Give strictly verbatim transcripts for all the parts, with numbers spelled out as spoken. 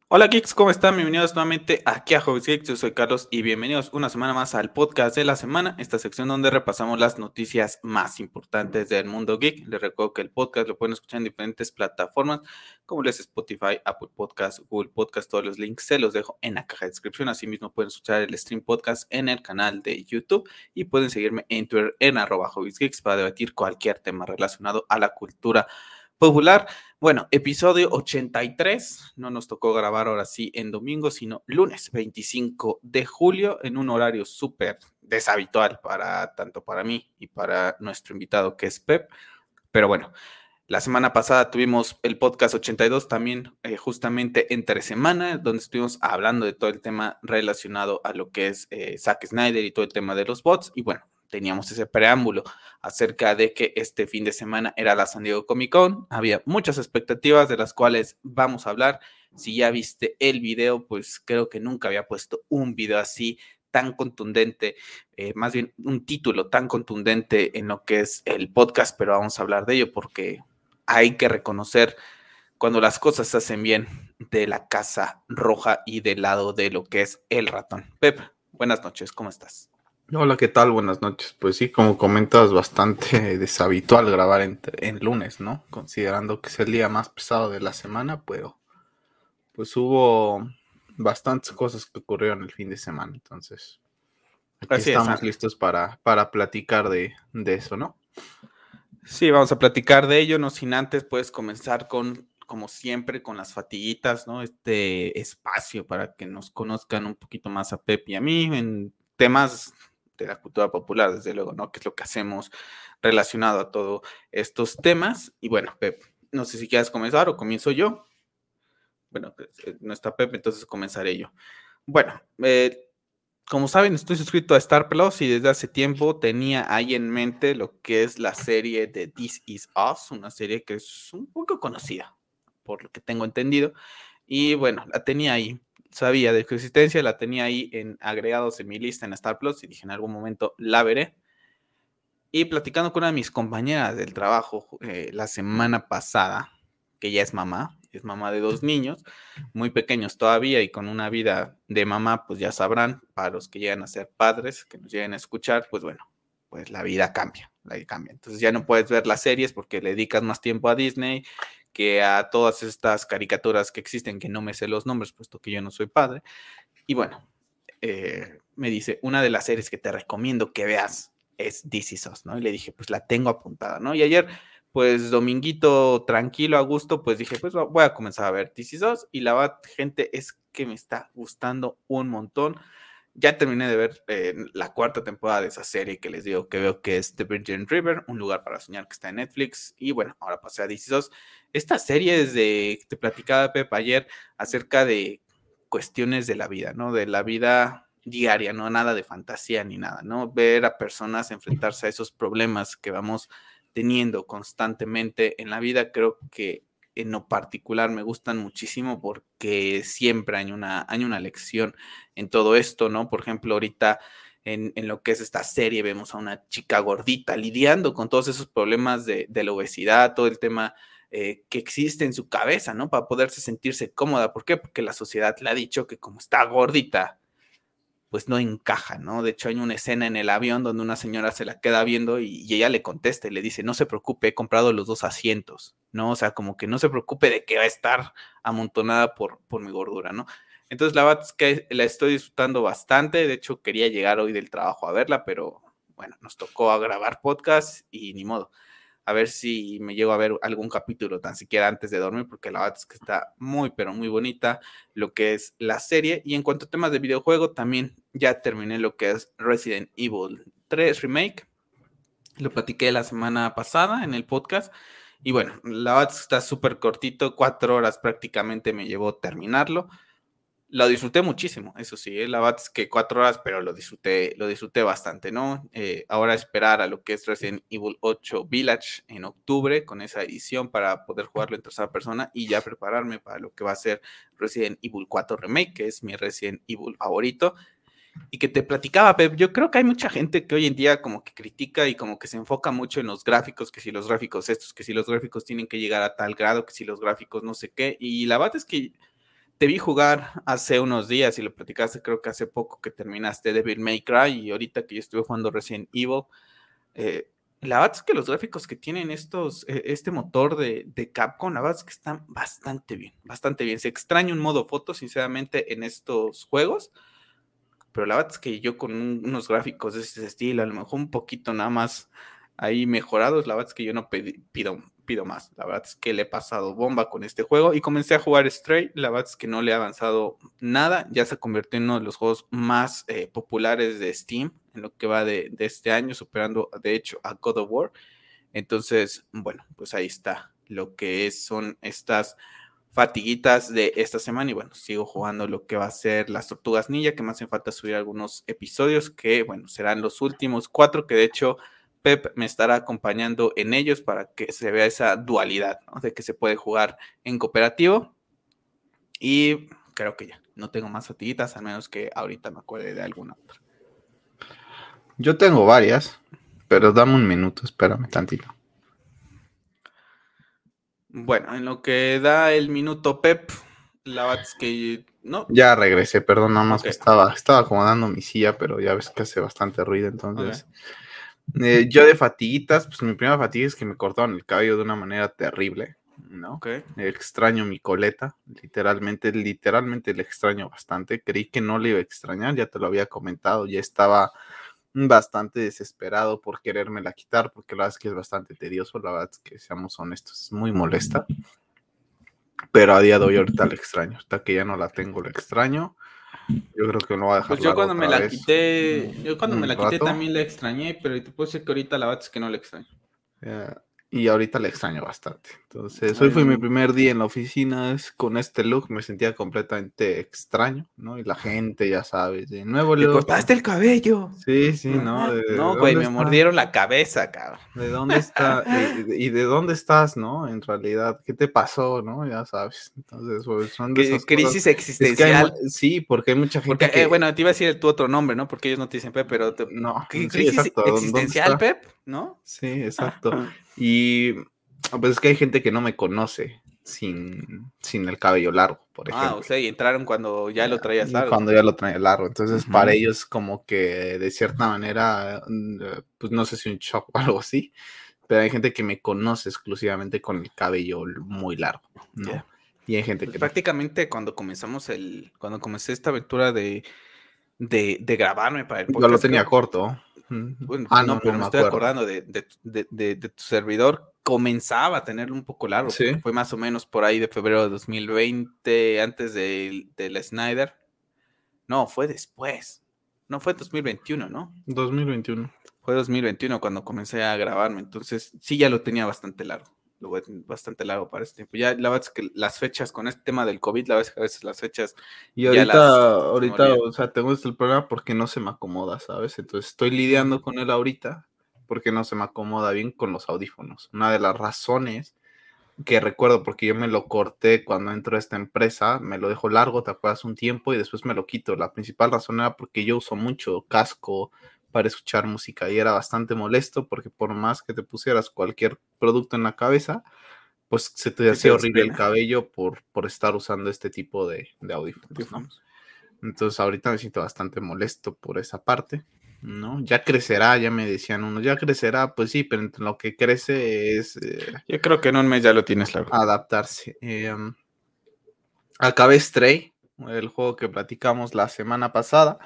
Hola geeks, ¿cómo están? Bienvenidos nuevamente aquí a Hobbies Geeks, yo soy Carlos y bienvenidos una semana más al podcast de la semana, esta sección donde repasamos las noticias más importantes del mundo geek. Les recuerdo que el podcast lo pueden escuchar en diferentes plataformas como les Spotify, Apple Podcast, Google Podcast, todos los links se los dejo en la caja de descripción. Asimismo pueden escuchar el stream podcast en el canal de YouTube y pueden seguirme en Twitter en arroba Hobbies Geeks para debatir cualquier tema relacionado a la cultura popular. Bueno, episodio ochenta y tres, no nos tocó grabar ahora sí en domingo, sino lunes veinticinco de julio en un horario súper deshabitual para tanto para mí y para nuestro invitado que es Pep. Pero bueno, la semana pasada tuvimos el podcast ochenta y dos también eh, justamente entre semana, donde estuvimos hablando de todo el tema relacionado a lo que es eh, Zack Snyder y todo el tema de los bots. Y bueno, teníamos ese preámbulo acerca de que este fin de semana era la San Diego Comic Con. Había muchas expectativas de las cuales vamos a hablar. Si ya viste el video, pues creo que nunca había puesto un video así tan contundente, eh, más bien un título tan contundente en lo que es el podcast, pero vamos a hablar de ello porque hay que reconocer cuando las cosas se hacen bien de la Casa Roja y del lado de lo que es el ratón. Pep, buenas noches, ¿cómo estás? Hola, ¿qué tal? Buenas noches. Pues sí, como comentas, bastante deshabitual grabar en, en lunes, ¿no? Considerando que es el día más pesado de la semana, pero pues hubo bastantes cosas que ocurrieron el fin de semana. Entonces, aquí Así es, estamos Ana. listos para, para platicar de, de eso, ¿no? Sí, vamos a platicar de ello, no sin antes puedes comenzar con, como siempre, con las fatiguitas, ¿no? Este espacio para que nos conozcan un poquito más a Pep y a mí en temas de la cultura popular, desde luego, ¿no? Que es lo que hacemos relacionado a todos estos temas. Y bueno, Pep, no sé si quieres comenzar o comienzo yo. Bueno, pues, eh, no está Pep, entonces comenzaré yo. Bueno, eh, como saben, estoy suscrito a Star Plus y desde hace tiempo tenía ahí en mente lo que es la serie de This Is Us, una serie que es un poco conocida, por lo que tengo entendido. Y bueno, la tenía ahí, sabía de su existencia, la tenía ahí en agregados en mi lista en Star Plus y dije en algún momento la veré. Y platicando con una de mis compañeras del trabajo eh, la semana pasada, que ya es mamá, es mamá de dos niños, muy pequeños todavía y con una vida de mamá, pues ya sabrán, para los que llegan a ser padres, que nos lleguen a escuchar, pues bueno, pues la vida cambia, la vida cambia. Entonces ya no puedes ver las series porque le dedicas más tiempo a Disney que a todas estas caricaturas que existen, que no me sé los nombres, puesto que yo no soy padre. Y bueno, eh, me dice, una de las series que te recomiendo que veas es This Is Us, ¿no? Y le dije, pues la tengo apuntada, ¿no? Y ayer, pues dominguito tranquilo, a gusto, pues dije, pues voy a comenzar a ver This Is Us y la verdad, gente, es que me está gustando un montón. Ya terminé de ver eh, la cuarta temporada de esa serie que les digo que veo que es The Virgin River, un lugar para soñar que está en Netflix. Y bueno, ahora pasé a This Is Us. Esta serie es de, te platicaba Pep ayer acerca de cuestiones de la vida, ¿no? De la vida diaria, no nada de fantasía ni nada, ¿no? Ver a personas enfrentarse a esos problemas que vamos teniendo constantemente en la vida, creo que en lo particular me gustan muchísimo porque siempre hay una, hay una lección en todo esto, ¿no? Por ejemplo, ahorita en, en lo que es esta serie vemos a una chica gordita lidiando con todos esos problemas de, de la obesidad, todo el tema eh, que existe en su cabeza, ¿no? Para poderse sentirse cómoda. ¿Por qué? Porque la sociedad le ha dicho que como está gordita, pues no encaja, ¿no? De hecho, hay una escena en el avión donde una señora se la queda viendo y, y ella le contesta y le dice, no se preocupe, he comprado los dos asientos, ¿no? O sea, como que no se preocupe de que va a estar amontonada por, por mi gordura, ¿no? Entonces, la verdad es que la estoy disfrutando bastante. De hecho, quería llegar hoy del trabajo a verla, pero bueno, nos tocó a grabar podcast y ni modo a ver si me llego a ver algún capítulo tan siquiera antes de dormir, porque la verdad es que está muy, pero muy bonita lo que es la serie. Y en cuanto a temas de videojuego, también ya terminé lo que es Resident Evil tres Remake. Lo platiqué la semana pasada en el podcast. Y bueno, la verdad es que está súper cortito, cuatro horas prácticamente me llevó terminarlo. Lo disfruté muchísimo, eso sí, ¿eh? La verdad es que cuatro horas, pero lo disfruté, lo disfruté bastante, ¿no? Eh, ahora esperar a lo que es Resident Evil ocho Village en octubre con esa edición para poder jugarlo en tercera persona y ya prepararme para lo que va a ser Resident Evil cuatro Remake, que es mi Resident Evil favorito. Y que te platicaba, Pep, yo creo que hay mucha gente que hoy en día como que critica y como que se enfoca mucho en los gráficos, que si los gráficos estos, que si los gráficos tienen que llegar a tal grado, que si los gráficos no sé qué, y la verdad es que te vi jugar hace unos días y lo platicaste, creo que hace poco que terminaste Devil May Cry y ahorita que yo estuve jugando Resident Evil. Eh, la verdad es que los gráficos que tienen estos, eh, este motor de, de Capcom, la verdad es que están bastante bien, bastante bien. Se extraña un modo foto, sinceramente, en estos juegos, pero la verdad es que yo con un- unos gráficos de ese estilo, a lo mejor un poquito nada más ahí mejorados, la verdad es que yo no pedi- pido, pido más. La verdad es que le he pasado bomba con este juego y comencé a jugar Stray. La verdad es que no le he avanzado nada. Ya se convirtió en uno de los juegos más eh, populares de Steam en lo que va de, de este año, superando de hecho a God of War. Entonces, bueno, pues ahí está lo que es, son estas fatiguitas de esta semana y bueno, sigo jugando lo que va a ser las Tortugas Ninja, que me hacen falta subir algunos episodios que bueno, serán los últimos cuatro, que de hecho Pep me estará acompañando en ellos para que se vea esa dualidad, ¿no? De que se puede jugar en cooperativo y creo que ya, no tengo más fatiguitas, al menos que ahorita me acuerde de alguna otra. Yo tengo varias, pero dame un minuto, espérame tantito. Bueno, en lo que da el minuto Pep, la verdad es que no, Ya regresé, perdón, nada más ok, que estaba, estaba acomodando mi silla, pero ya ves que hace bastante ruido, ok, entonces. Eh, yo de fatiguitas, pues mi primera fatiga es que me cortaron el cabello de una manera terrible, ¿no? ok. Extraño mi coleta, literalmente, literalmente le extraño bastante. Creí que no le iba a extrañar, ya te lo había comentado, ya estaba bastante desesperado por querérmela quitar, porque la verdad es que es bastante tedioso, la verdad es que seamos honestos, es muy molesta. Pero a día de hoy ahorita la extraño, hasta que ya no la tengo, la extraño. Yo creo que lo voy a dejar Pues yo largo cuando me otra la vez quité, un, yo cuando me un la quité rato. también la extrañé, pero te puedo decir que ahorita la verdad es que no la extraño. Eh, y ahorita le extraño bastante. Entonces, hoy fue mi Em, primer día en la oficina es- con este look. Me sentía completamente extraño, ¿no? Y la gente, ya sabes, de nuevo Te look. cortaste el cabello. Sí, sí, ¿no? Ah, ¿De, de no, güey, dónde me está? mordieron la cabeza, cabrón. ¿De dónde está? ¿Y, y de dónde estás, no? En realidad, ¿qué te pasó, no? Ya sabes. Entonces, pues, son de Qué esas cosas. crisis Es que hay, mu- existencial. sí, porque hay mucha Porque, gente eh, que, bueno, te iba a decir tu otro nombre, ¿no? Porque ellos no te dicen Pep, pero te- no, ¿qué sí, crisis exacto. ¿dó- ¿Dónde existencial, está? Pep? ¿No? Sí, exacto. Y pues es que hay gente que no me conoce sin, sin el cabello largo, por Ah, o ejemplo. sea, y entraron cuando ya lo traías Eh, largo. Cuando ya lo traía largo. Entonces, para Ujú. ellos, como que de cierta manera, mm, eh, pues no sé si un shock o algo así, pero hay gente que me conoce exclusivamente con el cabello muy largo, ¿no? Ya. Y hay gente Pues que no. prácticamente cuando comenzamos el, cuando comencé esta aventura de, de, de grabarme para el Yo lo podcast, tenía creo. corto. Mm, Bueno, Ah, no, no, no pero me me estoy acuerdo. acordando de, de, de, de- de tu servidor. Comenzaba a tenerlo un poco largo, Sí, porque fue más o menos por ahí de febrero de dos mil veinte, antes del del Snyder. No, fue después. No fue dos mil veintiuno, ¿no? dos mil veintiuno. Fue dos mil veintiuno cuando comencé a grabarme. Entonces, sí, ya lo tenía bastante largo. Lo voy a tener bastante largo para este tiempo. Ya, la verdad es que las fechas con este tema del COVID, la verdad es que a veces las fechas Y ya las ahorita, se me ahorita, olvidan. o sea, tengo este problema porque no se me acomoda, ¿sabes? Entonces estoy Ujú. lidiando con él ahorita porque no se me acomoda bien con los audífonos. Una de las razones que recuerdo, porque yo me lo corté cuando entró a esta empresa, me lo dejo largo, te acuerdas un tiempo y después me lo quito. La principal razón era porque yo uso mucho casco para escuchar música y era bastante molesto porque por más que te pusieras cualquier producto en la cabeza, pues se te Sí se hacía horrible el desprende. cabello por, por estar usando este tipo de, de audífonos, ¿no? Audífonos. Entonces ahorita me siento bastante molesto por esa parte, ¿no? Ya crecerá, ya me decían uno, ya crecerá, pues sí, pero entre lo que crece es eh, Yo creo que en un mes ya lo tienes largo. adaptarse. Eh, um, acabé Stray, el juego que platicamos la semana pasada.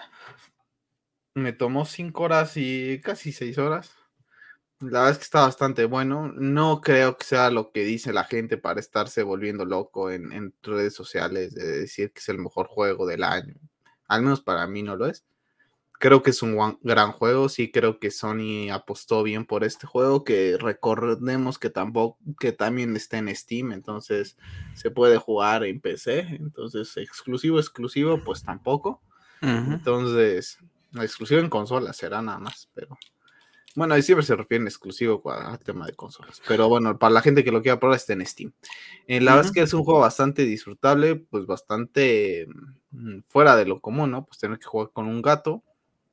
Me tomó cinco horas y casi seis horas. La verdad es que está bastante bueno. No creo que sea lo que dice la gente para estarse volviendo loco en, en redes sociales de decir que es el mejor juego del año. Al menos para mí no lo es. Creo que es un guan- gran juego. Sí, creo que Sony apostó bien por este juego. Que recordemos que tampoco, que también está en Steam. Entonces se puede jugar en P C. Entonces, exclusivo, exclusivo, pues tampoco. Ujú. Entonces, exclusivo en consolas será nada más, pero bueno, ahí siempre se refieren exclusivo al tema de consolas. Pero bueno, para la gente que lo quiera probar está en Steam. Eh, la verdad es Ujú. que es un juego bastante disfrutable, pues bastante mm, fuera de lo común, ¿no? Pues tener que jugar con un gato.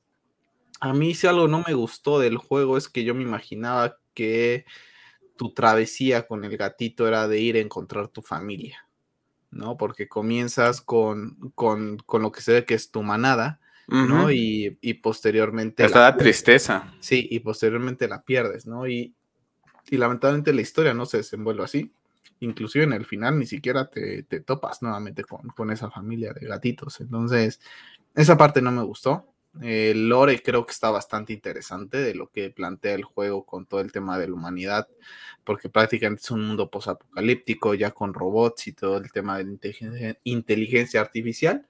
A mí si algo no me gustó del juego es que yo me imaginaba que tu travesía con el gatito era de ir a encontrar tu familia. ¿no? Porque comienzas con, con, con lo que se ve que es tu manada, ¿no? Ujú. Y, y posteriormente Hasta la da pierdes. tristeza. Sí, y posteriormente la pierdes, ¿no? Y, y lamentablemente la historia no se desenvuelve así. Inclusive en el final ni siquiera te, te topas nuevamente con, con esa familia de gatitos. Entonces, esa parte no me gustó. El lore creo que está bastante interesante de lo que plantea el juego con todo el tema de la humanidad, porque prácticamente es un mundo posapocalíptico ya con robots y todo el tema de la inteligencia, inteligencia artificial,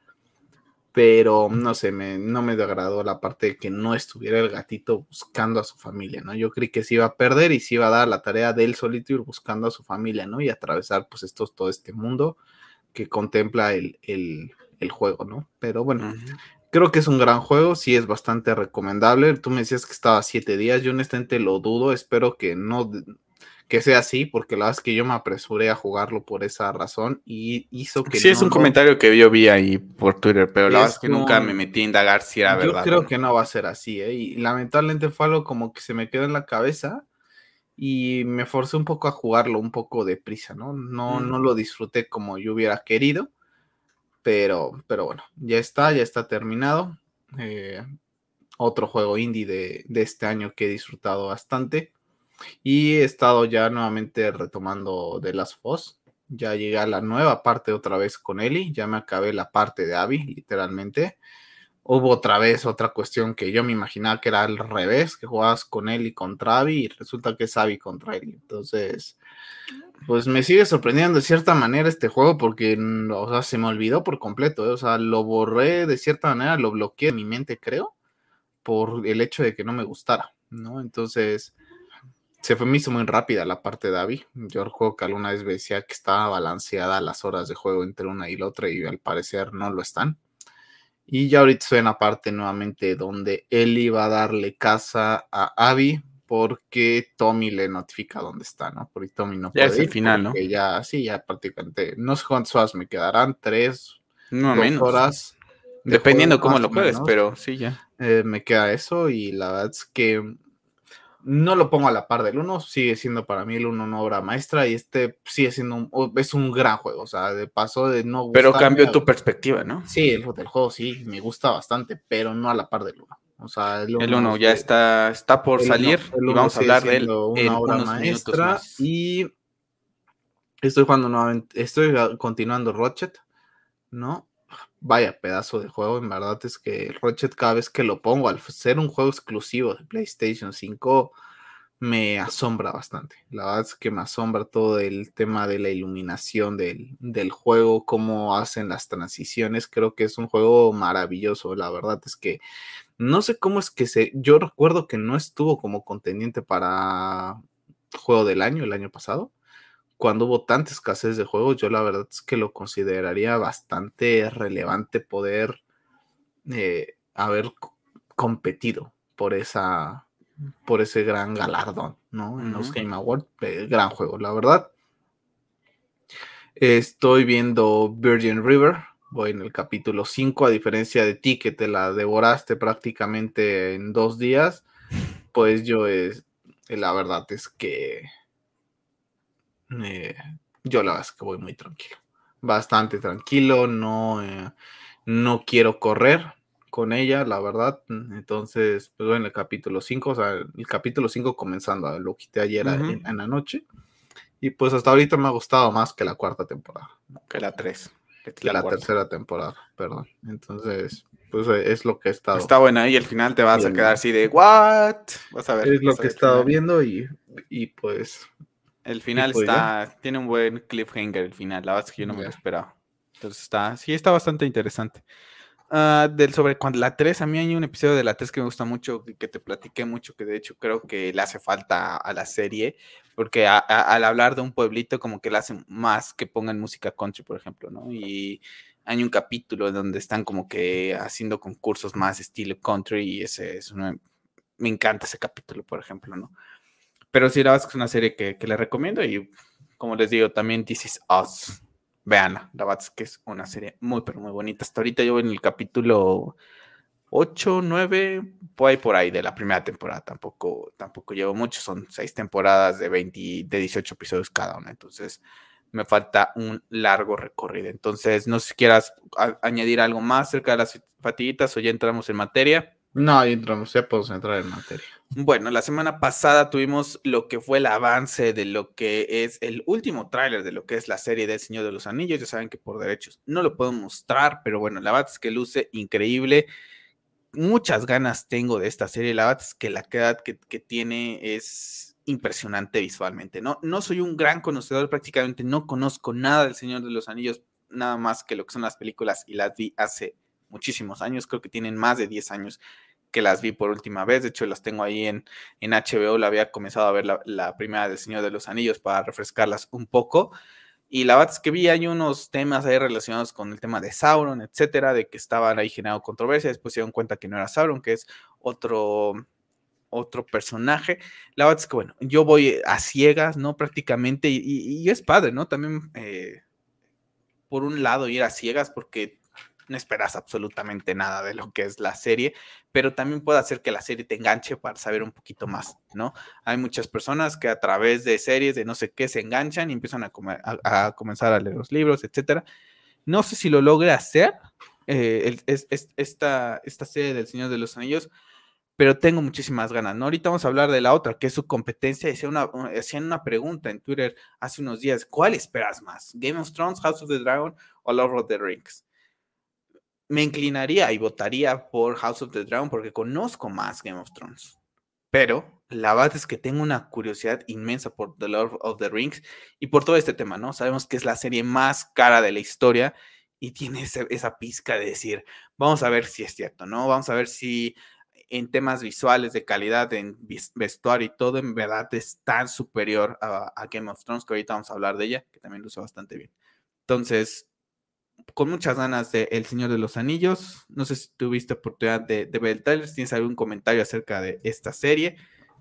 pero no sé, me, no me agradó la parte de que no estuviera el gatito buscando a su familia, ¿no? Yo creí que se iba a perder y se iba a dar la tarea de él solito ir buscando a su familia, ¿no? Y atravesar pues esto, todo este mundo que contempla el, el, el juego, ¿no? Pero bueno, Ujú. creo que es un gran juego, sí es bastante recomendable. Tú me decías que estaba siete días, yo honestamente lo dudo, espero que no que sea así, porque la verdad es que yo me apresuré a jugarlo por esa razón y hizo que Sí, es no un lo... comentario que yo vi ahí por Twitter, pero la verdad es Es que nunca me un... metí a indagar si era Yo verdad o creo no. que no va a ser así, ¿eh? Y lamentablemente fue algo como que se me quedó en la cabeza y me forcé un poco a jugarlo un poco deprisa, ¿no? No, Mm. no lo disfruté como yo hubiera querido. Pero, pero bueno, ya está, ya está terminado. Eh, Otro juego indie de, de este año que he disfrutado bastante. Y he estado ya nuevamente retomando The Last of Us. Ya llegué a la nueva parte otra vez con Ellie. Ya me acabé la parte de Abby, literalmente. Hubo otra vez otra cuestión que yo me imaginaba que era al revés, que jugabas con Ellie contra Abby y resulta que es Abby contra Ellie. Entonces, pues me sigue sorprendiendo de cierta manera este juego porque, mm, o sea, se me olvidó por completo, ¿eh? O sea, lo borré de cierta manera, lo bloqueé en mi mente, creo, por el hecho de que no me gustara, ¿no? Entonces, se fue, me hizo muy rápida la parte de Abby. Yo recuerdo que alguna vez decía que estaba balanceada las horas de juego entre una y la otra y al parecer no lo están. Y ya ahorita estoy en la parte nuevamente donde Ellie va a darle casa a Abby porque Tommy le notifica dónde está, ¿no? Porque Tommy no Ya es puede el ir final, ¿no? porque ya, sí, ya prácticamente, no sé cuántas horas me quedarán, tres, No dos menos. horas de juego Dependiendo cómo más lo o juegues, menos. pero sí, ya. Eh, me queda eso y la verdad es que no lo pongo a la par del uno, sigue siendo para mí el uno una obra maestra y este sigue siendo un, es un gran juego, o sea, de paso de no Pero gustarme cambió a... tu perspectiva, ¿no? Sí, el del juego sí, me gusta bastante, pero no a la par del uno. O sea, el El uno uno ya está, está por el salir uno, el y uno vamos a sigue hablar de él siendo una en obra unos minutos maestra más. y estoy jugando nuevamente, estoy continuando Ratchet, ¿no? Vaya pedazo de juego, en verdad es que Ratchet cada vez que lo pongo, al ser un juego exclusivo de PlayStation cinco, me asombra bastante. La verdad es que me asombra todo el tema de la iluminación del, del juego, cómo hacen las transiciones. Creo que es un juego maravilloso. La verdad es que no sé cómo es que se. Yo recuerdo que no estuvo como contendiente para juego del año el año pasado. Cuando hubo tanta escasez de juegos, yo la verdad es que lo consideraría bastante relevante poder eh, haber competido por esa por ese gran galardón, ¿no? En los Ujú. Game Awards, eh, gran juego, la verdad. Estoy viendo Virgin River, voy en el capítulo cinco, a diferencia de ti que te la devoraste prácticamente en dos días, pues yo es, la verdad es que eh, yo la verdad es que voy muy tranquilo, bastante tranquilo, no, eh, no quiero correr con ella, la verdad. Entonces, pues en el capítulo cinco, o sea, el capítulo cinco comenzando, lo quité ayer Ujú. en, en la noche. Y pues hasta ahorita me ha gustado más que la cuarta temporada, Que la tres, que es que la la cuarta. tercera temporada, perdón. Entonces, pues eh, es lo que he estado Está buena y el final te vas a quedar viendo. así de ¿what? Vas a ver, Es lo vas a que he ver el estado final. viendo y, y pues, El y final pues ya, está, tiene un buen cliffhanger el final, la verdad es que yo no me lo ya. esperaba. Entonces está, sí está bastante interesante. Ah, del sobre cuando la tres a mí hay un episodio de la tres que me gusta mucho, que, que te platiqué mucho, que de hecho creo que le hace falta a la serie, porque a- a- al hablar de un pueblito como que le hace más que pongan música country, por ejemplo, ¿no? Y hay un capítulo donde están como que haciendo concursos más estilo country y ese es una, me encanta ese capítulo, por ejemplo, ¿no? Pero sí, la verdad es que es una serie que, que les recomiendo y como les digo, también This Is Us. Veanla, la verdad es que es una serie muy, pero muy bonita. Hasta ahorita yo voy en el capítulo ocho nueve por ahí por ahí de la primera temporada. Tampoco, tampoco llevo mucho, son seis temporadas de veinte, de dieciocho episodios cada una. Entonces, me falta un largo recorrido. Entonces, no sé si quieras a- añadir algo más acerca de las fatiguitas o ya entramos en materia. No, ahí entramos, ya podemos entrar en materia. Bueno, la semana pasada tuvimos lo que fue el avance de lo que es el último tráiler de lo que es la serie del Señor de los Anillos. Ya saben que por derechos no lo puedo mostrar, pero bueno, la verdad es que luce increíble. Muchas ganas tengo de esta serie. La verdad es que la calidad que, que tiene es impresionante visualmente. No, no soy un gran conocedor, prácticamente no conozco nada del Señor de los Anillos, nada más que lo que son las películas, y las vi hace muchísimos años. Creo que tienen más de diez años que las vi por última vez. De hecho, las tengo ahí en, en H B O. La había comenzado a ver la, la primera del Señor de los Anillos para refrescarlas un poco. Y la verdad es que vi hay unos temas ahí relacionados con el tema de Sauron, etcétera, de que estaban ahí generando controversia. Después se dieron cuenta que no era Sauron, que es otro, otro personaje. La verdad es que, bueno, yo voy a ciegas, ¿no? Prácticamente, y, y, y es padre, ¿no? También, eh, por un lado, ir a ciegas, porque no esperas absolutamente nada de lo que es la serie, pero también puede hacer que la serie te enganche para saber un poquito más, ¿no? Hay muchas personas que a través de series de no sé qué se enganchan y empiezan a, comer, a, a comenzar a leer los libros, etcétera. No sé si lo logre hacer eh, el, es, es, esta, esta serie del Señor de los Anillos, pero tengo muchísimas ganas, ¿no? Ahorita vamos a hablar de la otra, que es su competencia. Hacían una, hacían una pregunta en Twitter hace unos días, ¿cuál esperas más? ¿Game of Thrones, House of the Dragon o Lord of the Rings? Me inclinaría y votaría por House of the Dragon porque conozco más Game of Thrones. Pero la verdad es que tengo una curiosidad inmensa por The Lord of the Rings y por todo este tema, ¿no? Sabemos que es la serie más cara de la historia y tiene ese, esa pizca de decir, vamos a ver si es cierto, ¿no? Vamos a ver si en temas visuales de calidad, en vestuario y todo, en verdad es tan superior a, a Game of Thrones, que ahorita vamos a hablar de ella, que también lo usa bastante bien. Entonces, con muchas ganas de El Señor de los Anillos. No sé si tuviste oportunidad de, de ver el trailer, si tienes algún comentario acerca de esta serie.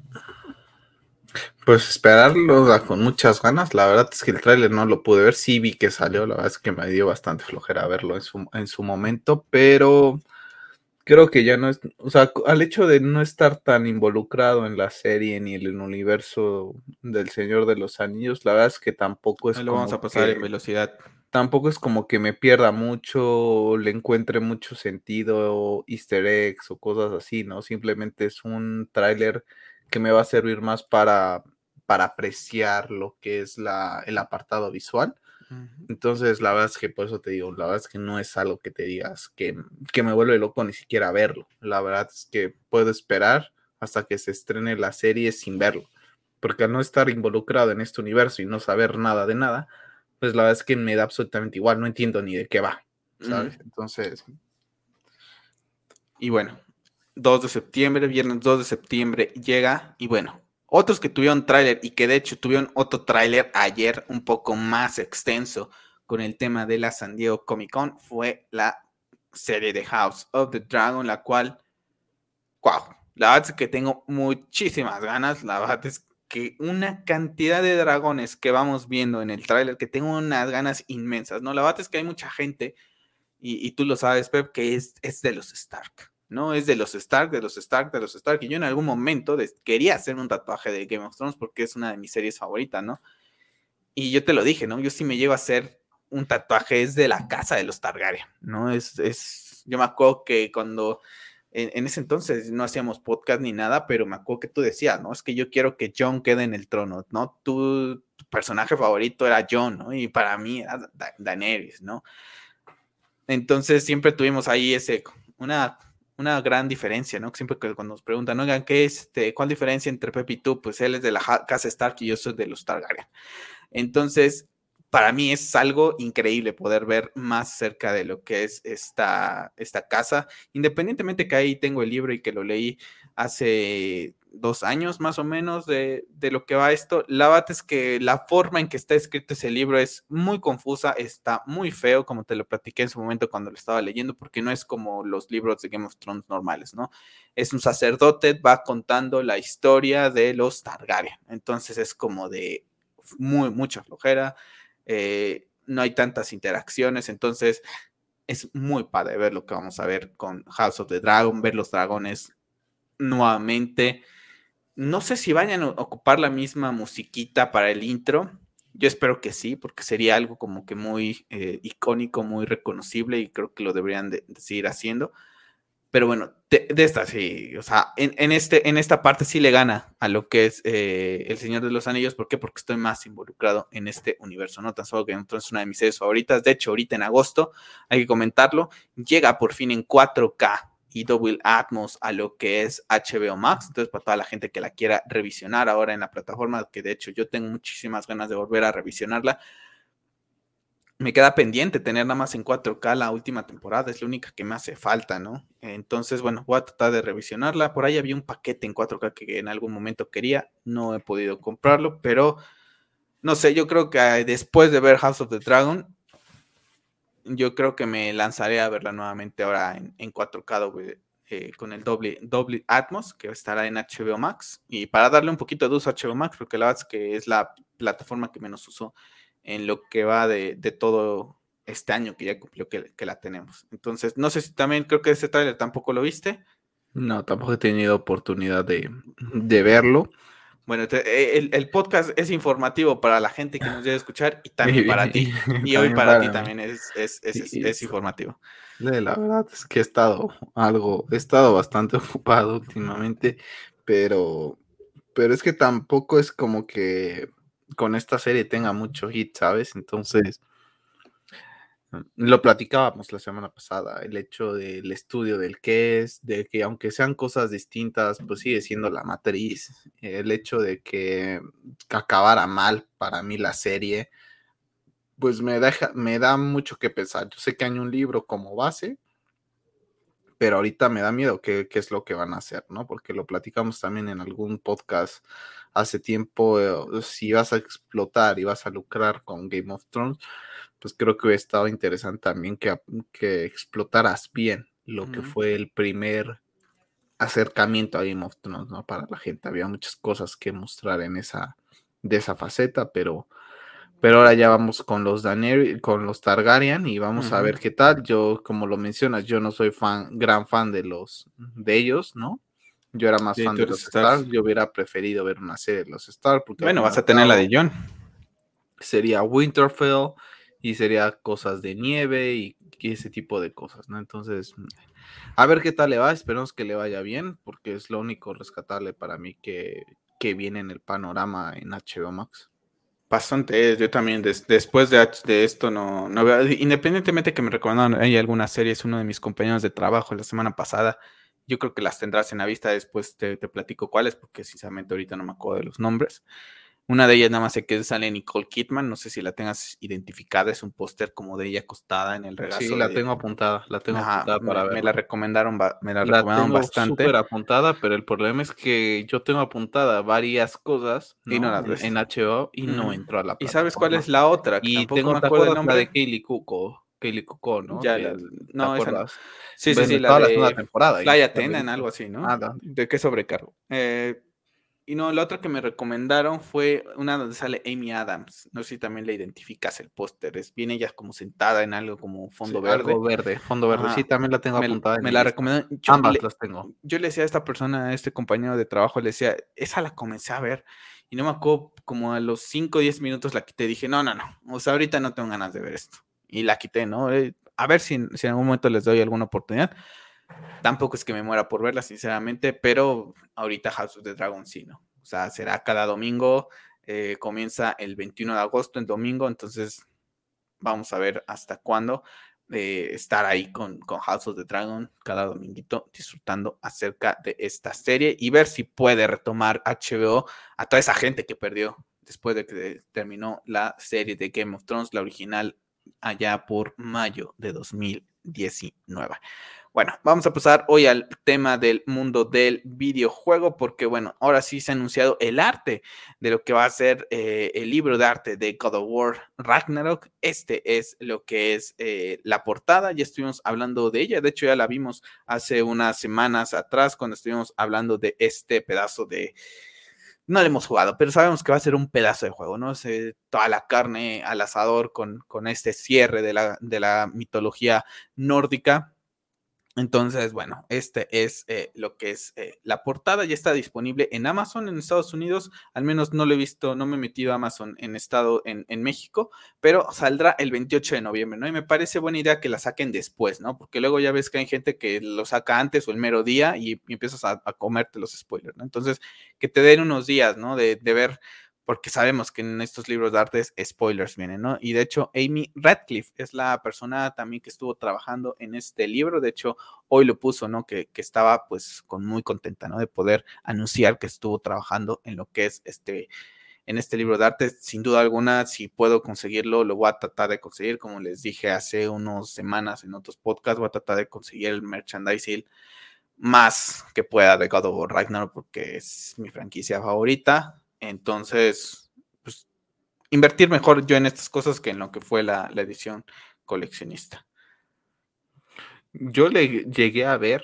Pues esperarlo da con muchas ganas. La verdad es que el tráiler no lo pude ver. Sí vi que salió. La verdad es que me dio bastante flojera verlo en su, en su momento. Pero creo que ya no es. O sea, al hecho de no estar tan involucrado en la serie ni en el universo del Señor de los Anillos, la verdad es que tampoco es Ahí lo vamos como a pasar en que. velocidad. Tampoco es como que me pierda mucho, le encuentre mucho sentido, easter eggs o cosas así, ¿no? Simplemente es un tráiler que me va a servir más para, para apreciar lo que es la, el apartado visual. Ujú. Entonces, la verdad es que por eso te digo, la verdad es que no es algo que te digas que, que me vuelve loco ni siquiera verlo. La verdad es que puedo esperar hasta que se estrene la serie sin verlo. Porque al no estar involucrado en este universo y no saber nada de nada, pues la verdad es que me da absolutamente igual, no entiendo ni de qué va, Ujú. ¿sabes? Entonces, Y bueno, dos de septiembre, viernes dos de septiembre llega. Y bueno, otros que tuvieron tráiler y que de hecho tuvieron otro tráiler ayer un poco más extenso con el tema de la San Diego Comic Con fue la serie de House of the Dragon, la cual, wow, la verdad es que tengo muchísimas ganas. La verdad es que una cantidad de dragones que vamos viendo en el tráiler, que tengo unas ganas inmensas, ¿no? La verdad es que hay mucha gente, y, y tú lo sabes, Pep, que es, es de los Stark, ¿no? Es de los Stark, de los Stark, de los Stark. Y yo en algún momento de, quería hacerme un tatuaje de Game of Thrones porque es una de mis series favoritas, ¿no? Y yo te lo dije, ¿no? Yo sí me llego a hacer un tatuaje, es de la casa de los Targaryen, ¿no? Es, es, yo me acuerdo que cuando en, en, ese entonces no hacíamos podcast ni nada, pero me acuerdo que tú decías, ¿no? Es que yo quiero que Jon quede en el trono, ¿no? Tu, tu personaje favorito era Jon, ¿no? Y para mí era da Daenerys, ¿no? Entonces siempre tuvimos ahí ese, una, una gran diferencia, ¿no? Siempre que cuando nos preguntan, oigan, ¿qué es, este, cuál diferencia entre Pepe y tú? Pues él es de la casa Stark y yo soy de los Targaryen. Entonces, para mí es algo increíble poder ver más cerca de lo que es esta, esta casa, independientemente que ahí tengo el libro y que lo leí hace dos años más o menos de, de lo que va esto. La verdad es que la forma en que está escrito ese libro es muy confusa, está muy feo, como te lo platiqué en su momento cuando lo estaba leyendo, porque no es como los libros de Game of Thrones normales, ¿no? Es un sacerdote, va contando la historia de los Targaryen, entonces es como de muy, mucha flojera, eh, no hay tantas interacciones, entonces es muy padre ver lo que vamos a ver con House of the Dragon, ver los dragones nuevamente. No sé si vayan a ocupar la misma musiquita para el intro, Yo espero que sí, porque sería algo como que muy eh, icónico, muy reconocible y creo que lo deberían de, de seguir haciendo. Pero bueno, de, de esta sí, o sea, en, en, este, en esta parte sí le gana a lo que es eh, El Señor de los Anillos. ¿Por qué? Porque estoy más involucrado en este universo, ¿no? Tan solo que entonces es una de mis series favoritas. De hecho, ahorita en agosto, hay que comentarlo, llega por fin en cuatro K y Double Atmos a lo que es H B O Max. Entonces, para toda la gente que la quiera revisionar ahora en la plataforma, que de hecho yo tengo muchísimas ganas de volver a revisionarla, me queda pendiente tener nada más en cuatro K la última temporada, es la única que me hace falta, ¿no? Entonces, bueno, voy a tratar de revisionarla. Por ahí había un paquete en cuatro K que en algún momento quería, no he podido comprarlo, pero no sé, yo creo que después de ver House of the Dragon, yo creo que me lanzaré a verla nuevamente ahora en, en cuatro K doble, eh, con el doble, doble Atmos, que estará en H B O Max. Y para darle un poquito de uso a H B O Max, porque la verdad es que es la plataforma que menos uso en lo que va de, de todo este año que ya cumplió que, que, la tenemos. Entonces, no sé si también creo que ese trailer tampoco lo viste. No, tampoco he tenido oportunidad de, de verlo. Bueno, te, el, el, podcast es informativo para la gente que nos debe escuchar y también para Y, ti. y Y hoy también para ti para mí. también es, es, es, es, Y es eso. informativo. La verdad es que he estado algo, he estado bastante ocupado últimamente, pero, pero es que tampoco es como que con esta serie tenga mucho hit, ¿sabes? Entonces, lo platicábamos la semana pasada, el hecho del estudio del que es, de que aunque sean cosas distintas, pues sigue siendo la matriz. El hecho de que acabara mal para mí la serie, pues me deja, me da mucho que pensar. Yo sé que hay un libro como base, pero ahorita me da miedo qué, qué es lo que van a hacer, ¿no? Porque lo platicamos también en algún podcast hace tiempo, eh, si vas a explotar y vas a lucrar con Game of Thrones, pues creo que hubiera estado interesante también que, que explotaras bien lo que Uh-huh. fue el primer acercamiento a Game of Thrones, ¿no? Para la gente, había muchas cosas que mostrar en esa, de esa faceta, pero pero ahora ya vamos con los Daenerys, con los Targaryen y vamos a Uh-huh. ver qué tal. Yo, como lo mencionas, yo no soy fan, gran fan de los de ellos, ¿no? Yo era más Sí, fan tú de eres los Stark. Stars. Yo hubiera preferido ver una serie de los Stark porque al Bueno, fin y vas al a tener la de cabo John. sería Winterfell y sería cosas de nieve y, y ese tipo de cosas, ¿no? Entonces, a ver qué tal le va. Esperemos que le vaya bien porque es lo único rescatable para mí que, que viene en el panorama en H B O Max. Bastante, eh, yo también des, después de, H- de esto no, no veo, independientemente que me recomendaron, hay algunas series, uno de mis compañeros de trabajo la semana pasada, yo creo que las tendrás en la vista, después te, te platico cuáles, porque sinceramente ahorita no me acuerdo de los nombres. Una de ellas nada más sé que sale Nicole Kidman, no sé si la tengas identificada, es un póster como de ella acostada en el Sí, regazo la de... tengo apuntada, la tengo Ajá, apuntada me, para me la verla. recomendaron, ba- me la La recomendaron tengo súper bastante apuntada, pero el problema es que yo tengo apuntada varias cosas, y no ¿no? las En, ves. en H B O y no Ujú. entro a la ¿Y sabes cuál es plataforma. la otra? Que Y tampoco tengo, me ¿te acuerdo el acuerdas la nombre. de Kaylee Cuoco? Kaylee Cuoco, ¿no? Ya, Que la, ¿te no, esa no. acuerdas? Sí, sí, Bueno, sí, la estaba la segunda de temporada y ni Fly siquiera la he Attendant, algo visto. así, ¿no? Ah, no. ¿De qué sobrecargo? Eh, y no, la otra que me recomendaron fue una donde sale Amy Adams. No sé si también le identificas el póster. Es bien ella como sentada en algo como Sí, fondo algo verde. verde, fondo verde. Sí, Ajá. también la tengo Me, apuntada en me mi la lista. recomendaron. Yo Ambas le, las tengo. yo le decía a esta persona, a este compañero de trabajo, le decía, esa la comencé a ver. Y no me acuerdo, como a los cinco o diez minutos la quité. Dije, no, no, no. O sea, ahorita no tengo ganas de ver esto. Y la quité, ¿no? Eh, a ver si, si en algún momento les doy alguna oportunidad. Tampoco es que me muera por verla, sinceramente, pero ahorita House of the Dragon sí, ¿no? O sea, será cada domingo, eh, comienza el veintiuno de agosto, el domingo, entonces vamos a ver hasta cuándo eh, estar ahí con, con House of the Dragon cada dominguito disfrutando acerca de esta serie y ver si puede retomar H B O a toda esa gente que perdió después de que terminó la serie de Game of Thrones, la original, allá por mayo de dos mil diecinueve. Bueno, vamos a pasar hoy al tema del mundo del videojuego, porque bueno, ahora sí se ha anunciado el arte de lo que va a ser eh, el libro de arte de God of War Ragnarok. Este es lo que es eh, la portada, ya estuvimos hablando de ella, de hecho ya la vimos hace unas semanas atrás cuando estuvimos hablando de este pedazo de... No le hemos jugado, pero sabemos que va a ser un pedazo de juego, ¿no? Se, toda la carne al asador con, con este cierre de la, de la mitología nórdica. Entonces, bueno, este es eh, lo que es eh, la portada. Ya está disponible en Amazon en Estados Unidos. Al menos no lo he visto, no me he metido a Amazon en estado en, en México, pero saldrá el veintiocho de noviembre, ¿no? Y me parece buena idea que la saquen después, ¿no? Porque luego ya ves que hay gente que lo saca antes o el mero día y, y empiezas a, a, comerte los spoilers, ¿no? Entonces, que te den unos días, ¿no? De, de ver, porque sabemos que en estos libros de arte spoilers vienen, ¿no? Y de hecho, Amy Radcliffe es la persona también que estuvo trabajando en este libro. De hecho, hoy lo puso, ¿no? Que, que estaba pues con muy contenta, ¿no? De poder anunciar que estuvo trabajando en lo que es este, en este libro de arte. Sin duda alguna, si puedo conseguirlo, lo voy a tratar de conseguir. Como les dije hace unas semanas en otros podcasts, voy a tratar de conseguir el merchandising más que pueda de God of War Ragnarok porque es mi franquicia favorita. Entonces, pues, invertir mejor yo en estas cosas que en lo que fue la, la edición coleccionista. Yo le llegué a ver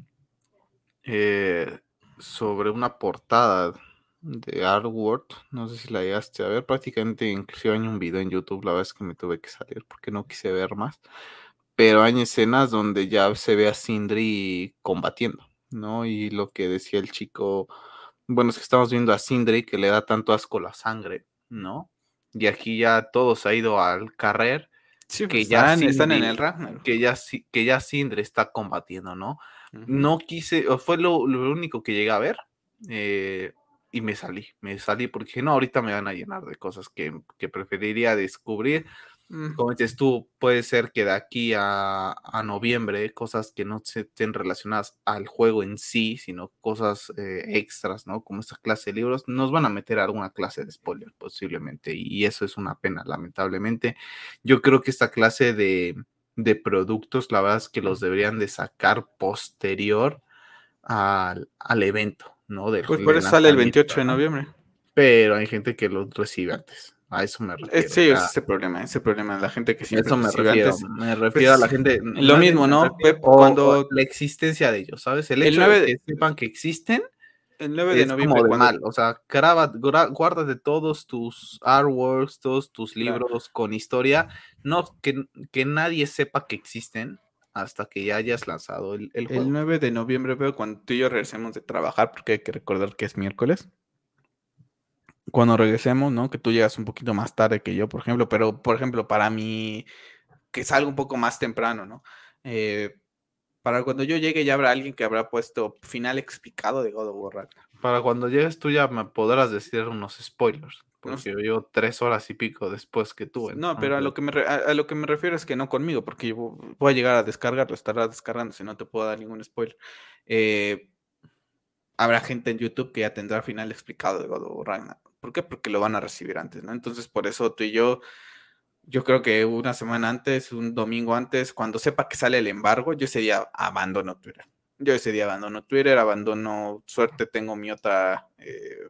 eh, sobre una portada de Artworld, no sé si la llegaste a ver, prácticamente inclusive hay un video en YouTube, la verdad es que me tuve que salir porque no quise ver más, pero hay escenas donde ya se ve a Sindri combatiendo, ¿no? Y lo que decía el chico, bueno, es que estamos viendo a Sindri que le da tanto asco la sangre, ¿no? Y aquí ya todo se ha ido al carrer, Sí, pues que ya están, están en el Sindri, Ragnarok. que ya, Si- que ya Sindri está combatiendo, ¿no? Ujú. No quise, o fue lo, lo único que llegué a ver, eh, y me salí, me salí porque dije, no, ahorita me van a llenar de cosas que, que preferiría descubrir. Mm. Como dices tú, puede ser que de aquí a, a noviembre, cosas que no se estén relacionadas al juego en sí, sino cosas eh, extras, ¿no? Como esta clase de libros, nos van a meter alguna clase de spoiler posiblemente, y eso es una pena, lamentablemente. Yo creo que esta clase de, de productos, la verdad es que los deberían de sacar posterior al, al evento, ¿no? Del, Pues por del eso sale el lanzamiento, veintiocho de ¿no? noviembre. Pero hay gente que los recibe antes, a eso me Es, refiero, o sí, es sea, ese problema, ese problema. La gente que a siempre eso me recibe refiero, antes, me refiero a pues la gente, lo más bien mismo, me ¿no, refiero, Pep? o, o Cuando la existencia de ellos, ¿sabes? El el hecho de nueve, que sepan que existen el nueve de es como noviembre, de cuando, mal, o sea, graba, gra- guárdate todos tus artworks, todos tus claro, libros con historia, no que, que nadie sepa que existen hasta que ya hayas lanzado el, el el juego. nueve de noviembre, veo cuando tú y yo regresemos de trabajar, porque hay que recordar que es miércoles. Cuando regresemos, ¿no? Que tú llegas un poquito más tarde que yo, por ejemplo, pero por ejemplo, para mí, que salga un poco más temprano, ¿no? Eh, para cuando yo llegue ya habrá alguien que habrá puesto final explicado de God of War Ragnarok. Para cuando llegues tú ya me podrás decir unos spoilers, No, porque yo llevo tres horas y pico después que tú, no, pero a lo entonces... que me re- a, a lo que me refiero es que no conmigo, porque yo voy a llegar a descargarlo, estará descargando, si no te puedo dar ningún spoiler. Eh, habrá gente en YouTube que ya tendrá final explicado de God of War Ragnarok. ¿Por qué? Porque lo van a recibir antes, ¿no? Entonces, por eso tú y yo, yo creo que una semana antes, un domingo antes, cuando sepa que sale el embargo, yo ese día abandono Twitter. Yo ese día abandono Twitter, abandono, suerte, tengo mi otra, eh,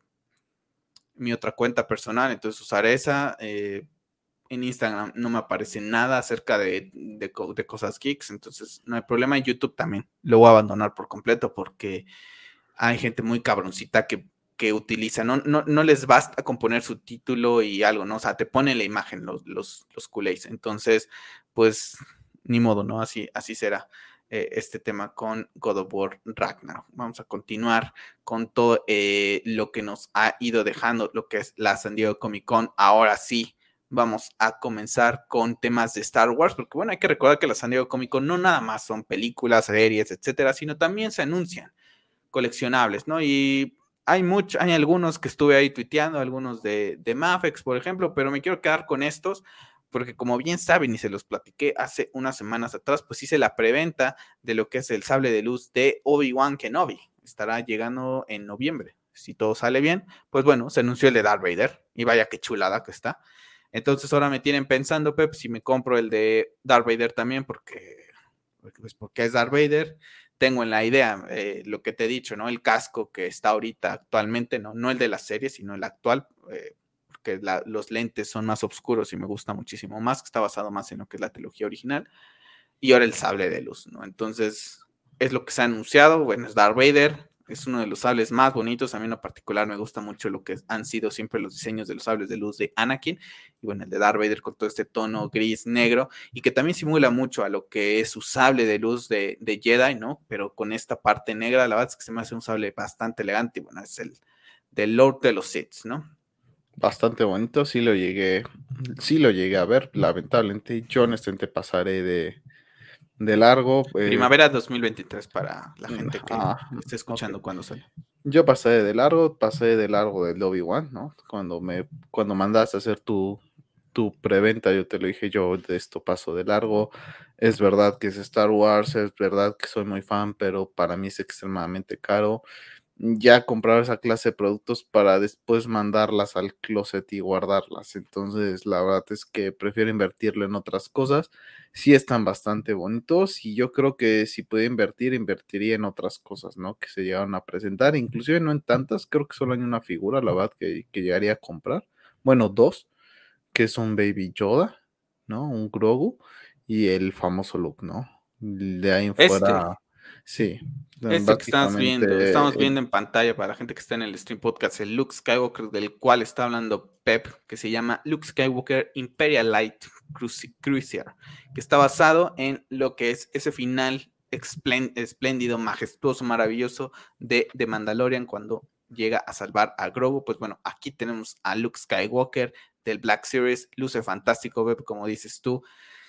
mi otra cuenta personal, entonces usaré esa. Eh, en Instagram no me aparece nada acerca de, de, de, cosas geeks, entonces no hay problema. En YouTube también lo voy a abandonar por completo porque hay gente muy cabroncita que, que utiliza, no, no, no les basta con poner su título y algo, ¿no? O sea, te pone la imagen los, los, los culés. Entonces, pues, ni modo, ¿no? Así, así será eh, este tema con God of War Ragnarok. Vamos a continuar con todo eh, lo que nos ha ido dejando, lo que es la San Diego Comic Con. Ahora sí, vamos a comenzar con temas de Star Wars, porque bueno, hay que recordar que la San Diego Comic Con no nada más son películas, series, etcétera, sino también se anuncian coleccionables, ¿no? Y hay muchos, hay algunos que estuve ahí tuiteando, algunos de, de Mafex, por ejemplo, pero me quiero quedar con estos, porque como bien saben y se los platiqué hace unas semanas atrás, pues hice la preventa de lo que es el sable de luz de Obi-Wan Kenobi. Estará llegando en noviembre. Si todo sale bien, pues bueno, se anunció el de Darth Vader y vaya qué chulada que está. Entonces ahora me tienen pensando, Pep, si me compro el de Darth Vader también, porque, pues porque es Darth Vader. Tengo en la idea eh, lo que te he dicho, ¿no? El casco que está ahorita actualmente, no, no el de la serie, sino el actual, eh, porque la, los lentes son más oscuros y me gusta muchísimo más, que está basado más en lo que es la trilogía original. Y ahora el sable de luz, ¿no? Entonces, es lo que se ha anunciado, bueno, es Darth Vader. es uno de los sables más bonitos. A mí en lo particular me gusta mucho lo que han sido siempre los diseños de los sables de luz de Anakin. Y bueno, el de Darth Vader con todo este tono gris, negro, y que también simula mucho a lo que es su sable de luz de, de Jedi, ¿no? Pero con esta parte negra, la verdad es que se me hace un sable bastante elegante. Y bueno, es el del Lord de los Sith, ¿no? Bastante bonito, sí lo llegué, sí lo llegué a ver. Lamentablemente, yo honestamente pasaré de, de largo. Eh, Primavera dos mil veintitrés para la mm, gente que ah, esté ok. escuchando cuando sale. Yo pasé de largo, pasé de largo del Obi-Wan, ¿no? Cuando me, cuando mandaste a hacer tu, tu preventa, yo te lo dije, yo de esto paso de largo. Es verdad que es Star Wars, es verdad que soy muy fan, pero para mí es extremadamente caro. Ya comprar esa clase de productos para después mandarlas al closet y guardarlas. Entonces, la verdad es que prefiero invertirlo en otras cosas. Sí están bastante bonitos y yo creo que si pudiera invertir, invertiría en otras cosas, ¿no? Que se llegaron a presentar, inclusive no en tantas, creo que solo hay una figura, la verdad, que, que llegaría a comprar. Bueno, dos, que es un Baby Yoda, ¿no? Un Grogu y el famoso Luke, ¿no? De ahí en Este, fuera, sí, Este que estás viendo, estamos básicamente el viendo en pantalla para la gente que está en el stream podcast, el Luke Skywalker del cual está hablando Pep, que se llama Luke Skywalker Imperial Light Cruiser, que está basado en lo que es ese final espléndido, majestuoso, maravilloso de, de Mandalorian cuando llega a salvar a Grogu. Pues bueno, aquí tenemos a Luke Skywalker del Black Series, luce fantástico, Pep, como dices tú.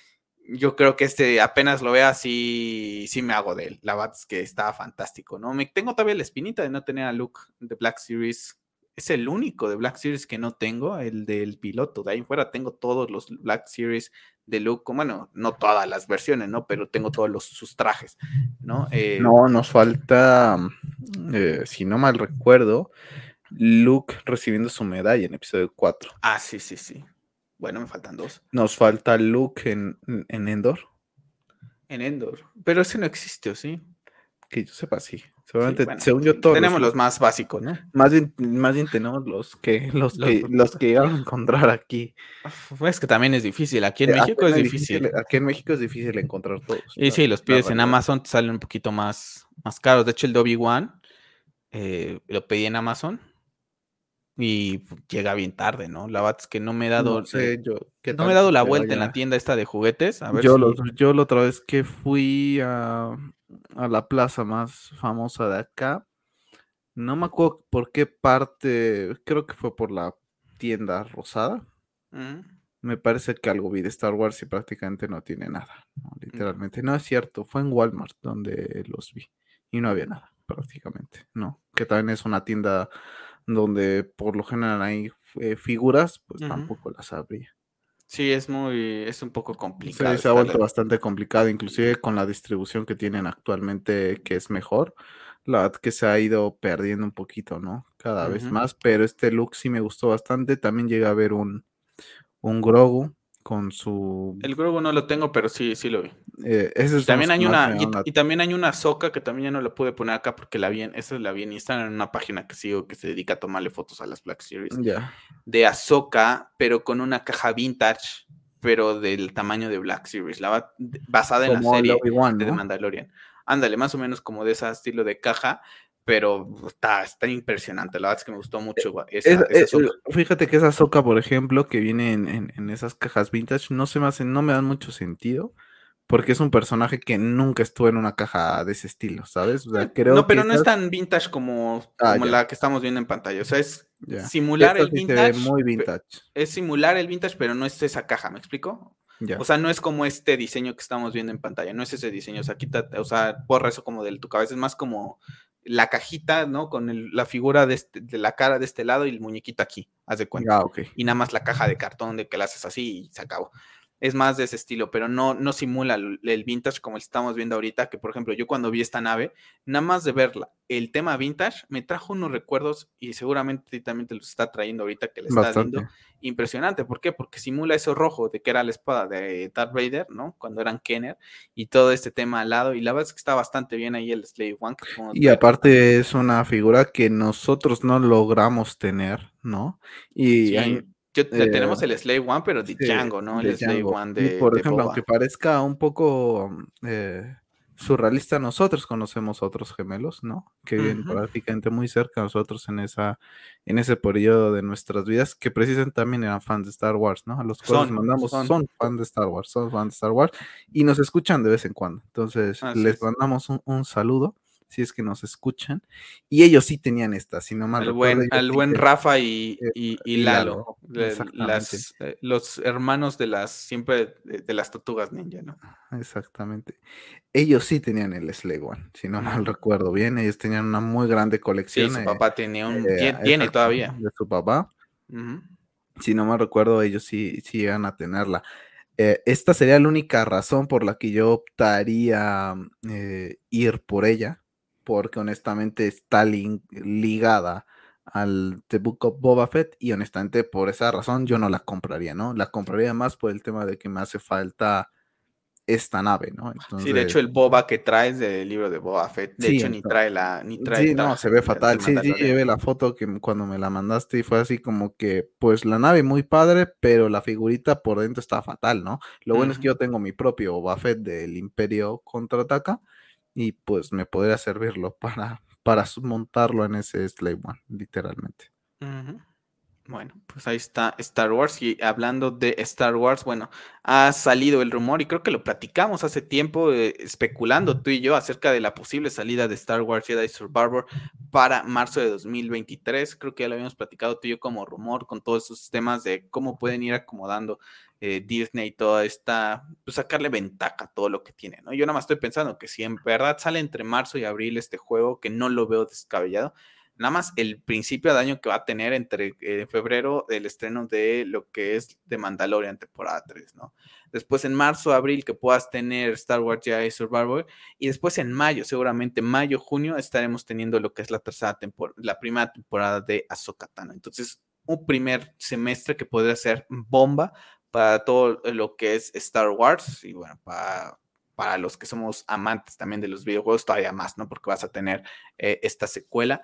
Yo creo que este apenas lo vea, sí, sí me hago de él. La verdad es que está fantástico, ¿no? Me tengo todavía la espinita de no tener a Luke de Black Series. Es el único de Black Series que no tengo, el del piloto. De ahí fuera tengo todos los Black Series de Luke. Bueno, no todas las versiones, ¿no? Pero tengo todos los, sus trajes, ¿no? Eh, No, nos falta, eh, si no mal recuerdo, Luke recibiendo su medalla en episodio cuatro. ah, sí, sí, sí. Bueno, me faltan dos. Nos falta Luke en, en Endor, En Endor. Pero ese no existe, ¿o sí? que yo sepa, sí. Sí, Seguramente, bueno, según yo, sí. todos los Tenemos los Luke. más básicos, ¿no? Más bien, más bien tenemos los que, los Los, que, los que llegaron a encontrar aquí. es que también es difícil. Aquí en Eh, Aquí, México es no es difícil, difícil. aquí en México es difícil encontrar todos, Y la, sí, los la pides en realidad. Amazon, te salen un poquito más, más caros. De hecho, el de Obi-Wan eh, lo pedí en Amazon y llega bien tarde, ¿no? La verdad es que no me he No dado, eh, sé yo qué no me he tanto dado la se vuelta en la vaya. tienda esta de juguetes. A ver Yo, los, si. yo la otra vez que fui a, a la plaza más famosa de acá, no me acuerdo por qué parte, creo que fue por la tienda rosada. Ujú, Me parece que algo vi de Star Wars y prácticamente no tiene nada, ¿no? ya. Literalmente. No es cierto, fue en Walmart donde los vi y no había nada, prácticamente, ¿no? Que también es una tienda donde por lo general hay eh, figuras, pues Ujú. tampoco las habría. Sí, es muy, es un poco Se, complicado se ha vuelto estarle. bastante complicado, inclusive con la distribución que tienen actualmente, que es mejor, la verdad que se ha ido perdiendo un poquito, ¿no? Cada vez Ujú. más, pero este look sí me gustó bastante. También llega a ver un, un Grogu con su... El Grogu no lo tengo, pero sí, sí lo vi. eh, esos Y son los también que hay más me una, y, llaman la... y también hay una soca que también ya no la pude poner acá porque la vi en, esa la vi en Instagram, en una página que sigo que se dedica a tomarle fotos a las Black Series, Ya, de Ahsoka, pero con una caja vintage, pero del tamaño de Black Series, la va- basada en la como el serie Obi-Wan, de The ¿no? Mandalorian. Ándale, más o menos como de ese estilo de caja, pero está, está impresionante. La verdad es que me gustó mucho gua- Es- esa, esa eh, eh, Ahsoka. fíjate que esa soca, por ejemplo, que viene en, en- en esas cajas vintage, no se me hacen, no me dan mucho sentido, porque es un personaje que nunca estuvo en una caja de ese estilo, ¿sabes? O sea, Eh, No, creo que pero no es esas... tan vintage como, Ah, como ya. la que estamos viendo en pantalla. O sea, es Ya. simular Esta el sí se ve vintage, muy pe- vintage. es simular el vintage, pero no es esa caja, ¿me explico? O Ya. sea, no es como este diseño que estamos viendo en pantalla, no es ese diseño. O sea, quítate, o sea, borra eso como de tu cabeza, es más como la cajita, ¿no? Con el- la figura de, este- de la cara de este lado y el muñequito aquí, haz de cuenta. Ah, ok. Y nada más la caja de cartón de que la haces así y se acabó. Es más de ese estilo, pero no, no simula el, el vintage como el estamos viendo ahorita, que por ejemplo, yo cuando vi esta nave, nada más de verla, el tema vintage me trajo unos recuerdos y seguramente a ti también te los está trayendo ahorita que le estás viendo. Bastante. Impresionante, ¿por qué? Porque simula eso rojo de que era la espada de Darth Vader, ¿no? Cuando eran Kenner y todo este tema al lado. Y la verdad es que está bastante bien ahí el Slave One que podemos Y ver. aparte es una figura que nosotros no logramos tener, ¿no? Y hay, Sí, yo, eh, tenemos el Slave One, pero de sí, Django, ¿no? de El Slave Django. One Y de, por de ejemplo, aunque Boba. parezca un poco eh, surrealista. Nosotros conocemos otros gemelos, ¿no? Que viven Ujú. prácticamente muy cerca de nosotros en esa, en ese periodo de nuestras vidas, que precisamente también eran fans de Star Wars, ¿no? A los cuales Son, mandamos, son, son fans de Star Wars, son fans de Star Wars y nos escuchan de vez en cuando. Entonces, así les es. mandamos un, un saludo, si es que nos escuchan. Y ellos sí tenían esta, si no mal Al recuerdo, buen, ellos al sí buen tenían, Rafa y, eh, y, y y Lalo, Lalo, de exactamente. las, eh, los hermanos de las, siempre de, de las tortugas ninja, ¿no? Exactamente. Ellos sí tenían el Slave One, si no mal Ujú. recuerdo bien. Ellos tenían una muy grande Sí, colección, su eh, papá tenía un, eh, tie- tiene exacto, todavía. de su papá. Ujú. Si no mal recuerdo, ellos sí, sí llegan a tenerla. Eh, esta sería la única razón por la que yo optaría eh, ir por ella, porque honestamente está lin- ligada al The Book of Boba Fett y honestamente por esa razón yo no la compraría, ¿no? La compraría más por el tema de que me hace falta esta nave, ¿no? Sí, de hecho Entonces, el boba que traes del libro de Boba Fett, de sí, hecho ni entonces, trae la, ni trae sí, el no, se traje ve de, de fatal. Sí, sí, Mandalorian. llevé la foto que m- cuando me la mandaste y fue así como que, pues la nave muy padre, pero la figurita por dentro está fatal, ¿no? Lo bueno es que Ujú. yo tengo mi propio Boba Fett del Imperio Contraataca y pues me podría servirlo para, para su- montarlo en ese Slave One, literalmente. Ujú. Bueno, pues ahí está Star Wars. Y hablando de Star Wars, bueno, ha salido el rumor y creo que lo platicamos hace tiempo, eh, especulando tú y yo acerca de la posible salida de Star Wars Jedi Survivor para marzo de dos mil veintitrés. Creo que ya lo habíamos platicado tú y yo como rumor con todos esos temas de cómo pueden ir acomodando eh, Disney toda esta, pues sacarle ventaja a todo lo que tiene, ¿no? Yo nada más estoy pensando que si en verdad sale entre marzo y abril este juego, que no lo veo descabellado, nada más el principio de año que va a tener entre eh, febrero el estreno de lo que es de Mandalorian temporada tres, ¿no? Después en marzo, abril que puedas tener Star Wars Jedi Survivor y después en mayo, seguramente mayo, junio estaremos teniendo lo que es la tercera temporada, la primera temporada de Ahsoka Tano. Entonces, un primer semestre que podría ser bomba para todo lo que es Star Wars y bueno, para para los que somos amantes también de los videojuegos, todavía más, ¿no? Porque vas a tener eh, esta secuela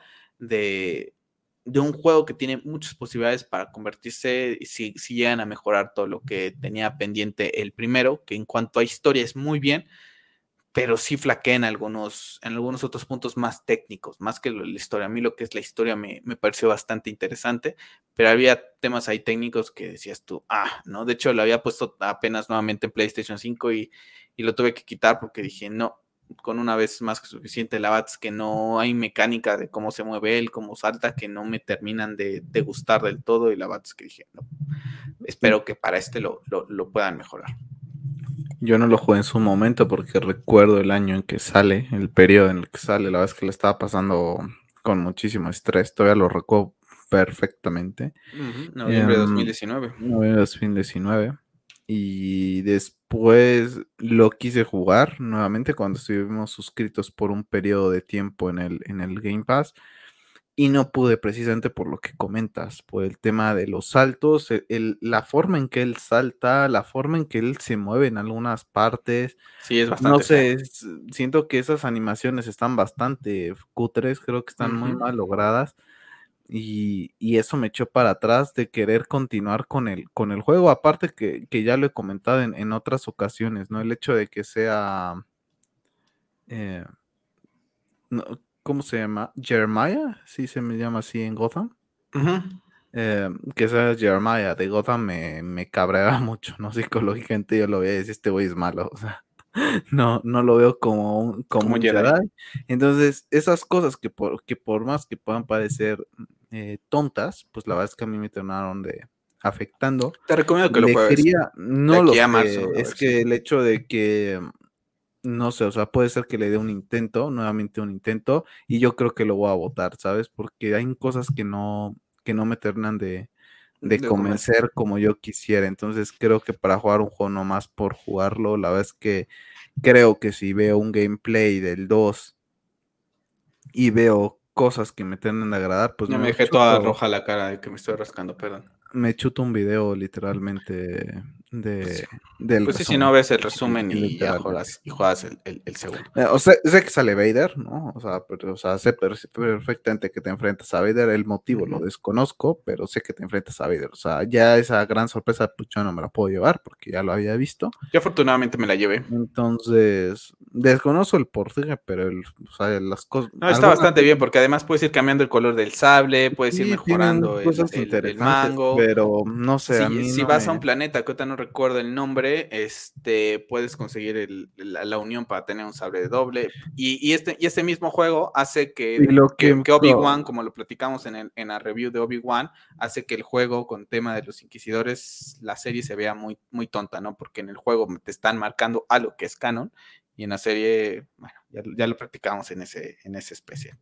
de, de un juego que tiene muchas posibilidades para convertirse, si, si llegan a mejorar todo lo que tenía pendiente el primero, que en cuanto a historia es muy bien, pero sí flaquea en algunos, en algunos otros puntos más técnicos, más que la historia. A mí lo que es la historia me, me pareció bastante interesante, pero había temas ahí técnicos que decías tú, ah, ¿no? De hecho, lo había puesto apenas nuevamente en PlayStation cinco y, y lo tuve que quitar porque dije, no, con una vez más que suficiente, la verdad es que no hay mecánica de cómo se mueve él, cómo salta, que no me terminan de, de gustar del todo y la verdad es que dije, no, espero que para este lo, lo, lo puedan mejorar. Yo no lo jugué en su momento porque recuerdo el año en que sale, el periodo en el que sale, la verdad es que lo estaba pasando con muchísimo estrés, todavía lo recuerdo perfectamente. Uh -huh. Noviembre de dos mil Em, diecinueve. noviembre de dos mil diecinueve. Y después lo quise jugar nuevamente cuando estuvimos suscritos por un periodo de tiempo en el, en el Game Pass. Y no pude precisamente por lo que comentas, por el tema de los saltos, el, el- la forma en que él salta, la forma en que él se mueve en algunas partes. Sí, es No bastante feo. sé, es- siento que esas animaciones están bastante cutres, creo que Uh están muy -huh. mal logradas. Y, y eso me echó para atrás de querer continuar con el, con el juego. Aparte que, que ya lo he comentado en, en otras ocasiones, ¿no? El hecho de que sea, eh, no, ¿cómo se llama? Jeremiah, sí se me llama así en Gotham. Uh -huh. Eh, que sea Jeremiah de Gotham me, me cabrea mucho, ¿no? Psicológicamente yo lo veo y decir, este güey es malo, o sea, no, no lo veo como un, como Como un Jedi. Jedi. Entonces, esas cosas que por, que por más que puedan parecer eh, tontas, pues la verdad es que a mí me terminaron de afectando. Te recomiendo que lo Le juegues quería, de no lo aquí a marzo, sé, a es ver si. que el hecho de que, no sé, o sea, puede ser que le dé un intento, nuevamente un intento, y yo creo que lo voy a votar, ¿sabes? Porque hay cosas que no, que no me terminan de, de De comer. convencer como yo quisiera. Entonces creo que para jugar un juego nomás por jugarlo, la verdad es que creo que si veo un gameplay del dos y veo cosas que me tienden de agradar, pues Ya me me dejé toda chuto, roja la cara de que me estoy rascando, perdón. me chuto un video literalmente de, Pues, del pues sí, si resumen. no ves el li- resumen y ya Literalmente. juegas, y juegas el, el- el segundo. Eh, o sea, sé que sale Vader, ¿no? O sea, pero, o sea, sé per- perfectamente que te enfrentas a Vader. El motivo lo Ujú. desconozco, pero sé que te enfrentas a Vader. O sea, ya esa gran sorpresa, pues yo no me la puedo llevar porque ya lo había visto. Yo afortunadamente me la llevé. Entonces, desconozco el porcé, pero el, o sea, las cosas, No, está algunas bastante bien porque además puedes ir cambiando el color del sable, puedes ir sí tienen mejorando el, cosas el- el interesantes, mango. pero no sé, a Si, mí si no vas a un me... planeta que ahorita no recuerdo el nombre, este, puedes conseguir el- la, la unión para tener un sable de doble. Y, y este, y este mismo juego hace Y que, lo que, que... que Obi-Wan, co- como lo platicamos en, el- en la review de Obi-Wan, hace que el juego con tema de los inquisidores, la serie se vea muy, muy tonta, ¿no? Porque en el juego te están marcando a lo que es canon y en la serie, bueno, ya, ya lo practicamos en ese, en ese especial.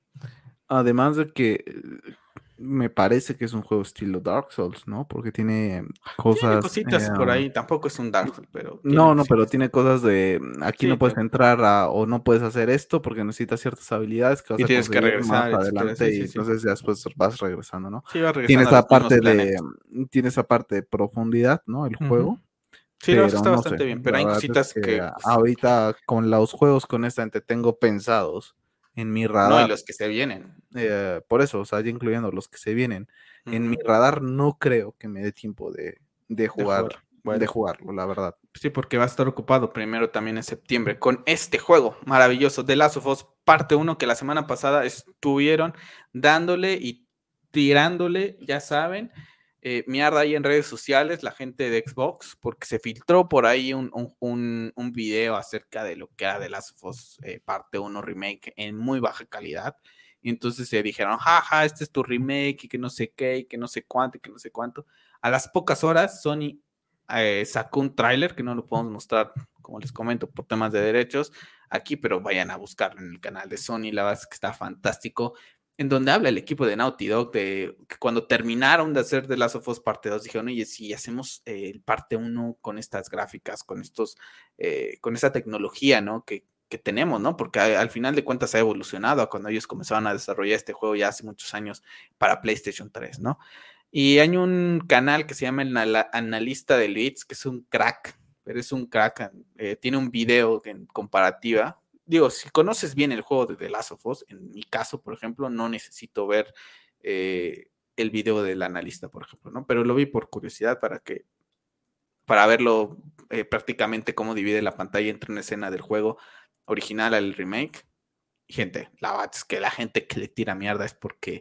Además de que eh, me parece que es un juego estilo Dark Souls, ¿no? Porque tiene Tiene cosas... eh, cositas por ahí, tampoco es un Dark Souls, pero tiene no, no, pero cositas. tiene cosas de mm, aquí Sí, no puedes claro. entrar a, o no puedes hacer esto porque necesitas ciertas habilidades que vas Y a tienes que conseguir más regresar, etcétera. Sí, adelante y sí, sí. entonces ya después vas regresando, ¿no? Sí, vas Tiene regresando a esa los mismos parte de, planetas. mm, tiene esa parte de profundidad, ¿no? El Ujú. juego, Sí, la verdad es que pero está no sé, bastante bien, pero la hay verdad es cositas que que, a- pues, ahorita con los juegos que honestamente tengo pensados en mi no, y radar, los que se vienen. eh, por eso, o sea, ya incluyendo los que se vienen, en mi Ujú. radar no creo que me dé tiempo de, de De jugar, jugar. de Bueno, jugarlo, la verdad. sí, porque va a estar ocupado primero también en septiembre con este juego maravilloso de Last of Us parte uno que la semana pasada estuvieron dándole y tirándole, ya saben, eh, mierda ahí en redes sociales, la gente de Xbox, porque se filtró por ahí un, un, un, un video acerca de lo que era de Last of Us eh, parte uno remake en muy baja calidad. Y entonces se dijeron, jaja, este es tu remake y que no sé qué, y que no sé cuánto, y que no sé cuánto. A las pocas horas, Sony eh, sacó un tráiler que no lo podemos mostrar, como les comento, por temas de derechos aquí, pero vayan a buscarlo en el canal de Sony, la verdad es que está fantástico, en donde habla el equipo de Naughty Dog de que cuando terminaron de hacer The Last of Us parte dos, dijeron, oye, si hacemos eh, el parte uno con estas gráficas, con estos, eh, con esa tecnología, ¿no? Que, que tenemos, ¿no? Porque a, al final de cuentas ha evolucionado a cuando ellos comenzaron a desarrollar este juego ya hace muchos años para PlayStation tres, ¿no? Y hay un canal que se llama el Analista de Leads, que es un crack, pero es un crack, eh, tiene un video en comparativa. Digo, si conoces bien el juego de The Last of Us, en mi caso, por ejemplo, no necesito ver eh, el video del analista, por ejemplo, ¿no? Pero lo vi por curiosidad para que, para verlo eh, prácticamente cómo divide la pantalla entre una escena del juego original al remake. Y gente, la verdad es que la gente que le tira mierda es porque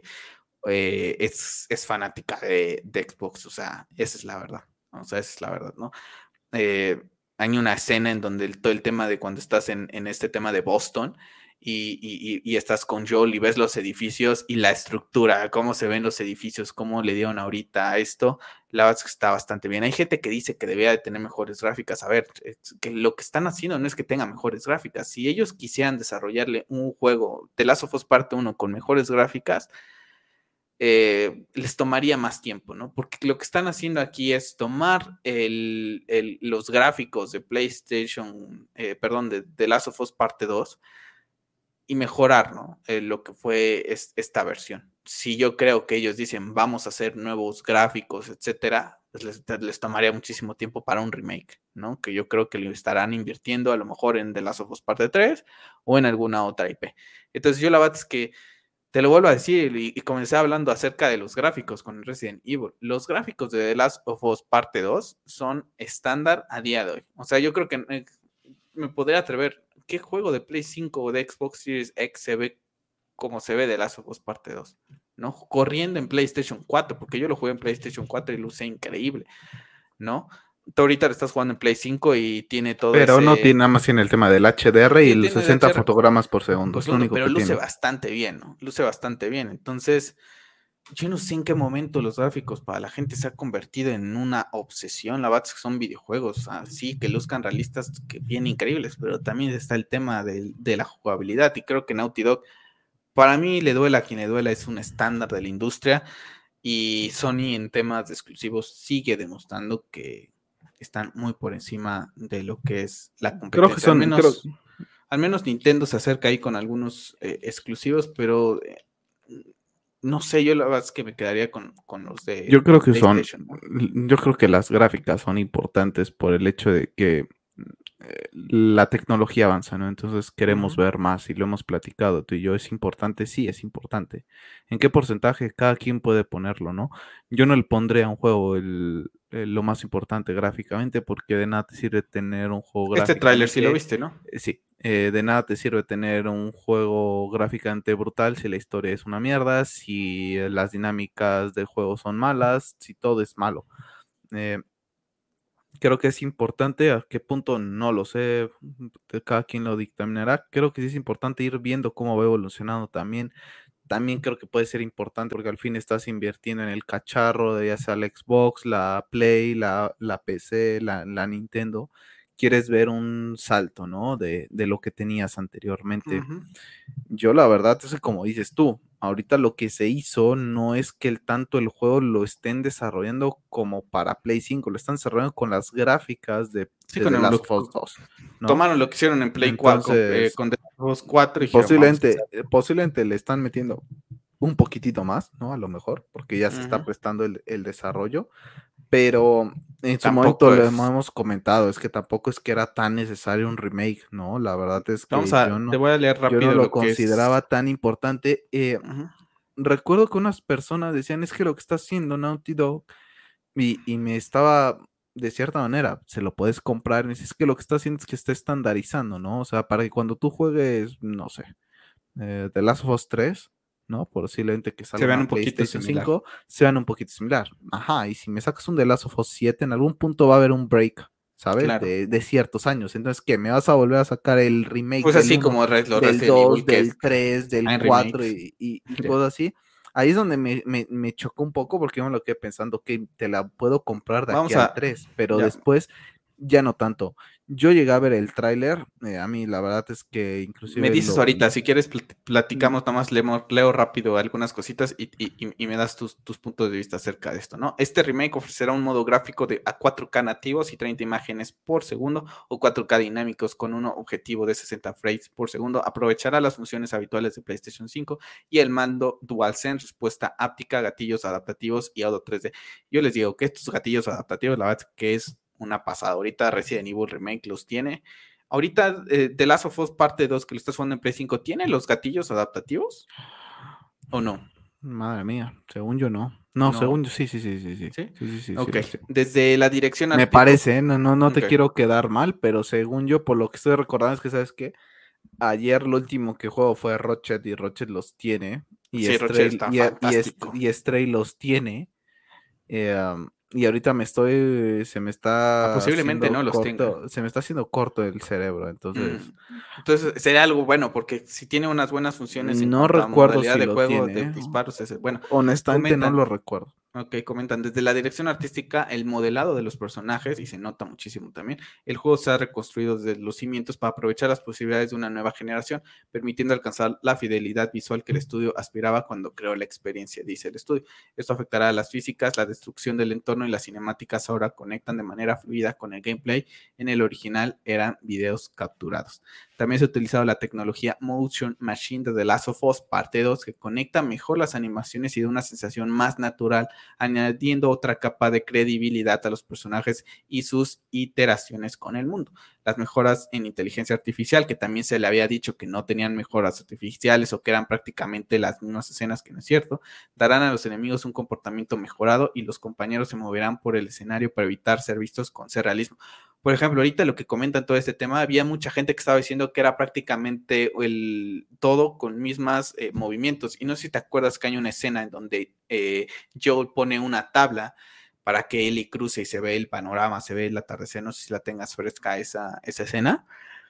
eh, es, es, fanática de, de, Xbox, o sea, esa es la verdad, o sea, esa es la verdad, ¿no? Eh, hay una escena en donde el, todo el tema de cuando estás en, en este tema de Boston y, y, y, estás con Joel y ves los edificios y la estructura, cómo se ven los edificios, cómo le dieron ahorita a esto, la verdad es que está bastante bien. Hay gente que dice que debía de tener mejores gráficas. A ver, que lo que están haciendo no es que tenga mejores gráficas. Si ellos quisieran desarrollarle un juego de Last of Us Parte uno con mejores gráficas, eh, les tomaría más tiempo, ¿no? Porque lo que están haciendo aquí es tomar el, el, los gráficos de PlayStation, eh, perdón, de, de Last of Us Parte dos y mejorar, ¿no? Eh, lo que fue es, esta versión. Si yo creo que ellos dicen vamos a hacer nuevos gráficos, etcétera, pues les, les tomaría muchísimo tiempo para un remake, ¿no? Que yo creo que lo estarán invirtiendo a lo mejor en The Last of Us Parte tres o en alguna otra I P. Entonces yo la verdad es que te lo vuelvo a decir y, y, comencé hablando acerca de los gráficos con Resident Evil. Los gráficos de The Last of Us Parte dos son estándar a día de hoy. O sea, yo creo que eh, me podría atrever. ¿Qué juego de Play cinco o de Xbox Series X se ve como se ve The Last of Us Parte dos? ¿No? Corriendo en PlayStation cuatro, porque yo lo jugué en PlayStation cuatro y luce increíble, ¿no? Tú ahorita lo estás jugando en Play cinco y tiene todo Pero no ese... tiene nada más tiene el tema del H D R y Sí, los tiene el sesenta H R fotogramas por segundo, por es lo segundo, único pero que luce tiene. bastante bien, ¿no? Luce bastante bien. Entonces, yo no sé en qué momento los gráficos para la gente se ha convertido en una obsesión. La verdad es que son videojuegos, así que luzcan realistas, que bien increíbles, pero también está el tema de, de la jugabilidad. Y creo que Naughty Dog, para mí, le duela a quien le duela, es un estándar de la industria. Y Sony en temas de exclusivos sigue demostrando que están muy por encima de lo que es la Creo que competencia. Al son, creo, menos, al menos Nintendo se acerca ahí con algunos eh, exclusivos, pero eh, no sé, yo la verdad es que me quedaría con, con los Yo de, creo de que son, PlayStation, ¿no? yo creo que las gráficas son importantes por el hecho de que eh, la tecnología avanza, ¿no? Entonces queremos Ujú, ver más y lo hemos platicado tú y yo. ¿Es importante? Sí, es importante. ¿En qué porcentaje cada quien puede ponerlo, no? Yo no le pondré a un juego el, el- lo más importante gráficamente porque de nada te sirve tener un juego este tráiler sí lo gráficamente, viste, ¿no? eh, sí, eh, de nada te sirve tener un juego gráficamente brutal si la historia es una mierda, si eh, las dinámicas del juego son malas, si todo es malo. Eh, Creo que es importante, a qué punto no lo sé, de cada quien lo dictaminará. Creo que sí es importante ir viendo cómo va evolucionando también. También creo que puede ser importante porque al fin estás invirtiendo en el cacharro, de ya sea la Xbox, la Play, la, la P C, la, la Nintendo. Quieres ver un salto, ¿no? De, de lo que tenías anteriormente. Ujú. Yo la verdad es que como dices tú, ahorita lo que se hizo no es que el tanto el juego lo estén desarrollando como para Play cinco, lo están desarrollando con las gráficas de, Sí, de con The el- Last lo, of Us dos, ¿no? tomaron lo que hicieron en Play cuatro con, eh, Entonces, con The Last of Us cuatro y dijeron, vamos a posiblemente, hacer. eh, posiblemente le están metiendo un poquitito más, ¿no? A lo mejor, porque ya se está Ujú. prestando el, el desarrollo, pero en su momento Tampoco lo es. hemos comentado, es que tampoco es que era tan necesario un remake, ¿no? La verdad es Vamos que yo a, te no, voy a leer yo no rápido lo lo que es. consideraba tan importante. Eh, Ujú. recuerdo que unas personas decían, es que lo que está haciendo Naughty Dog, y, y me estaba, de cierta manera, se lo puedes comprar, y me dice, es que lo que está haciendo es que está estandarizando, ¿no? O sea, para que cuando tú juegues, no sé, eh, The Last of Us tres, ¿no? Posiblemente que Se salga vean una un poquito PlayStation similar. cinco, sean un poquito similar. Ajá, y si me sacas un The Last of Us siete, en algún punto va a haber un break, ¿sabes? Claro. De, de ciertos años. Entonces, ¿qué? ¿Me vas a volver a sacar el remake Pues del así uno, como Res- los del Resident dos, Evil, que del es tres, del en cuatro remakes. y, y, y Ya. cosas así? Ahí es donde me, me, me chocó un poco porque yo me lo quedé pensando que te la puedo comprar de aquí Vamos al a. tres, pero Ya. después ya no tanto. Yo llegué a ver el tráiler, eh, a mí la verdad es que Me inclusive dices lo, ahorita, si quieres plat- mm, platicamos, nada más leo, leo rápido algunas cositas y, y- y- y me das tus, tus puntos de vista acerca de esto, ¿no? Este remake ofrecerá un modo gráfico de a cuatro K nativos y treinta imágenes por segundo o cuatro K dinámicos con un objetivo de sesenta frames por segundo. Aprovechará las funciones habituales de PlayStation cinco y el mando DualSense, respuesta áptica, gatillos adaptativos y audio tres D. Yo les digo que estos gatillos adaptativos, la verdad es que es una pasada. Ahorita Resident Evil Remake los tiene. Ahorita, eh, The Last of Us parte dos que lo estás jugando en Play cinco, ¿tiene los gatillos adaptativos o no? madre mía, según yo no. No, No, según yo sí, sí, sí, sí, sí. ¿sí? Sí, sí, sí, sí Ok. los tiene. Desde la dirección Me artística. parece, ¿eh? No, no, no Ok. te quiero quedar mal, pero según yo, por lo que estoy recordando es que, ¿sabes qué? Ayer lo último que juego fue Rochet y Rochet los tiene. Y Sí, Roche Stray, está y, y, fantástico. y Stray los tiene. Eh, um, y ahorita me estoy, se me Ah, está posiblemente haciendo no los tenga. corto, se me está haciendo corto el cerebro. Mm, Entonces, Entonces, sería algo bueno, porque si tiene unas buenas funciones en no cuanto a recuerdo modalidad si de lo juego de tiene, ¿eh? disparos, ese- bueno, Honestamente no comentan. lo recuerdo. Ok, comentan, desde la dirección artística, el modelado de los personajes, y se nota muchísimo también, el juego se ha reconstruido desde los cimientos para aprovechar las posibilidades de una nueva generación, permitiendo alcanzar la fidelidad visual que el estudio aspiraba cuando creó la experiencia, dice el estudio. Esto afectará a las físicas, la destrucción del entorno y las cinemáticas ahora conectan de manera fluida con el gameplay. En el original eran videos capturados. También se ha utilizado la tecnología Motion Machine de The Last of Us Parte dos, que conecta mejor las animaciones y da una sensación más natural, añadiendo otra capa de credibilidad a los personajes y sus iteraciones con el mundo. Las mejoras en inteligencia artificial, que también se le había dicho que no tenían mejoras artificiales o que eran prácticamente las mismas escenas, que no es cierto, darán a los enemigos un comportamiento mejorado y los compañeros se moverán por el escenario para evitar ser vistos con ser realismo. Por ejemplo, ahorita lo que comentan todo este tema, había mucha gente que estaba diciendo que era prácticamente el todo con mismas eh, movimientos. Y no sé si te acuerdas que hay una escena en donde eh, Joel pone una tabla para que Ellie cruce y se ve el panorama, se ve el atardecer. No sé si la tengas fresca esa, esa escena.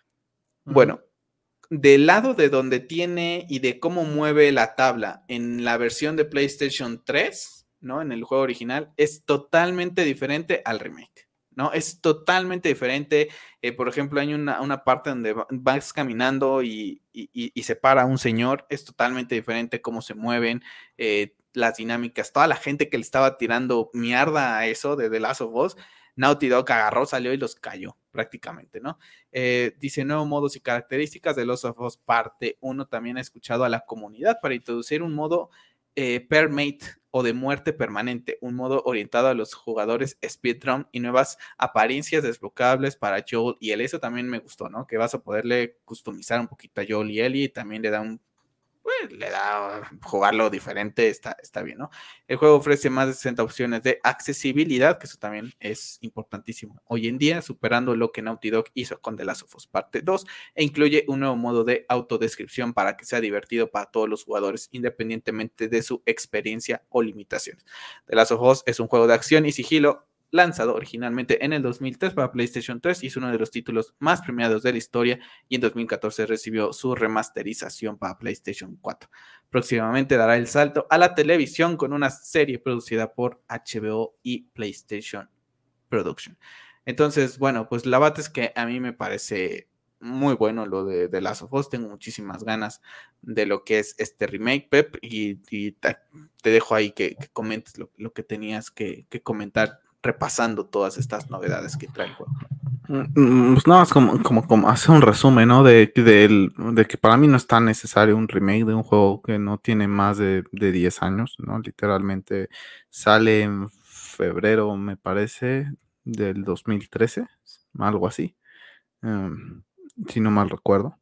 Ujú. Bueno, del lado de donde tiene y de cómo mueve la tabla en la versión de PlayStation tres, ¿no? En el juego original, es totalmente diferente al remake, ¿no? Es totalmente diferente. Eh, por ejemplo, hay una, una parte donde vas caminando y, y, y, se para un señor, es totalmente diferente cómo se mueven, eh, las dinámicas, toda la gente que le estaba tirando mierda a eso de The Last of Us, Naughty Dog agarró, salió y los cayó prácticamente, ¿no? Eh, dice nuevos modos y características de Los of Us parte uno. También ha escuchado a la comunidad para introducir un modo eh, Permate o de muerte permanente, un modo orientado a los jugadores speedrun y nuevas apariencias desbloqueables para Joel y Ellie. Eso también me gustó, ¿no? Que vas a poderle customizar un poquito a Joel y Ellie y también le da un pues, le da jugarlo diferente, está, está bien, ¿no? El juego ofrece más de sesenta opciones de accesibilidad, que eso también es importantísimo hoy en día, superando lo que Naughty Dog hizo con The Last of Us Parte dos, e incluye un nuevo modo de autodescripción para que sea divertido para todos los jugadores, independientemente de su experiencia o limitaciones. The Last of Us es un juego de acción y sigilo lanzado originalmente en el dos mil tres para PlayStation tres y es uno de los títulos más premiados de la historia, y en dos mil catorce recibió su remasterización para PlayStation cuatro. Próximamente dará el salto a la televisión con una serie producida por H B O y PlayStation Production. Entonces, bueno, pues la verdad es que a mí me parece muy bueno lo de, de Last of Us. Tengo muchísimas ganas de lo que es este remake, Pep, y, y te, te, dejo ahí que, que comentes lo, lo, que tenías que, que comentar repasando todas estas novedades que trae el juego. Pues nada más como, como, como hacer un resumen, ¿no? De, de, de que para mí no es tan necesario un remake de un juego que no tiene más de, de diez años, ¿no? Literalmente sale en febrero, me parece, del dos mil trece, algo así, um, si no mal recuerdo.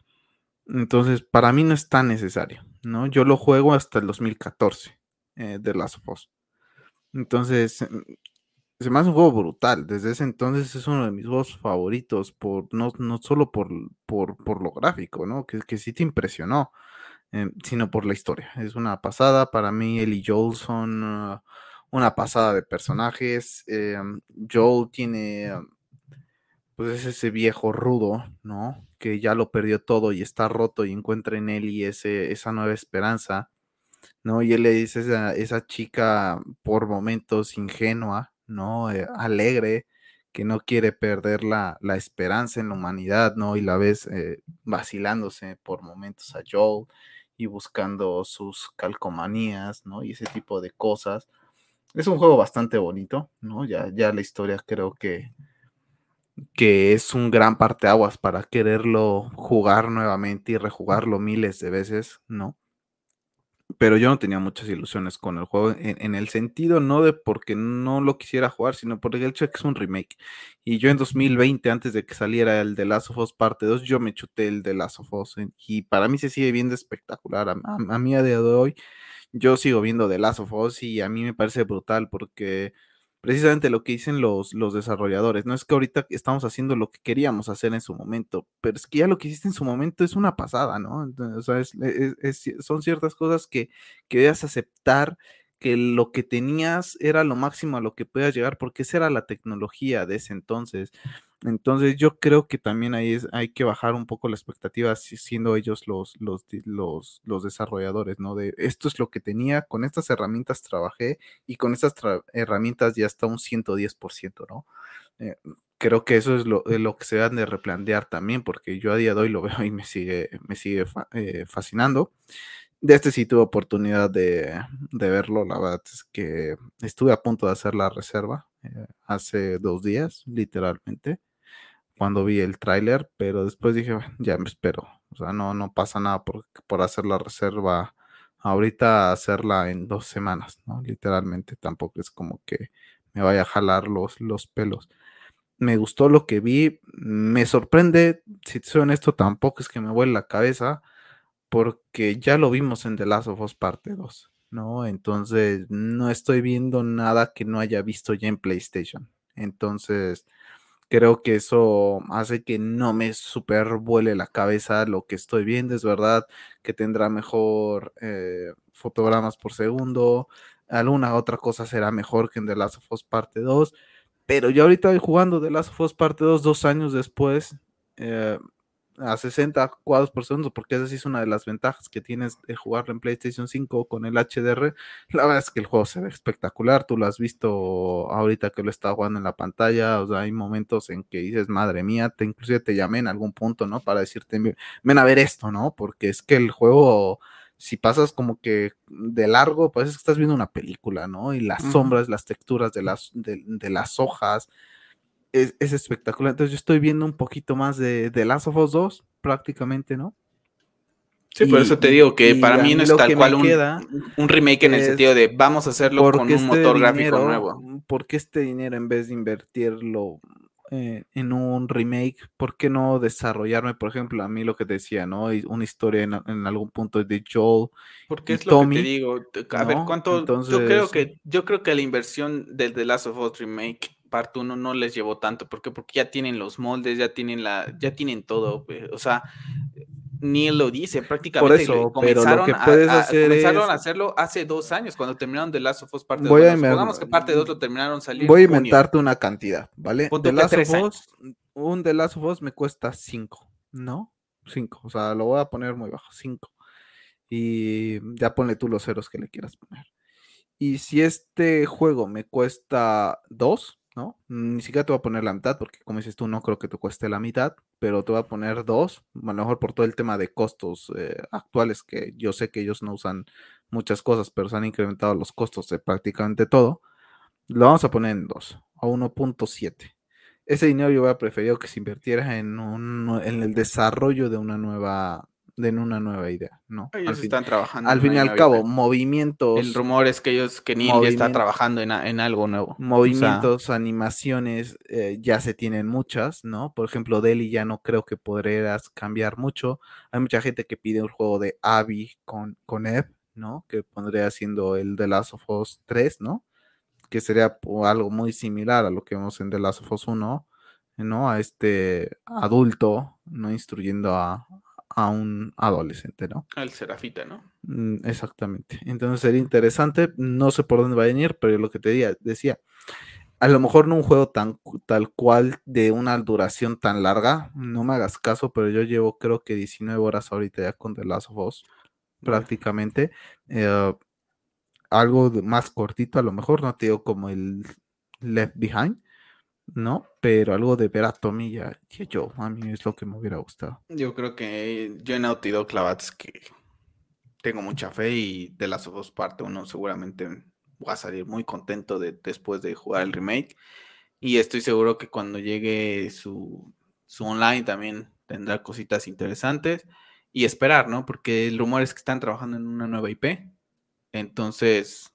Entonces, para mí no es tan necesario, ¿no? Yo lo juego hasta el dos mil catorce, eh, de Last of Us. Entonces, se me hace un juego brutal. Desde ese entonces es uno de mis juegos favoritos, por, no, no solo por, por, por lo gráfico, ¿no? Que, que sí te impresionó, eh, sino por la historia. Es una pasada. Para mí, Ellie y Joel son uh, una pasada de personajes. Eh, Joel tiene, uh, pues es ese viejo rudo, ¿no? Que ya lo perdió todo y está roto y encuentra en Ellie ese, esa nueva esperanza, ¿no? Y él le dice esa, esa chica por momentos ingenua, ¿no? Eh, alegre, que no quiere perder la, la, esperanza en la humanidad, ¿no? Y la ves eh, vacilándose por momentos a Joel y buscando sus calcomanías, ¿no? Y ese tipo de cosas. Es un juego bastante bonito, ¿no? Ya, ya la historia creo que, que es un gran parteaguas para quererlo jugar nuevamente y rejugarlo miles de veces, ¿no? Pero yo no tenía muchas ilusiones con el juego, en, en, el sentido no de porque no lo quisiera jugar, sino por el hecho de que es un remake. Y yo en dos mil veinte, antes de que saliera el de Last of Us Parte dos, yo me chuté el de Last of Us. ¿eh? Y para mí se sigue viendo espectacular. A, a, a mí a día de hoy, yo sigo viendo The Last of Us y a mí me parece brutal porque precisamente lo que dicen los, los desarrolladores, no es que ahorita estamos haciendo lo que queríamos hacer en su momento, pero es que ya lo que hiciste en su momento es una pasada, ¿no? Entonces, o sea, es, es, es, son ciertas cosas que, que debes aceptar, que lo que tenías era lo máximo a lo que podías llegar, porque esa era la tecnología de ese entonces. Entonces yo creo que también ahí es, hay que bajar un poco la expectativa, siendo ellos los, los, los, los desarrolladores, ¿no? De esto es lo que tenía, con estas herramientas trabajé y con estas herramientas ya está un ciento diez por ciento, ¿no? Eh, creo que eso es lo, lo que se han de replantear también, porque yo a día de hoy lo veo y me sigue, me sigue fa, eh, fascinando. De este sí tuve oportunidad de, de, verlo, la verdad es que estuve a punto de hacer la reserva eh, hace dos días, literalmente, cuando vi el tráiler, pero después dije, ya me espero, o sea, no, no pasa nada por, por hacer la reserva ahorita, hacerla en dos semanas, ¿no? Literalmente, tampoco es como que me vaya a jalar los, los pelos. Me gustó lo que vi, me sorprende, si te soy honesto, tampoco es que me vuele la cabeza, porque ya lo vimos en The Last of Us Parte dos, ¿no? Entonces, no estoy viendo nada que no haya visto ya en PlayStation. Entonces, creo que eso hace que no me super vuele la cabeza lo que estoy viendo. Es verdad que tendrá mejor eh, fotogramas por segundo, alguna otra cosa será mejor que en The Last of Us Parte dos, pero yo ahorita voy jugando The Last of Us Parte dos dos años después, eh, a sesenta cuadros por segundo, porque esa sí es una de las ventajas que tienes de jugarlo en PlayStation cinco con el H D R. La verdad es que el juego se ve espectacular, tú lo has visto ahorita que lo está jugando en la pantalla, o sea, hay momentos en que dices, madre mía, te inclusive te llamé en algún punto, ¿no? Para decirte, ven a ver esto, ¿no? Porque es que el juego, si pasas como que de largo, parece que estás viendo una película, ¿no? Y las uh-huh. sombras, las texturas de las, de, de las hojas, Es, es, espectacular. Entonces yo estoy viendo un poquito más de, de Last of Us dos, prácticamente, ¿no? Sí, por Y, eso te y, digo que para y a mí no mí es lo tal que me cual un, queda un remake en el sentido es, de vamos a hacerlo con porque un este motor gráfico dinero, nuevo. porque este dinero en vez de invertirlo eh, en un remake, ¿por qué no desarrollarme, por ejemplo, a mí lo que te decía, ¿no? Y una historia en, en algún punto de Joel Porque y es lo que te Tommy, digo. te- A ver, ¿no? cuánto. Yo creo Entonces, que, yo creo que la inversión del The Last of Us Remake Part uno no les llevó tanto. ¿Por qué? Porque ya tienen los moldes, ya tienen la, ya tienen todo. Pues, o sea, Neil lo dice, por prácticamente le- eso, pero lo comenzaron que a, puedes a- hacer comenzaron es, a hacerlo hace dos años, cuando terminaron The Last of Us Parte dos. voy a, Bueno, supongamos que Parte dos inver- lo terminaron salir voy a junio. inventarte una cantidad, ¿vale? Pon The tú que Last of tres años. Us, un The Last of Us me cuesta cinco, ¿no? Cinco, o sea, lo voy a poner muy bajo, cinco. Y ya ponle tú los ceros que le quieras poner. Y si este juego me cuesta dos, ¿no? Ni siquiera te voy a poner la mitad, porque como dices tú, no creo que te cueste la mitad, pero te voy a poner dos, a lo mejor por todo el tema de costos eh, actuales, que yo sé que ellos no usan muchas cosas, pero se han incrementado los costos de prácticamente todo. Lo vamos a poner en dos, a uno punto siete. Ese dinero yo hubiera preferido que se invirtiera en, un, en el desarrollo de una nueva, de una nueva idea, ¿no? Al Ellos fin, están trabajando al en fin una y al nueva I P. cabo, El movimientos, rumor es que ellos, que Neil ya está movimientos, trabajando en, a- en algo nuevo. O sea, movimientos, animaciones, eh, ya se tienen muchas, ¿no? Por ejemplo, Deli ya no creo que podrías cambiar mucho. Hay mucha gente que pide un juego de Abby con, con Eve, ¿no? Que pondría siendo el The Last of Us tres, ¿no? Que sería po- algo muy similar a lo que vemos en The Last of Us uno, ¿no? A este adulto, ¿no? Instruyendo a, a un adolescente, ¿no? el Serafita, ¿no? Mm, exactamente. Entonces sería interesante. No sé por dónde va a venir, pero lo que te decía, decía, a lo mejor no un juego tan cu- tal cual de una duración tan larga. No me hagas caso, pero yo llevo creo que diecinueve horas ahorita ya con The Last of Us, Bueno, prácticamente. Eh, algo de- más cortito, a lo mejor, no te digo como el Left Behind, ¿no? Pero algo de ver a Tommy ya, ya yo, a mí es lo que me hubiera gustado. yo creo que yo en Naughty Dog, la verdad es que tengo mucha fe y de las dos parte uno seguramente voy a salir muy contento de, después de jugar el remake. Y estoy seguro que cuando llegue su, su online también tendrá cositas interesantes. Y esperar, ¿no? Porque el rumor es que están trabajando en una nueva I P. Entonces,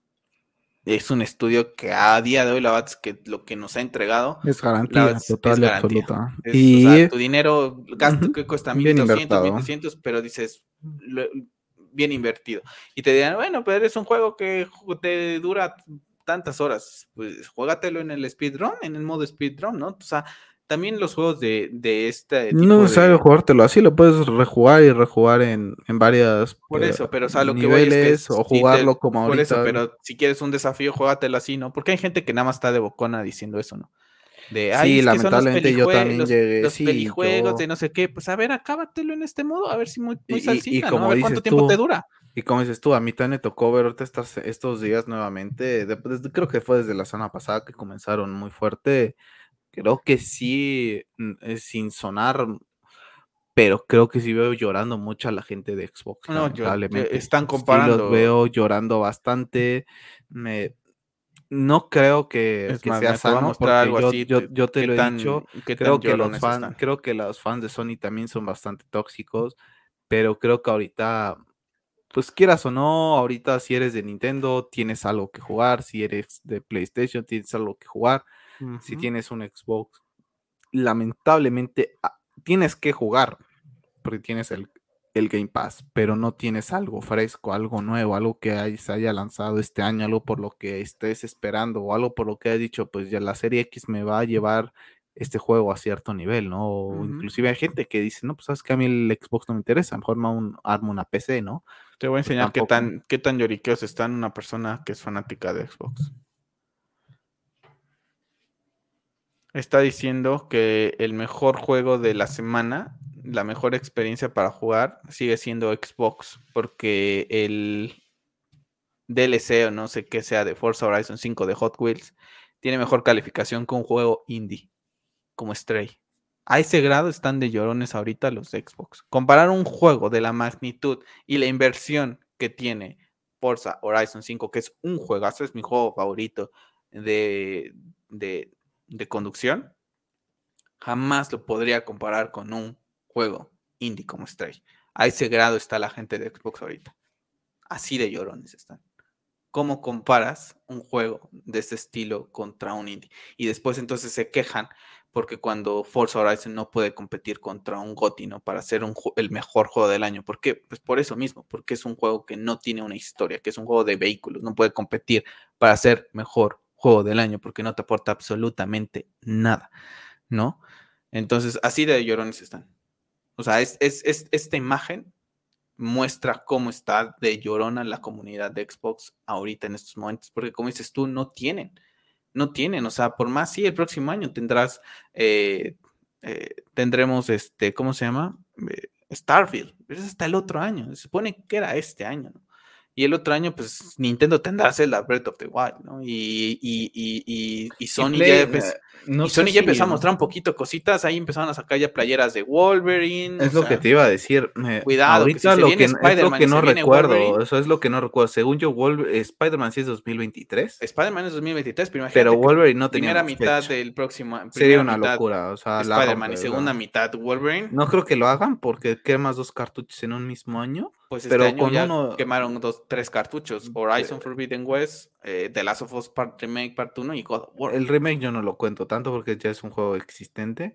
es un estudio que a día de hoy, la verdad es que lo que nos ha entregado, Es la verdad garantía es, es total y garantía. absoluta. Es, o sea, Y tu dinero, gasto ujú, que cuesta mil bien doscientos mil invertido. trescientos pero dices, lo- bien invertido. Y te dirán, bueno, pero es un juego que ju- te dura tantas horas. Pues juégatelo en el speedrun, en el modo speedrun, ¿no? O sea, también los juegos de, de este No es tipo necesario de... jugártelo así, lo puedes rejugar y rejugar en, en varias Por eh, eso, pero o sea, lo que voy es que niveles o si te... jugarlo como Por eso, ahorita. pero si quieres un desafío, juégatelo así, ¿no? Porque hay gente que nada más está de bocona diciendo eso, ¿no? De, ay, Sí, es que son los lamentablemente yo pelijue también los, llegué, los sí, pelijuegos de yo, no sé qué. Pues a ver, acábatelo en este modo, a ver si muy, muy y, y, y salsita, ¿no? A como ver cuánto dices tiempo te tú, dura. y como dices tú, a mí también me tocó ver ahorita estas, estos días nuevamente, de- desde- creo que fue desde la semana pasada que comenzaron muy fuerte, creo que sí, mm, eh, sin sonar, pero creo que sí veo llorando mucho a la gente de Xbox, No, yo, yo- lamentablemente. están Sí los comparando. veo llorando bastante. Me, no creo que, Es que más, sea me te voy a sano, mostrar porque algo yo, así, yo, te- yo te qué lo he dicho. tan, qué tan Creo que los llorones fans, están. creo que los fans de Sony también son bastante tóxicos, pero creo que ahorita, pues quieras o no, ahorita si eres de Nintendo, tienes algo que jugar. Si eres de PlayStation, tienes algo que jugar. Si Ujú, tienes un Xbox, lamentablemente ah, tienes que jugar porque tienes el, el Game Pass, pero no tienes algo fresco, algo nuevo, algo que hay- se haya lanzado este año, algo por lo que estés esperando o algo por lo que has dicho, pues ya la serie X me va a llevar este juego a cierto nivel, ¿no? O ujú. inclusive hay gente que dice, no, pues sabes que a mí el Xbox no me interesa, mejor me hago un- armo una P C, ¿no? Te voy a Pues enseñar qué tampoco. tan, qué tan lloriqueos están una persona que es fanática de Xbox. Está diciendo que el mejor juego de la semana, la mejor experiencia para jugar, sigue siendo Xbox, porque el D L C o no sé qué sea de Forza Horizon cinco de Hot Wheels tiene mejor calificación que un juego indie como Stray. A ese grado están de llorones ahorita los de Xbox. Comparar un juego de la magnitud y la inversión que tiene Forza Horizon cinco, que es un juegazo, es mi juego favorito de, de, de conducción, jamás lo podría comparar con un juego indie como Stray. A ese grado está la gente de Xbox ahorita. Así de llorones están. ¿Cómo comparas un juego de ese estilo contra un indie? Y después entonces se quejan porque cuando Forza Horizon no puede competir contra un G O T Y, ¿no? Para ser un, el mejor juego del año. ¿Por qué? Pues por eso mismo, porque es un juego que no tiene una historia, que es un juego de vehículos, no puede competir para ser mejor juego del año porque no te aporta absolutamente nada, ¿no? Entonces, así de llorones están. O sea, es, es, es esta imagen muestra cómo está de llorona la comunidad de Xbox ahorita en estos momentos, porque como dices tú, no tienen, no tienen, o sea, por más, sí, el próximo año tendrás, eh, eh, tendremos, este, ¿cómo se llama? Eh, Starfield, pero es hasta el otro año, se supone que era este año, ¿no? Y el otro año, pues, Nintendo tendrá Zelda Breath of the Wild, ¿no? Y, y, y, y, y Y Sony Play, ya eh, empezó, no y sé Sony ya si empezó a mostrar un poquito cositas, ahí empezaron a sacar ya playeras de Wolverine, o es lo que sea, te iba a decir. eh, cuidado, que si ahorita se lo viene que es lo Spider-Man que y se no viene recuerdo, Wolverine, eso es lo que no recuerdo. Según yo, Wolver- eh, Spider-Man sí es dos mil veintitrés, Spider-Man es dos mil veintitrés, pero pero imagínate que Wolverine no primera teníamos mitad fecha. del próximo, Sería primera una mitad locura, o sea, la Spider-Man y rompe, o segunda sea. mitad Wolverine, No creo que lo hagan porque quemas dos cartuchos en un mismo año, pues este pero año con ya uno, quemaron dos, tres cartuchos, Horizon Forbidden West, eh, The Last of Us Part Remake Part uno y God of War. el remake yo no lo cuento tanto porque ya es un juego existente,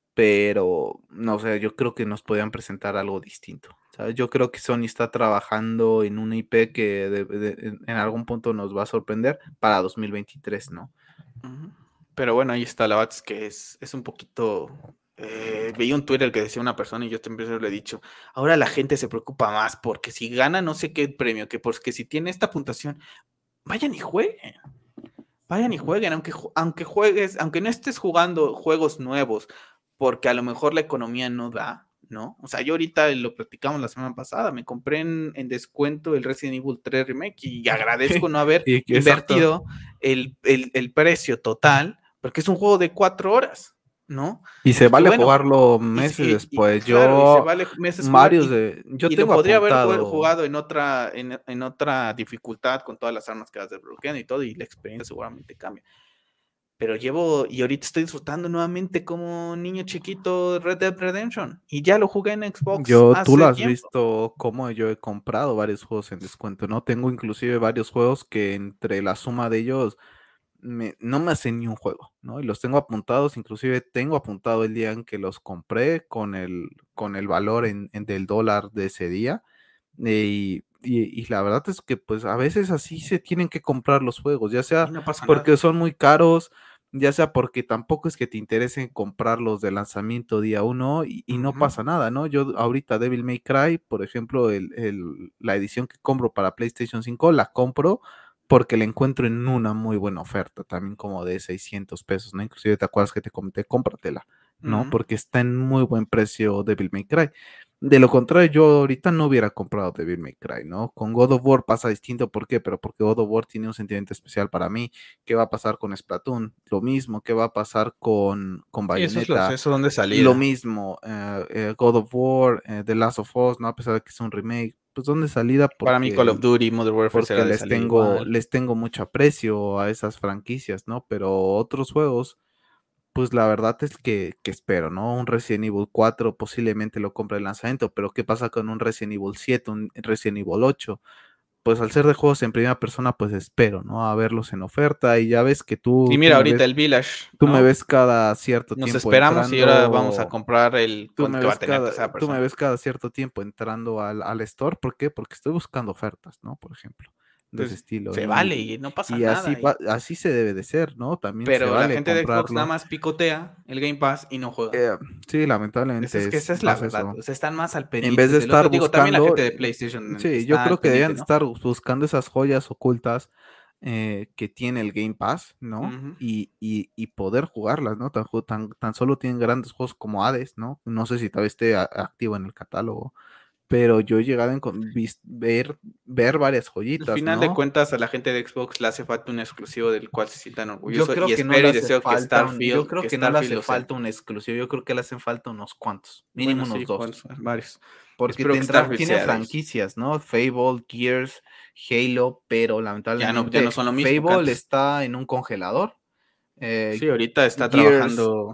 pero no sé, yo creo que nos podían presentar algo distinto. ¿Sabes? Yo creo que Sony está trabajando en una I P que de- de- en en algún punto nos va a sorprender para dos mil veintitrés, ¿no? Ujú. Pero bueno, ahí está la Bats, que es, es un poquito... eh, veía un Twitter que decía una persona y yo también se lo he dicho. Ahora la gente se preocupa más porque si gana no sé qué premio, que porque si tiene esta puntuación, vayan y jueguen. Vayan y jueguen, aunque, ju- aunque juegues, aunque no estés jugando juegos nuevos, porque a lo mejor la economía no da, ¿no? O sea, yo ahorita lo platicamos la semana pasada, me compré en, en descuento el Resident Evil tres Remake y agradezco no haber Y que exacto. invertido el, el, el precio total, porque es un juego de cuatro horas, ¿no? Y se Y que vale bueno, jugarlo y, meses y- y después. claro, y se Yo, vale meses jugar varios y, de, yo y lo tengo podría haber jue- apuntado. jugado en otra, en, en otra dificultad con todas las armas que vas desbloqueando y todo, y la experiencia seguramente cambia. Pero llevo, y ahorita estoy disfrutando nuevamente como niño chiquito Red Dead Redemption. Y ya lo jugué en Xbox Yo, tú lo hace has tiempo. visto cómo yo he comprado varios juegos en descuento, ¿no? Tengo inclusive varios juegos que entre la suma de ellos me- no me hacen ni un juego, ¿no? Y los tengo apuntados, inclusive tengo apuntado el día en que los compré con el, con el valor en, en del dólar de ese día. eh, Y, y, y la verdad es que pues a veces así se tienen que comprar los juegos, ya Y sea no pasa porque nada. son muy caros, ya sea porque tampoco es que te interese comprarlos de lanzamiento día uno y, y no Ujú. pasa nada, ¿no? Yo ahorita Devil May Cry, por ejemplo, el, el- la edición que compro para PlayStation cinco, la compro porque la encuentro en una muy buena oferta, también como de seiscientos pesos, ¿no? Inclusive te acuerdas que te comenté, cómpratela, ¿no? Ujú. Porque está en muy buen precio Devil May Cry. De lo contrario, yo ahorita no hubiera comprado Devil May Cry, ¿no? Con God of War pasa distinto, ¿por qué? Pero porque God of War tiene un sentimiento especial para mí. ¿Qué va a pasar con Splatoon? Lo mismo. ¿Qué va a pasar con, con Sí, esos los Bayonetta? esos son de Lo salida. mismo. eh, eh, God of War, eh, The Last of Us, ¿no? A pesar de que es un remake, pues son de salida Para mí Call porque, of Duty, Modern Warfare porque será de les salida tengo, igual. les tengo mucho aprecio a esas franquicias, ¿no? Pero otros juegos pues la verdad es que, que espero, ¿no? Un Resident Evil cuatro posiblemente lo compre el lanzamiento, pero ¿qué pasa con un Resident Evil siete, un Resident Evil ocho? Pues al ser de juegos en primera persona, pues espero, ¿no? A verlos en oferta y ya ves que Y tú, tú mira, me ahorita ves, el Village, tú me ¿no? ves cada cierto Nos tiempo esperamos y ahora vamos a entrando, comprar el tú con- me que va a ves tener cada, tercera tú me persona. ves cada cierto tiempo entrando al, al store, ¿por qué? Porque estoy buscando ofertas, ¿no? Por ejemplo, de ese Pues estilo. se vale y Y, no pasa y así, nada. y- pa- así se debe de ser, ¿no? También se pero la vale gente de Xbox nada comprarlo. más picotea el Game Pass y no juega. Eh, sí, Esa lamentablemente es que es, esa es la pasa verdad. eso. O sea, están más al En vez pendiente de del otro. estar Digo, también la buscando, gente de eh, PlayStation sí, yo está creo al que deben pendiente, de ¿no? estar bus- buscando esas joyas ocultas eh, que tiene el Game Pass, ¿no? Ujú. Y, y, y poder jugarlas, ¿no? Tan, ju- tan, tan solo tienen grandes juegos como Hades, ¿no? No sé si todavía esté a- activo en el catálogo, pero yo he llegado a encon- vis- ver, ver varias Al joyitas, final de ¿no? cuentas, a la gente de Xbox le hace falta un exclusivo del cual se sientan Yo orgullosos y creo que no espero le y hace deseo que falta un, yo Starfield, creo que que no le Starfield hace lo sea. falta un exclusivo, yo creo que le hacen falta unos cuantos, mínimo Bueno, unos sí, dos. ¿cuáles? Varios. Porque Espero que tendrán, Starfield tienen sea de ellos. franquicias, ¿no? Fable, Gears, Halo, pero Ya no, ya no lamentablemente son lo mismo que Fable antes. está en un congelador. Eh, Sí, ahorita está Gears, trabajando.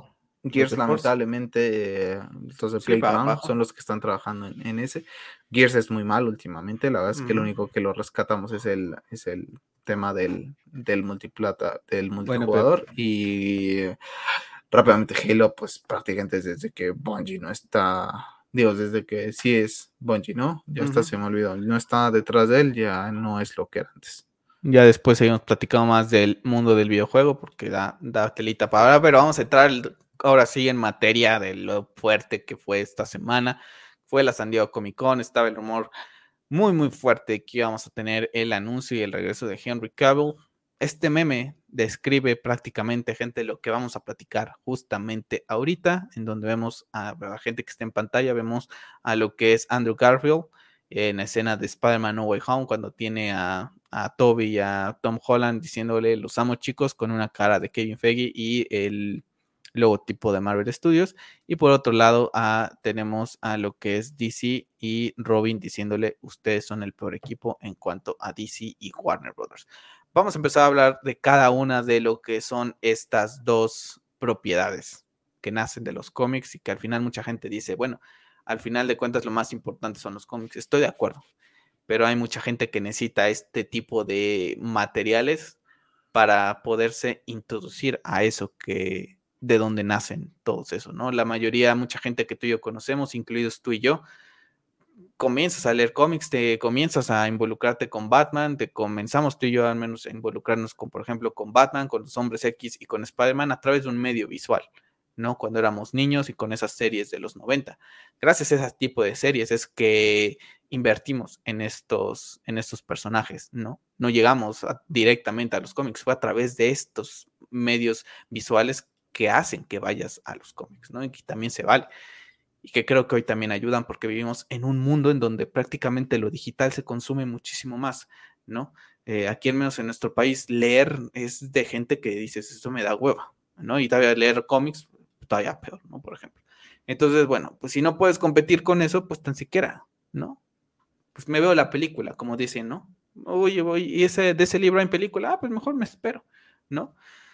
Gears, de Forza. lamentablemente, eh, los de Sí, va Playground abajo. son los que están trabajando en, en ese. Gears es muy mal últimamente, la verdad es que lo Ujú. único que lo rescatamos es el, es el tema del, del multiplata, del Bueno, multijugador. pero Y eh, rápidamente Halo, pues prácticamente desde que Bungie no está, digo, desde que sí es Bungie, ¿no? Ya está, ujú. se me olvidó, no está detrás de él, ya no es lo que era antes. Ya después seguimos platicando más del mundo del videojuego porque da, da telita para ahora, pero vamos a entrar el- ahora sí en materia de lo fuerte que fue esta semana. Fue la San Diego Comic Con, estaba el rumor muy muy fuerte que íbamos a tener el anuncio y el regreso de Henry Cavill. Este meme describe prácticamente, gente, lo que vamos a platicar justamente ahorita, en donde vemos a la gente que está en pantalla, vemos a lo que es Andrew Garfield en la escena de Spider-Man No Way Home, cuando tiene a, a Toby y a Tom Holland diciéndole los amo chicos, con una cara de Kevin Feige y el logotipo de Marvel Studios. Y por otro lado, a, tenemos a lo que es D C y Robin diciéndole ustedes son el peor equipo en cuanto a D C y Warner Brothers. Vamos a empezar a hablar de cada una de lo que son estas dos propiedades que nacen de los cómics y que al final mucha gente dice, bueno, al final de cuentas lo más importante son los cómics. Estoy de acuerdo, pero hay mucha gente que necesita este tipo de materiales para poderse introducir a eso que de donde nacen todos esos, ¿no? La mayoría, mucha gente que tú y yo conocemos, incluidos tú y yo, comienzas a leer cómics, te comienzas a involucrarte con Batman, te comenzamos tú y yo al menos a involucrarnos con, por ejemplo, con Batman, con los Hombres X y con Spider-Man a través de un medio visual, ¿no? Cuando éramos niños y con esas series de los noventa. Gracias a ese tipo de series es que invertimos en estos, en estos personajes, ¿no? No llegamos a, directamente a los cómics, fue a través de estos medios visuales que hacen que vayas a los cómics, ¿no? Y que también se vale y que creo que hoy también ayudan porque vivimos en un mundo en donde prácticamente lo digital se consume muchísimo más, ¿no? Eh, aquí al menos en nuestro país leer es de gente que dices, eso me da hueva, ¿no? Y todavía leer cómics, todavía peor, ¿no? Por ejemplo. Entonces, bueno, pues si no puedes competir con eso, pues tan siquiera, ¿no? Pues me veo la película, como dicen, ¿no? Oye, voy, y ese, de ese libro en película, ah, pues mejor me espero, ¿no?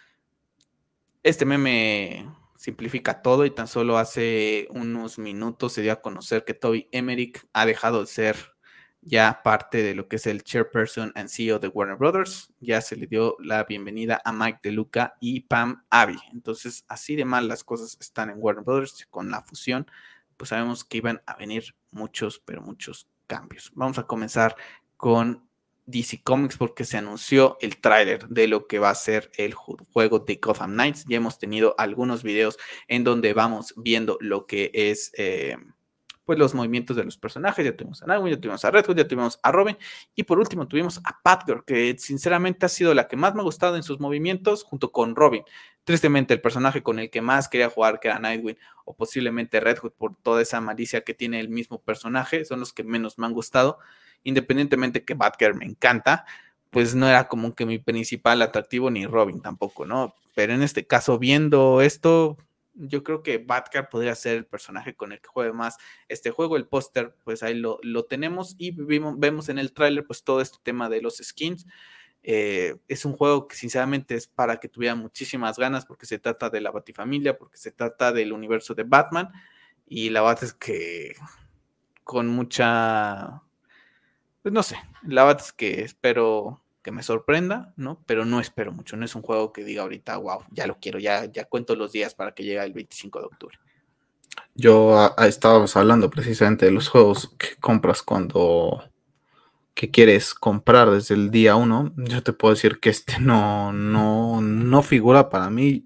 Este meme simplifica todo y tan solo hace unos minutos se dio a conocer que Toby Emmerich ha dejado de ser ya parte de lo que es el chairperson and C E O de Warner Brothers. Ya se le dio la bienvenida a Mike DeLuca y Pam Abby. Entonces, así de mal las cosas están en Warner Brothers con la fusión, pues sabemos que iban a venir muchos, pero muchos cambios. Vamos a comenzar con D C Comics porque se anunció el tráiler de lo que va a ser el juego de Gotham Knights. Ya hemos tenido algunos videos en donde vamos viendo lo que es eh, pues los movimientos de los personajes. Ya tuvimos a Nightwing, ya tuvimos a Red Hood, ya tuvimos a Robin y por último tuvimos a Batgirl, que sinceramente ha sido la que más me ha gustado en sus movimientos junto con Robin. Tristemente el personaje con el que más quería jugar, que era Nightwing o posiblemente Red Hood por toda esa malicia que tiene el mismo personaje, son los que menos me han gustado. Independientemente que Batgirl me encanta, pues no era como que mi principal atractivo ni Robin tampoco, ¿no? Pero en este caso, viendo esto, yo creo que Batgirl podría ser el personaje con el que juegue más este juego. El póster, pues ahí lo, lo tenemos y vimos, vemos en el tráiler pues todo este tema de los skins. Eh, es un juego que sinceramente es para que tuviera muchísimas ganas porque se trata de la Batifamilia, porque se trata del universo de Batman y la verdad es que con mucha pues no sé, la verdad es que espero que me sorprenda, ¿no? Pero no espero mucho, no es un juego que diga ahorita, wow, ya lo quiero, ya, ya cuento los días para que llegue el veinticinco de octubre. Yo a, a, estábamos hablando precisamente de los juegos que compras cuando que quieres comprar desde el día uno. Yo te puedo decir que este no, no, no figura para mí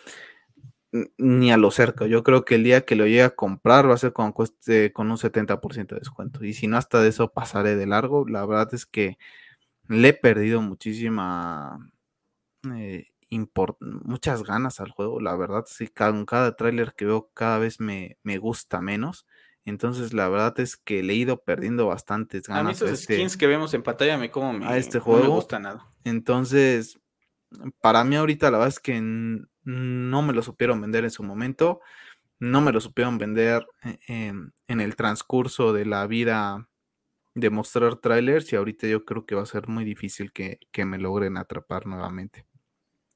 ni a lo cerca. Yo creo que el día que lo llegue a comprar va a ser cuando cueste con un setenta por ciento de descuento. Y si no, hasta de eso pasaré de largo. La verdad es que le he perdido muchísima eh, import muchas ganas al juego. La verdad, sí, con cada tráiler que veo cada vez me, me gusta menos. Entonces, la verdad es que le he ido perdiendo bastantes A mí ganas a esos este, skins que vemos en pantalla me como a me, este no me juego. gusta nada. Entonces, para mí ahorita la verdad es que n- no me lo supieron vender en su momento. No me lo supieron vender eh, en, en el transcurso de la vida de mostrar trailers y ahorita yo creo que va a ser muy difícil que, que me logren atrapar nuevamente.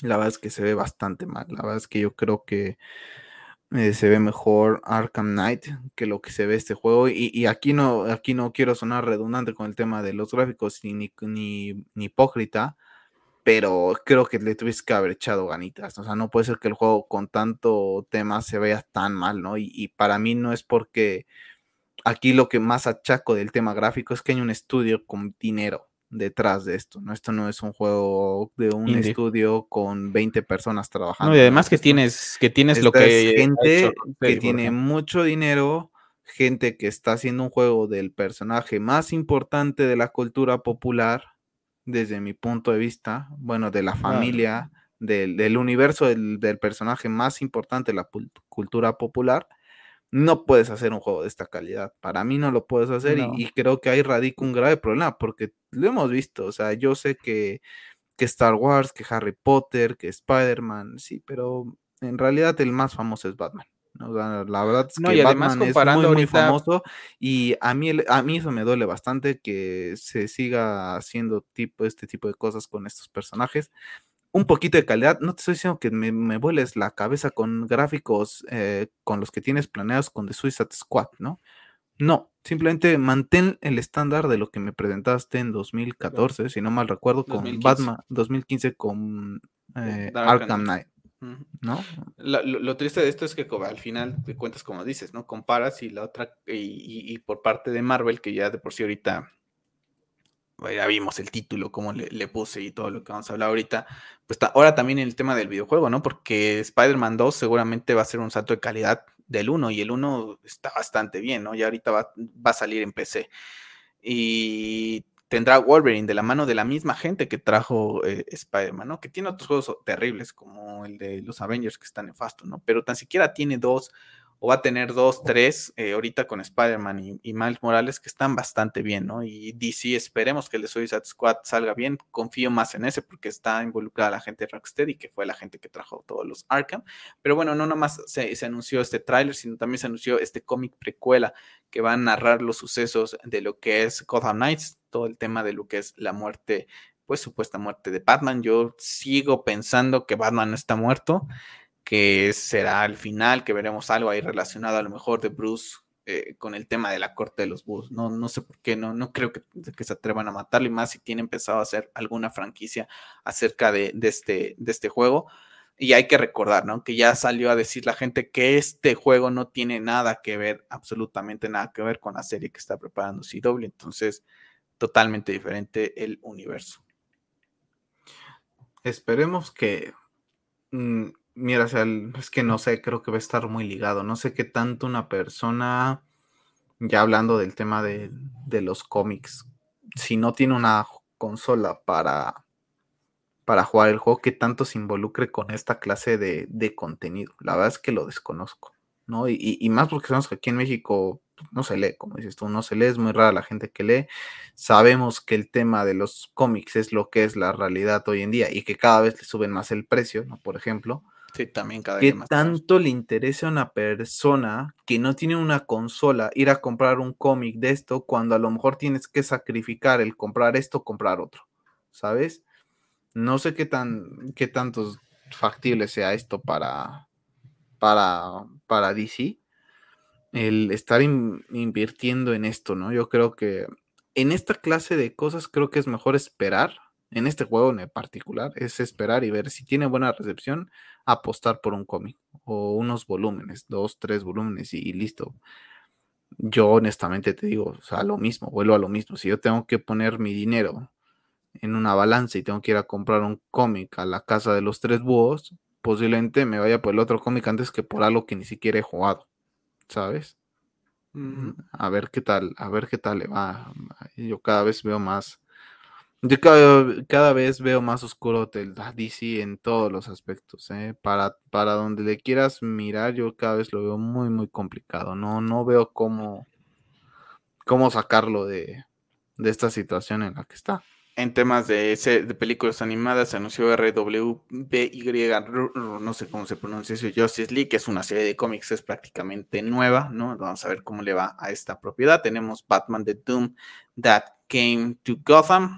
La verdad es que se ve bastante mal. La verdad es que yo creo que eh, se ve mejor Arkham Knight que lo que se ve este juego. Y, y aquí no, aquí no quiero sonar redundante con el tema de los gráficos ni, ni, ni, ni hipócrita, pero creo que le tuviste que haber echado ganitas. O sea, no puede ser que el juego con tanto tema se vea tan mal, ¿no? Y, y para mí no es porque aquí lo que más achaco del tema gráfico es que hay un estudio con dinero detrás de esto, ¿no? Esto no es un juego de un Indie. estudio con veinte personas No, y trabajando, ¿no? además que Esto, tienes, que tienes lo esta es que ha hecho gente que Rocksteady, por tiene ejemplo. mucho dinero, gente que está haciendo un juego del personaje más importante de la cultura popular, desde mi punto de vista, bueno, de la Claro. familia, del, del universo del, del personaje más importante de la pul- cultura popular. No puedes hacer un juego de esta calidad. Para mí no lo puedes hacer y, No. y creo que ahí radica un grave problema porque lo hemos visto. O sea, yo sé que, que Star Wars, que Harry Potter, que Spider-Man, sí, pero en realidad el más famoso es Batman, ¿no? O sea, la verdad es No, que y además Batman es muy, comparando muy ahorita, famoso y a mí, el- a mí eso me duele bastante que se siga haciendo tipo, este tipo de cosas con estos personajes un poquito de calidad. No te estoy diciendo que me, me vueles la cabeza con gráficos eh, con los que tienes planeados con The Suicide Squad, ¿no? No, simplemente mantén el estándar de lo que me presentaste en claro, dos mil catorce, si no mal recuerdo, dos mil con quince Batman, dos mil quince con con eh, Dark Arkham Knight. Knight, Ujú. ¿no? La- lo, lo triste de esto es que como al final de cuentas, como dices, ¿no? Comparas y la otra, y, y- y por parte de Marvel, que ya de por sí ahorita bueno, ya vimos el título, cómo le, le puse y todo lo que vamos a hablar ahorita, pues ta- ahora también el tema del videojuego, ¿no? Porque Spider-Man dos seguramente va a ser un salto de calidad del uno y el uno está bastante bien, ¿no? Ya ahorita va, va a salir en P C. Y tendrá Wolverine de la mano de la misma gente que trajo eh, Spider-Man, ¿no? Que tiene otros juegos terribles como el de los Avengers que está nefasto, ¿no? Pero tan siquiera tiene dos o va a tener dos, tres, eh, ahorita con Spider-Man y, y Miles Morales que están bastante bien, ¿no? Y D C, esperemos que el de Suicide Squad salga bien, confío más en ese porque está involucrada la gente de Rocksteady, que fue la gente que trajo todos los Arkham, pero bueno, no nomás se, se anunció este tráiler, sino también se anunció este cómic precuela que va a narrar los sucesos de lo que es Gotham Knights, todo el tema de lo que es la muerte, pues supuesta muerte de Batman. Yo sigo pensando que Batman no está muerto, que será al final, que veremos algo ahí relacionado a lo mejor de Bruce eh, con el tema de la corte de los búhos. No, no sé por qué, no, no creo que, que se atrevan a matarlo, y más si tienen pensado hacer alguna franquicia acerca de, de, este, de este juego. Y hay que recordar, ¿no? Que ya salió a decir la gente que este juego no tiene nada que ver, absolutamente nada que ver con la serie que está preparando C W. Entonces, totalmente diferente el universo. Esperemos que, mm, mira, o sea, el- es que no sé, creo que va a estar muy ligado. No sé qué tanto una persona, ya hablando del tema de, de los cómics, si no tiene una consola para para jugar el juego que tanto se involucre con esta clase de, de contenido. La verdad es que lo desconozco, ¿no? Y, y, y más porque sabemos que aquí en México no se lee, como dices tú, no se lee, es muy rara la gente que lee. Sabemos que el tema de los cómics es lo que es la realidad hoy en día y que cada vez le suben más el precio, ¿no? Por ejemplo. Sí, también cada ¿Qué día más caros. tanto le interesa a una persona que no tiene una consola ir a comprar un cómic de esto cuando a lo mejor tienes que sacrificar el comprar esto, comprar otro? ¿Sabes? No sé qué tan qué tanto factible sea esto para, para, para D C, el estar in, invirtiendo en esto, ¿no? Yo creo que en esta clase de cosas creo que es mejor esperar, en este juego en particular, es esperar y ver si tiene buena recepción, apostar por un cómic o unos volúmenes, dos, tres volúmenes y, y listo. Yo honestamente te digo, o sea, lo mismo, vuelvo a lo mismo. Si yo tengo que poner mi dinero en una balanza y tengo que ir a comprar un cómic a la casa de los tres búhos, posiblemente me vaya por el otro cómic antes que por algo que ni siquiera he jugado, ¿sabes? Uh-huh. A ver qué tal, a ver qué tal le va. Yo cada vez veo más, yo cada, cada vez veo más oscuro el D C en todos los aspectos, ¿eh? Para, para donde le quieras mirar, yo cada vez lo veo muy, muy complicado. No, no veo cómo, cómo sacarlo de, de esta situación en la que está. En temas de, de películas animadas, se anunció R W B Y, no sé cómo se pronuncia eso, Justice League, que es una serie de cómics, es prácticamente nueva, ¿no? Vamos a ver cómo le va a esta propiedad. Tenemos Batman The Doom That Came to Gotham,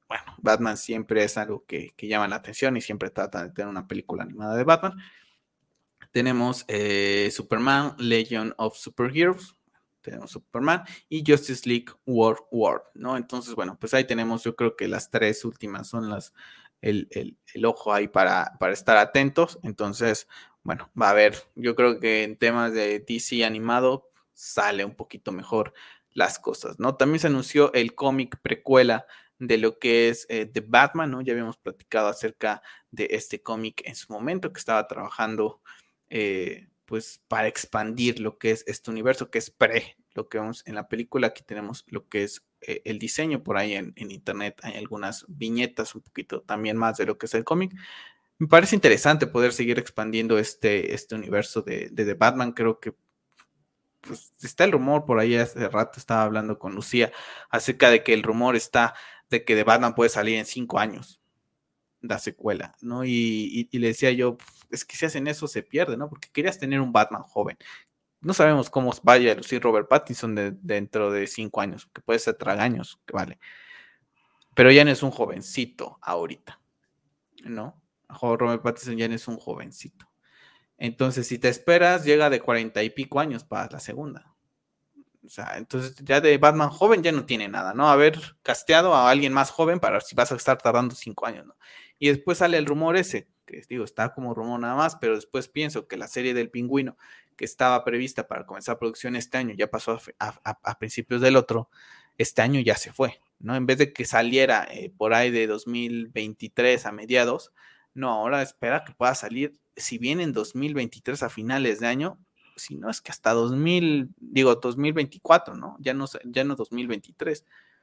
bueno, Batman siempre es algo que, que llama la atención y siempre tratan de tener una película animada de Batman. Tenemos eh, Superman, Legion of Superheroes, tenemos Superman y Justice League World War, ¿no? Entonces, bueno, pues ahí tenemos, yo creo que las tres últimas son las, el, el, el ojo ahí para, para estar atentos. Entonces, bueno, va a haber, yo creo que en temas de D C animado sale un poquito mejor las cosas, ¿no? También se anunció el cómic precuela de lo que es eh, The Batman, ¿no? Ya habíamos platicado acerca de este cómic en su momento que estaba trabajando eh, pues para expandir lo que es este universo, que es pre, lo que vemos en la película. Aquí tenemos lo que es eh, el diseño, por ahí en, en internet hay algunas viñetas, un poquito también más de lo que es el cómic. Me parece interesante poder seguir expandiendo este, este universo de, de The Batman. Creo que pues, está el rumor por ahí, hace rato estaba hablando con Lucía acerca de que el rumor está de que The Batman puede salir en cinco años la secuela, ¿no? Y, y, y, le decía yo, es que si hacen eso se pierde, ¿no? Porque querías tener un Batman joven. No sabemos cómo vaya a lucir Robert Pattinson de, dentro de cinco años, que puede ser tragaños, que vale. Pero ya no es un jovencito ahorita, ¿no? Robert Pattinson ya no es un jovencito. Entonces, si te esperas, llega de cuarenta y pico años para la segunda. O sea, entonces ya de Batman joven ya no tiene nada, ¿no? Haber casteado a alguien más joven para si vas a estar tardando cinco años, ¿no? Y después sale el rumor ese, que digo, está como rumor nada más, pero después pienso que la serie del Pingüino, que estaba prevista para comenzar producción este año, ya pasó a, a, a principios del otro, este año ya se fue, ¿no? En vez de que saliera eh, por ahí de dos mil veintitrés a mediados, no, ahora espera que pueda salir, si bien en dos mil veintitrés a finales de año, si no es que hasta dos mil, digo, dos mil veinticuatro, ¿no? Ya no, ya no dos mil veintitrés.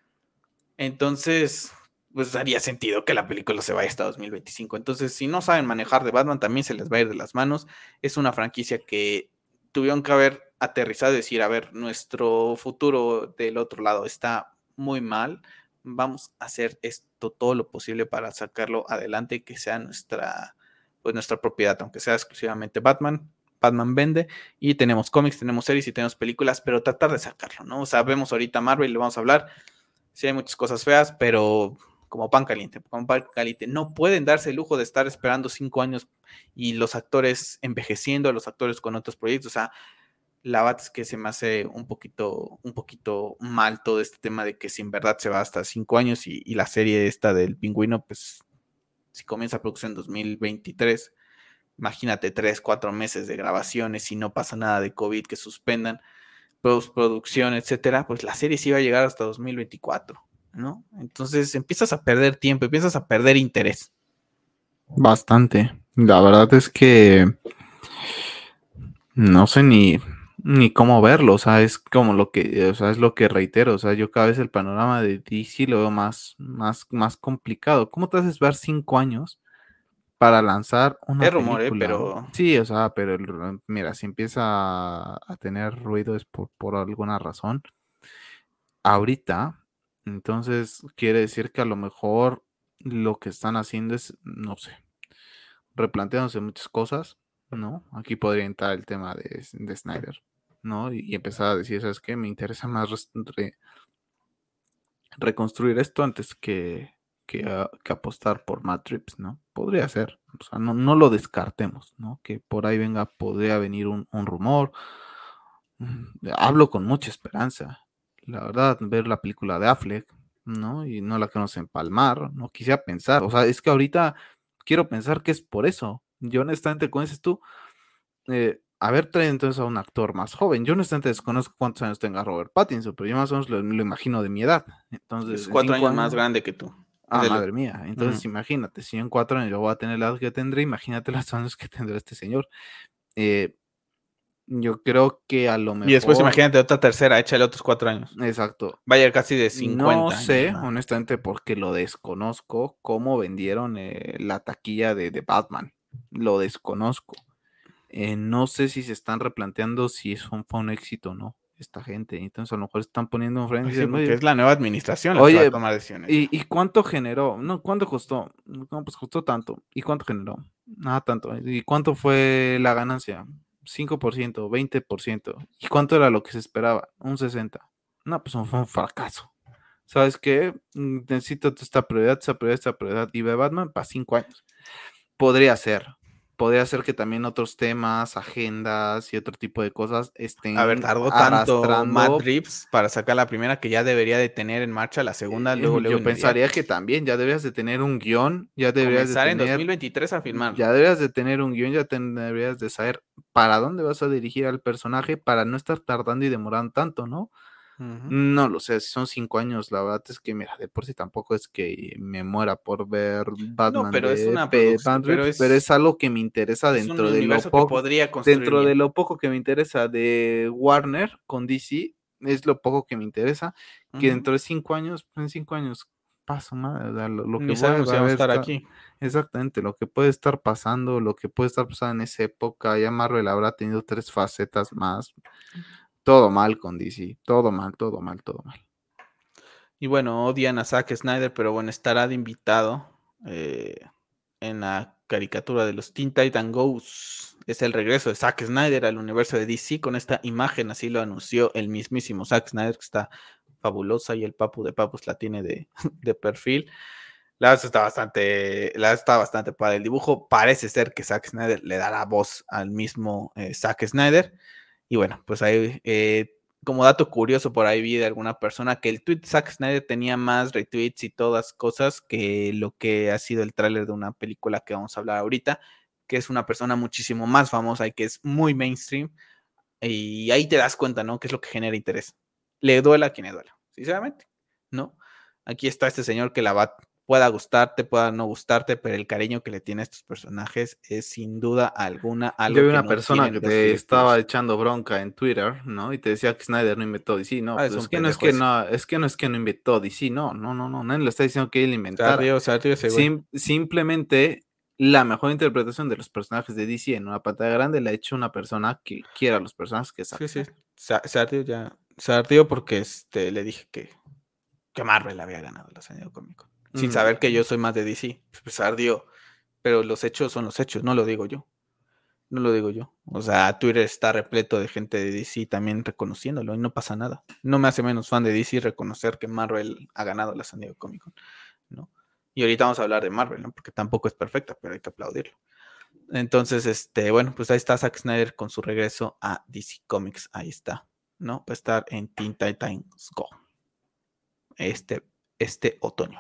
Entonces, pues haría sentido que la película se vaya hasta dos mil veinticinco. Entonces, si no saben manejar de Batman, también se les va a ir de las manos. Es una franquicia que tuvieron que haber aterrizado y decir, a ver, nuestro futuro del otro lado está muy mal. Vamos a hacer esto todo lo posible para sacarlo adelante y que sea nuestra, pues nuestra propiedad, aunque sea exclusivamente Batman. Batman vende y tenemos cómics, tenemos series y tenemos películas, pero tratar de sacarlo, ¿no? O sea, vemos ahorita Marvel, le vamos a hablar. Sí hay muchas cosas feas, pero como pan caliente, como pan caliente. No pueden darse el lujo de estar esperando cinco años y los actores envejeciendo, los actores con otros proyectos. O sea, la verdad es que se me hace un poquito, un poquito mal todo este tema de que si en verdad se va hasta cinco años y, y la serie esta del Pingüino, pues si comienza producción en dos mil veintitrés, imagínate tres, cuatro meses de grabaciones y no pasa nada de COVID que suspendan postproducción, etcétera, pues la serie sí iba a llegar hasta dos mil veinticuatro, ¿no? Entonces empiezas a perder tiempo, empiezas a perder interés. Bastante. La verdad es que no sé ni, ni cómo verlo, o sea, es como lo que, o sea, es lo que reitero, o sea, yo cada vez el panorama de D C lo veo más, más, más complicado. ¿Cómo te haces ver cinco años para lanzar una Es rumor, ¿eh? película? Pero Sí, o sea, pero el- mira, si empieza a, a tener ruido es por, por alguna razón. Ahorita, entonces quiere decir que a lo mejor lo que están haciendo es, no sé, replanteándose muchas cosas, ¿no? Aquí podría entrar el tema de, de Snyder, ¿no? Y, y empezar a decir, ¿sabes qué? Me interesa más re- reconstruir esto antes que, que, uh, que, apostar por Matt Reeves, ¿no? Podría ser, o sea, no, no lo descartemos, ¿no? Que por ahí venga, podría venir un, un rumor. Hablo con mucha esperanza, la verdad, ver la película de Affleck, ¿no? Y no la queremos empalmar, no quisiera pensar, o sea, es que ahorita quiero pensar que es por eso. Yo honestamente, como dices tú, eh, a ver, trae entonces a un actor más joven. Yo honestamente desconozco cuántos años tenga Robert Pattinson, pero yo más o menos lo, lo imagino de mi edad. Entonces, es en cuatro cinco años más años, grande que tú. Es ah, de lo... madre mía. Entonces, uh-huh. imagínate, si yo en cuatro años yo voy a tener la edad que tendré, imagínate los años que tendrá este señor. Eh, yo creo que a lo Y después mejor, imagínate otra tercera, échale otros cuatro años. exacto. Vaya casi de No cincuenta años, sé, ¿no? honestamente, porque lo desconozco, cómo vendieron eh, la taquilla de, de Batman. Lo desconozco. Eh, no sé si se están replanteando si es un, fue un éxito o no esta gente. Entonces a lo mejor están poniendo un frente y Pues sí, dicen, porque oye, es la nueva administración la que va a oye, tomar decisiones ya. ¿y, y cuánto generó? No, ¿cuánto costó? No, pues costó tanto. ¿Y cuánto generó? Nada tanto. ¿Y cuánto fue la ganancia? Cinco por ciento, veinte por ciento. ¿Y cuánto era lo que se esperaba? Un sesenta por ciento. No, pues fue un fracaso. ¿sabes qué? Mm, Necesito esta prioridad, esta prioridad, esta prioridad, y ve Batman para cinco años. Podría ser, podría ser que también otros temas, agendas y otro tipo de cosas A ver, estén tardó tanto Matt arrastrando. Reeves para sacar la primera que ya debería de tener en marcha la segunda, Eh, luego, luego yo inmediato. pensaría que también ya deberías de tener un guión, ya deberías de Comenzar en tener, dos mil veintitrés a filmarlo. ya deberías de tener un guión, ya ten- deberías de saber para dónde vas a dirigir al personaje para no estar tardando y demorando tanto, ¿no? Ujú. No lo sé, si son cinco años, la verdad es que, mira, de por sí tampoco es que me muera por ver No, Batman pero es de una Pe- producción, Matt pero Reeves, pero es, es algo que me interesa es un dentro de lo universo que poco, podría construir dentro de bien. lo poco que me interesa de Warner con D C, es lo poco que me interesa, que Ujú. dentro de cinco años, pues en cinco años, paso madre, o sea, lo, lo que Ni puede sabemos si vamos a haber, estar esta- aquí. exactamente, lo que puede estar pasando, lo que puede estar pasando en esa época, ya Marvel habrá tenido tres facetas más, todo mal con D C, todo mal, todo mal, todo mal. Y bueno, odian a Zack Snyder, pero bueno, estará de invitado eh, en la caricatura de los Teen Titan Go's. Es el regreso de Zack Snyder al universo de D C con esta imagen, así lo anunció el mismísimo Zack Snyder, que está fabulosa y el Papu de Papus la tiene de, de perfil. La verdad está bastante, la verdad está bastante padre. El dibujo parece ser que Zack Snyder le dará voz al mismo eh, Zack Snyder. Y bueno, pues ahí, eh, como dato curioso, por ahí vi de alguna persona que el tweet de Zack Snyder tenía más retweets y todas cosas que lo que ha sido el tráiler de una película que vamos a hablar ahorita, que es una persona muchísimo más famosa y que es muy mainstream. Y ahí te das cuenta, ¿no? ¿Qué es lo que genera interés? Le duela a quien le duela, sinceramente, ¿no? Aquí está este señor que la va, pueda gustarte, pueda no gustarte, pero el cariño que le tiene a estos personajes es sin duda alguna Yo algo vi que una no persona tienen que los te estaba directivos. echando bronca en Twitter, ¿no? Y te decía que Snyder no inventó D C. No, Ah, es pues un es que no es pendejo que ese. no, es que no es que no inventó D C, no, no, no, no, nadie le está diciendo que él Se inventara. ardió, se ardió ese güey. Sim- simplemente la mejor interpretación de los personajes de D C en una pantalla grande la ha hecho una persona que quiera a los personajes que es Zack Sí, sí. Snyder. Se, se ardió ya. Se ardió porque este, le dije que, que Marvel había ganado la San Diego Comic Con. Sin saber que Mm, yo soy más de D C. Pues se ardió. Pero los hechos son los hechos, no lo digo yo. No lo digo yo. O sea, Twitter está repleto de gente de D C también reconociéndolo y no pasa nada. No me hace menos fan de D C reconocer que Marvel ha ganado la San Diego Comic Con, ¿no? Y ahorita vamos a hablar de Marvel, ¿no? Porque tampoco es perfecta, pero hay que aplaudirlo. Entonces, este, bueno, pues ahí está Zack Snyder con su regreso a D C Comics. Ahí está, ¿no? Va a estar en Teen Titans Go este, este otoño.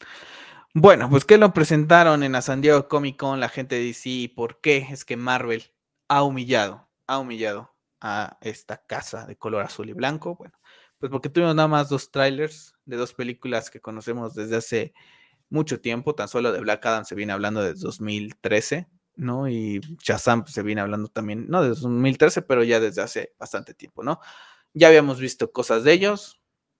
Bueno, pues ¿qué lo presentaron en la San Diego Comic Con la gente de D C y por qué es que Marvel ha humillado, ha humillado a esta casa de color azul y blanco? Bueno, pues porque tuvimos nada más dos trailers de dos películas que conocemos desde hace mucho tiempo, tan solo de Black Adam se viene hablando desde dos mil trece, ¿no? Y Shazam pues, se viene hablando también, no desde dos mil trece, pero ya desde hace bastante tiempo, ¿no? Ya habíamos visto cosas de ellos,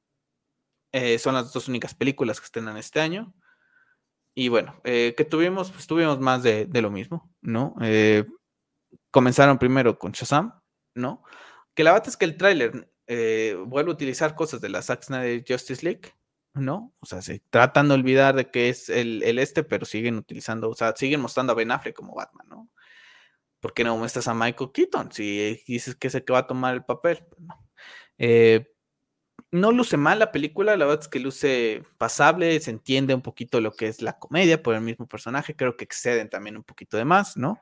eh, son las dos únicas películas que estrenan este año. Y bueno, eh, que tuvimos, pues tuvimos más de, de lo mismo, ¿no? Eh, comenzaron primero con Shazam, ¿no? Que la verdad es que el tráiler eh, vuelve a utilizar cosas de la Zack Snyder Justice League, ¿no? O sea, se tratan de olvidar de que es el, el este, pero siguen utilizando, o sea, siguen mostrando a Ben Affleck como Batman, ¿no? ¿Por qué no muestras a Michael Keaton si dices que es el que va a tomar el papel? Pues no. Eh, no luce mal la película, la verdad es que luce pasable, se entiende un poquito lo que es la comedia por el mismo personaje, creo que exceden también un poquito de más, ¿no?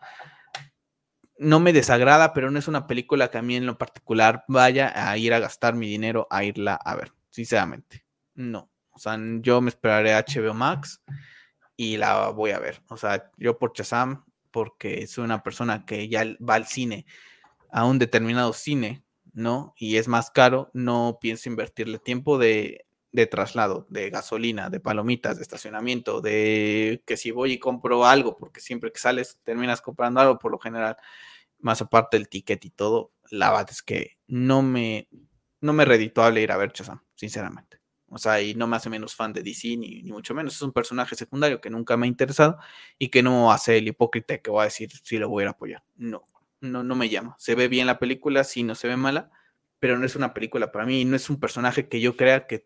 No me desagrada, pero no es una película que a mí en lo particular vaya a ir a gastar mi dinero a irla a ver, sinceramente. No. O sea, yo me esperaré a H B O Max y la voy a ver. O sea, yo por Shazam, porque soy una persona que ya va al cine, a un determinado cine, ¿no? Y es más caro, no pienso invertirle tiempo de, de traslado, de gasolina, de palomitas, de estacionamiento, de que si voy y compro algo, porque siempre que sales terminas comprando algo por lo general, más aparte del ticket y todo, la verdad es que no me, no me es redituable ir a ver Shazam, sinceramente. O sea, y no me hace menos fan de D C, ni, ni mucho menos. Es un personaje secundario que nunca me ha interesado y que no hace el hipócrita que va a decir si lo voy a ir a apoyar. No, no, no me llama. Se ve bien la película, sí, no se ve mala, pero no es una película para mí. No es un personaje que yo crea que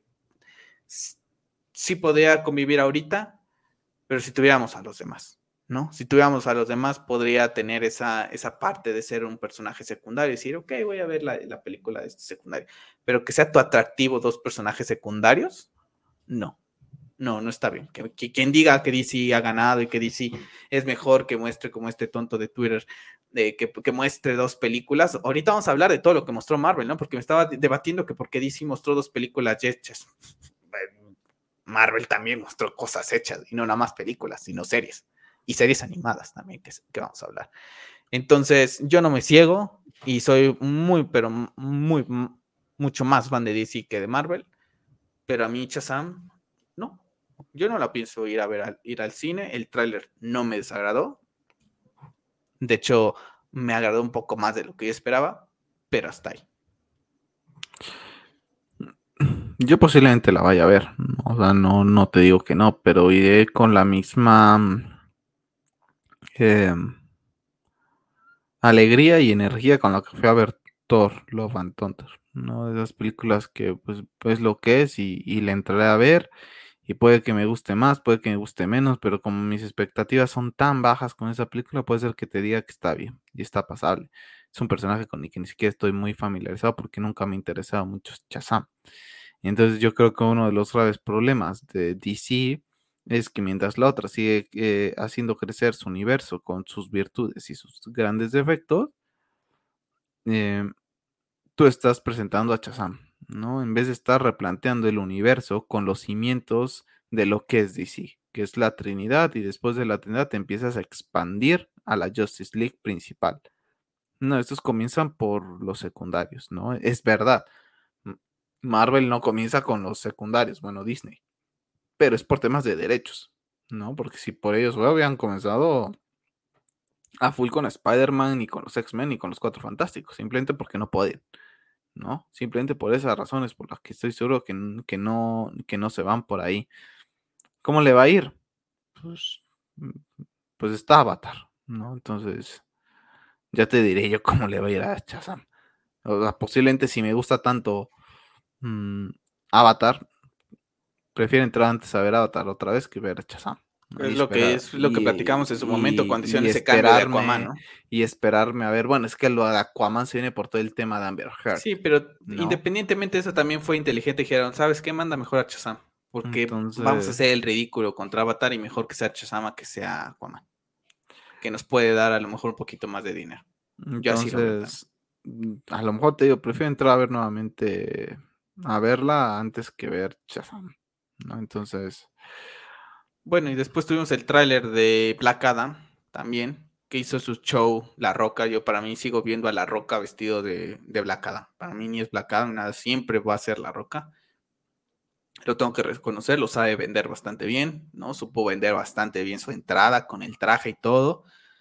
sí podría convivir ahorita, pero si tuviéramos a los demás, ¿no? Si tuviéramos a los demás, podría tener esa, esa parte de ser un personaje secundario y decir, ok, voy a ver la, la película de este secundario, pero que sea tu atractivo dos personajes secundarios, No. No, no está bien. Que, que, quien diga que D C ha ganado y que D C es mejor, que muestre como este tonto de Twitter, de que, que muestre dos películas. Ahorita vamos a hablar de todo lo que mostró Marvel, ¿no? Porque me estaba debatiendo que por qué D C mostró dos películas hechas. Marvel también mostró cosas hechas, y no nada más películas, sino series. Y series animadas también, que, que vamos a hablar. Entonces, yo no me ciego y soy muy, pero muy, mucho más fan de D C que de Marvel. Pero a mí, Shazam, no. Yo no la pienso ir a ver al, ir al cine. El tráiler no me desagradó. De hecho, me agradó un poco más de lo que yo esperaba, pero hasta ahí. Yo posiblemente la vaya a ver. O sea, no, no te digo que no, pero iré con la misma eh, alegría y energía con la que fui a ver Thor, Love and Thunder. ¿No? De esas películas que pues, pues lo que es y, y la entraré a ver. Y puede que me guste más, puede que me guste menos, pero como mis expectativas son tan bajas con esa película, puede ser que te diga que está bien y está pasable. Es un personaje con el que ni siquiera estoy muy familiarizado porque nunca me ha interesado mucho Shazam. Entonces yo creo que uno de los graves problemas de D C es que mientras la otra sigue eh, haciendo crecer su universo con sus virtudes y sus grandes defectos, eh, tú estás presentando a Shazam, ¿no? En vez de estar replanteando el universo con los cimientos de lo que es D C, que es la Trinidad, y después de la Trinidad te empiezas a expandir a la Justice League principal. No, estos comienzan por los secundarios, ¿no? Es verdad. M- Marvel no comienza con los secundarios, bueno, Disney, pero es por temas de derechos, ¿no? Porque si por ellos bueno, habían comenzado a full con Spider-Man, ni con los X-Men, ni con los Cuatro Fantásticos, simplemente porque no podían. ¿No? Simplemente por esas razones por las que estoy seguro que, n- que no, que no se van por ahí. ¿Cómo le va a ir? Pues, mm, pues está Avatar, ¿no? Entonces, ya te diré yo cómo le va a ir a Shazam. O sea, posiblemente si me gusta tanto mm, Avatar, prefiero entrar antes a ver Avatar otra vez que ver Shazam. ¿No? Y Es lo que esperar, es lo que y, platicamos en su momento y, cuando hicieron y ese cambio de Aquaman, esperarme, ¿no? y esperarme a ver, bueno, es que lo de Aquaman se viene por todo el tema de Amber Heard, Sí, pero ¿no? independientemente de eso también fue inteligente. Dijeron, ¿sabes qué? Manda mejor a Shazam. Porque vamos a Entonces, hacer el ridículo contra Avatar y mejor que sea Shazam a que sea Aquaman. Que nos puede dar a lo mejor un poquito más de dinero. Yo así lo veo también. Entonces, mm, a lo mejor te digo, prefiero entrar a ver nuevamente, a verla antes que ver Shazam, ¿no? Entonces, Bueno, y después tuvimos el tráiler de Black Adam también, que hizo su show La Roca. Yo para mí sigo viendo a La Roca vestido de, de Black Adam. Para mí ni es Black Adam, nada, siempre va a ser La Roca. Lo tengo que reconocer, lo sabe vender bastante bien, ¿no? Supo vender bastante bien su entrada con el traje y todo.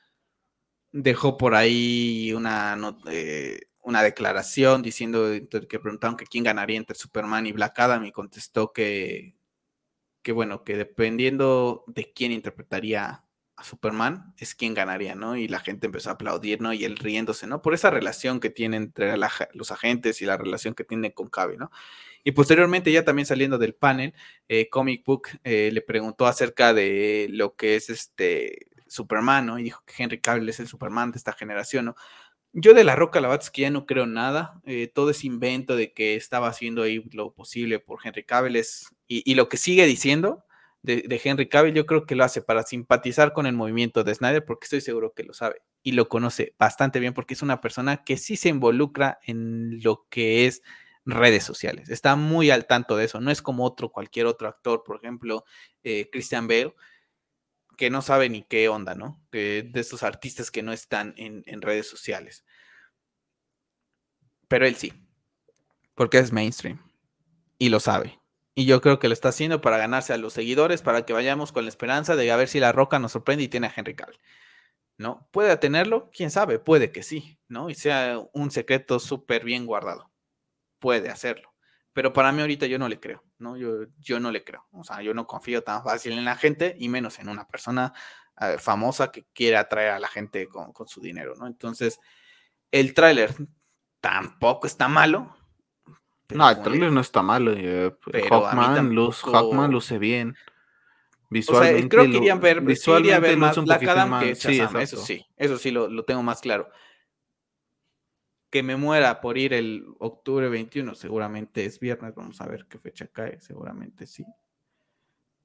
Dejó por ahí una, no- eh, una declaración diciendo que preguntaron que quién ganaría entre Superman y Black Adam y contestó que, que bueno, que dependiendo de quién interpretaría a Superman, es quien ganaría, ¿no? Y la gente empezó a aplaudir, ¿no? Y él riéndose, ¿no? Por esa relación que tiene entre la, los agentes y la relación que tiene con Cavill, ¿no? Y posteriormente, ya también saliendo del panel, eh, Comic Book eh, le preguntó acerca de lo que es este Superman, ¿no? Y dijo que Henry Cavill es el Superman de esta generación, ¿no? Yo de La Roca, la verdad es que ya no creo nada. Eh, todo ese invento de que estaba haciendo ahí lo posible por Henry Cavill es, y, y lo que sigue diciendo de, de, Henry Cavill, yo creo que lo hace para simpatizar con el movimiento de Snyder, porque estoy seguro que lo sabe y lo conoce bastante bien, porque es una persona que sí se involucra en lo que es redes sociales. Está muy al tanto de eso. No es como otro, cualquier otro actor, por ejemplo, eh, Christian Bale, que no sabe ni qué onda, ¿no? De, de estos artistas que no están en, en redes sociales. Pero él sí, porque es mainstream y lo sabe. Y yo creo que lo está haciendo para ganarse a los seguidores, para que vayamos con la esperanza de a ver si La Roca nos sorprende y tiene a Henry Cavill, ¿no? ¿Puede tenerlo? ¿Quién sabe? Puede que sí, ¿no? Y sea un secreto súper bien guardado. Puede hacerlo. Pero para mí ahorita yo no le creo, ¿no? Yo, yo no le creo. O sea, yo no confío tan fácil en la gente y menos en una persona eh, famosa que quiere atraer a la gente con, con su dinero, ¿no? Entonces, el tráiler tampoco está malo, no, pero el ponle, trailer no está malo. eh, pero a mí Hawkman, luz, Hawkman tampoco. luce bien. O sea, Visualmente, creo que lu- irían ver, sí iría a visualmente ver luce más un Black poquito Adam más. que Sí, Shazam, eso exacto. sí, eso sí lo, lo tengo más claro. Que me muera por ir el octubre veintiuno, seguramente es viernes, vamos a ver qué fecha cae, seguramente sí.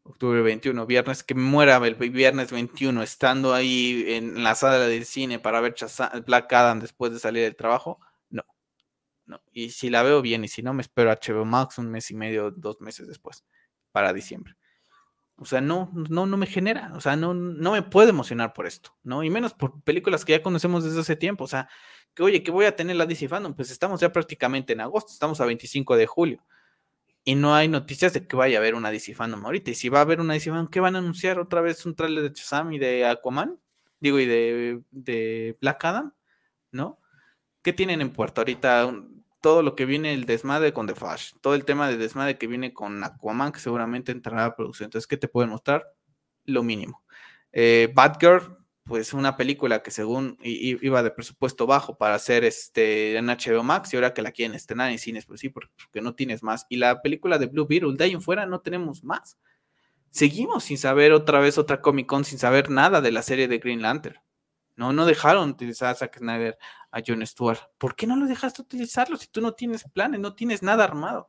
octubre veintiuno, viernes, que me muera el viernes veintiuno, estando ahí en la sala del cine para ver Shazam, Black Adam después de salir del trabajo, no, no. Y si la veo bien, y si no, me espero a H B O Max un mes y medio, dos meses después, para diciembre. O sea, no, no, no me genera, o sea, no, no me puedo emocionar por esto, ¿no? Y menos por películas que ya conocemos desde hace tiempo, o sea, que oye, que voy a tener la D C Fandom, pues estamos ya prácticamente en agosto, estamos a veinticinco de julio, y no hay noticias de que vaya a haber una D C Fandom ahorita, y si va a haber una D C Fandom, ¿qué van a anunciar? ¿Otra vez un trailer de Shazam y de Aquaman? Digo, y de, de Black Adam, ¿no? ¿Qué tienen en puerta ahorita? Un- todo lo que viene el desmadre con The Flash, todo el tema de desmadre que viene con Aquaman, que seguramente entrará a producción. Entonces, ¿qué te pueden mostrar? Lo mínimo. Eh, Batgirl, pues una película que según i- i- iba de presupuesto bajo para hacer este en H B O Max y ahora que la quieren estrenar en cines, pues sí, porque, porque no tienes más. Y la película de Blue Beetle, de ahí en fuera no tenemos más. Seguimos sin saber otra vez otra Comic Con, sin saber nada de la serie de Green Lantern. No, no dejaron utilizar a Zack Snyder, a Jon Stewart. ¿Por qué no lo dejaste utilizarlo si tú no tienes planes, no tienes nada armado?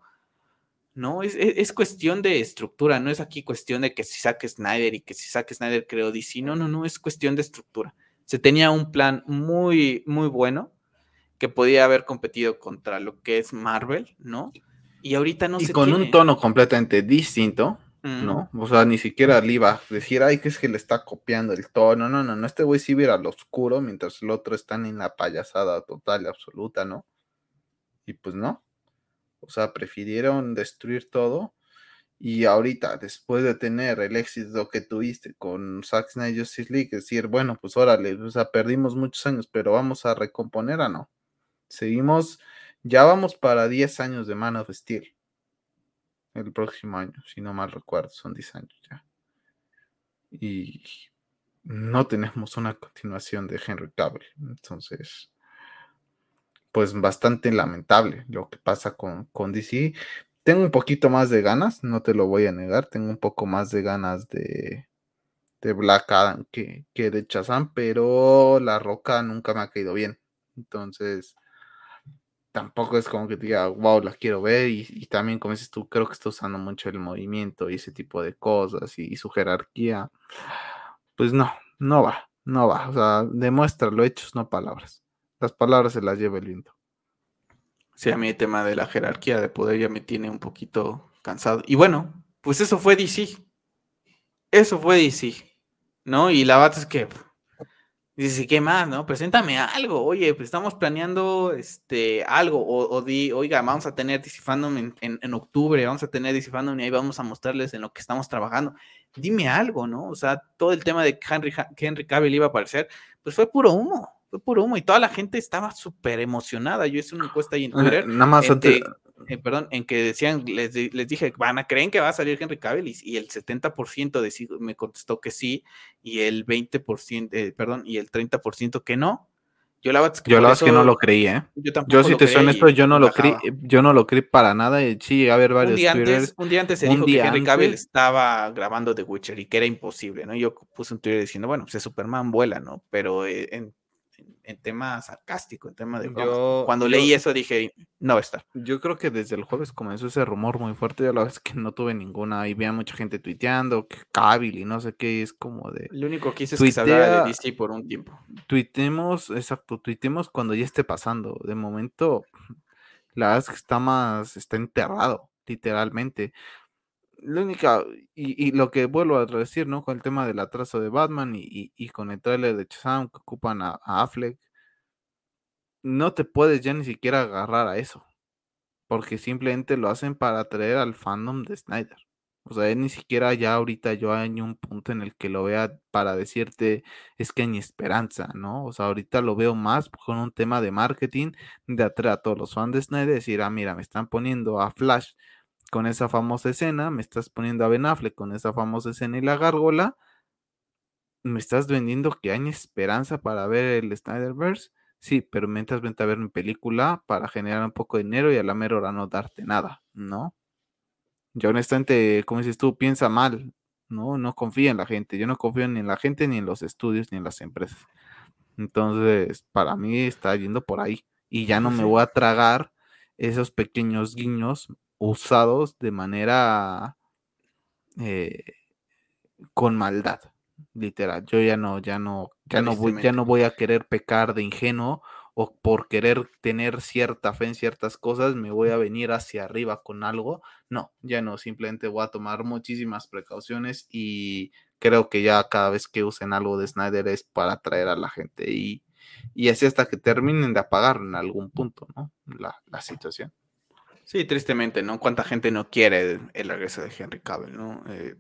No, es, es, es cuestión de estructura, no es aquí cuestión de que si Zack Snyder y que si Zack Snyder creó D C, no, no, no, es cuestión de estructura. Se tenía un plan muy, muy bueno que podía haber competido contra lo que es Marvel, ¿no? Y ahorita no Y se con un tiene. tono completamente distinto, Mm. ¿no? O sea, ni siquiera le iba a decir, ay, que es que le está copiando el tono. No, no, no, este güey sí viera lo oscuro, mientras el otro está en la payasada total y absoluta, ¿no? Y pues no. O sea, prefirieron destruir todo. Y ahorita, después de tener el éxito que tuviste con Zack Snyder Justice League, decir, bueno, pues órale, o sea, perdimos muchos años, pero vamos a recomponer a no. Seguimos, ya vamos para diez años de Man of Steel el próximo año, si no mal recuerdo, son diez años ya. Y no tenemos una continuación de Henry Cavill. Entonces, pues bastante lamentable lo que pasa con, con D C. Tengo un poquito más de ganas, no te lo voy a negar, tengo un poco más de ganas de, de Black Adam que, que de Shazam, pero La Roca nunca me ha caído bien. Entonces, tampoco es como que diga, wow, la quiero ver. Y, y también, como dices tú, creo que está usando mucho el movimiento y ese tipo de cosas y, y su jerarquía. Pues no, no va, no va. O sea, demuéstralo, hechos, no palabras. Las palabras se las lleva el viento. Sí, a mí el tema de la jerarquía de poder ya me tiene un poquito cansado. Y bueno, pues eso fue D C. Eso fue D C, ¿no? Y la verdad es que dice, ¿qué más, no? Preséntame algo. Oye, pues estamos planeando este algo. O, o di, oiga, vamos a tener D C Fandom en, en, en octubre, vamos a tener D C Fandom y ahí vamos a mostrarles en lo que estamos trabajando. Dime algo, ¿no? O sea, todo el tema de que Henry, que Henry Cavill iba a aparecer, pues fue puro humo. Fue puro humo y toda la gente estaba súper emocionada. Yo hice una encuesta ahí en Eh, Twitter, nada más antes, entre, eh, perdón, en que decían, les, les dije, ¿van a creen que va a salir Henry Cavill? Y, y el setenta por ciento de, me contestó que sí, y el veinte por ciento, eh, perdón, y el treinta por ciento que no. Yo la verdad es que yo la por verdad es que no eso lo creí, ¿eh? yo Yo tampoco si lo te soy creía honesto, y yo no lo creí, encajaba. yo no lo creí para nada. Y sí, llegué a ver Un varios día antes, twitters un día antes se un dijo que día Henry Cavill antes. estaba grabando The Witcher y que era imposible, ¿no? Yo puse un Twitter diciendo, bueno, pues Superman vuela, ¿no? Pero eh, en, en, en, tema sarcástico, en tema de bromas. Yo, Cuando yo, leí eso dije, no va a estar. Yo creo que desde el jueves comenzó ese rumor muy fuerte. Yo la verdad es que no tuve ninguna. Y veía mucha gente tuiteando que Cavill y no sé qué. Y es como de Lo único que hice es que se hablara de tuitea, D C por un tiempo. tuitemos, exacto, tuitemos cuando ya esté pasando. De momento, la verdad es que está más, está enterrado, literalmente. La única, y, y lo que vuelvo a decir, ¿no? Con el tema del atraso de Batman y, y, y con el trailer de Shazam que ocupan a, a Affleck, no te puedes ya ni siquiera agarrar a eso. Porque simplemente lo hacen para atraer al fandom de Snyder. O sea, él ni siquiera ya ahorita yo hay un punto en el que lo vea para decirte es que hay esperanza, ¿no? O sea, ahorita lo veo más con un tema de marketing, de atraer a todos los fans de Snyder, decir, ah, mira, me están poniendo a Flash con esa famosa escena, me estás poniendo a Ben Affleck con esa famosa escena y la gárgola, me estás vendiendo que hay esperanza para ver el Snyderverse. Sí, pero mientras vente a ver mi película para generar un poco de dinero y a la mera hora no darte nada, ¿no? Yo honestamente, como dices tú, piensa mal, ¿no? No confía en la gente. Yo no confío ni en la gente, ni en los estudios, ni en las empresas. Entonces, para mí está yendo por ahí. Y ya no Pues me sí. voy a tragar esos pequeños guiños usados de manera eh, con maldad, literal. Yo ya no, ya no, ya no voy, ya no voy a querer pecar de ingenuo o por querer tener cierta fe en ciertas cosas me voy a venir hacia arriba con algo. No, ya no, simplemente voy a tomar muchísimas precauciones y creo que ya cada vez que usen algo de Snyder es para atraer a la gente y, y así hasta que terminen de apagar en algún punto, ¿no? La, la situación. Sí, tristemente, ¿no? ¿Cuánta gente no quiere el, el regreso de Henry Cavill, ¿no? Eh,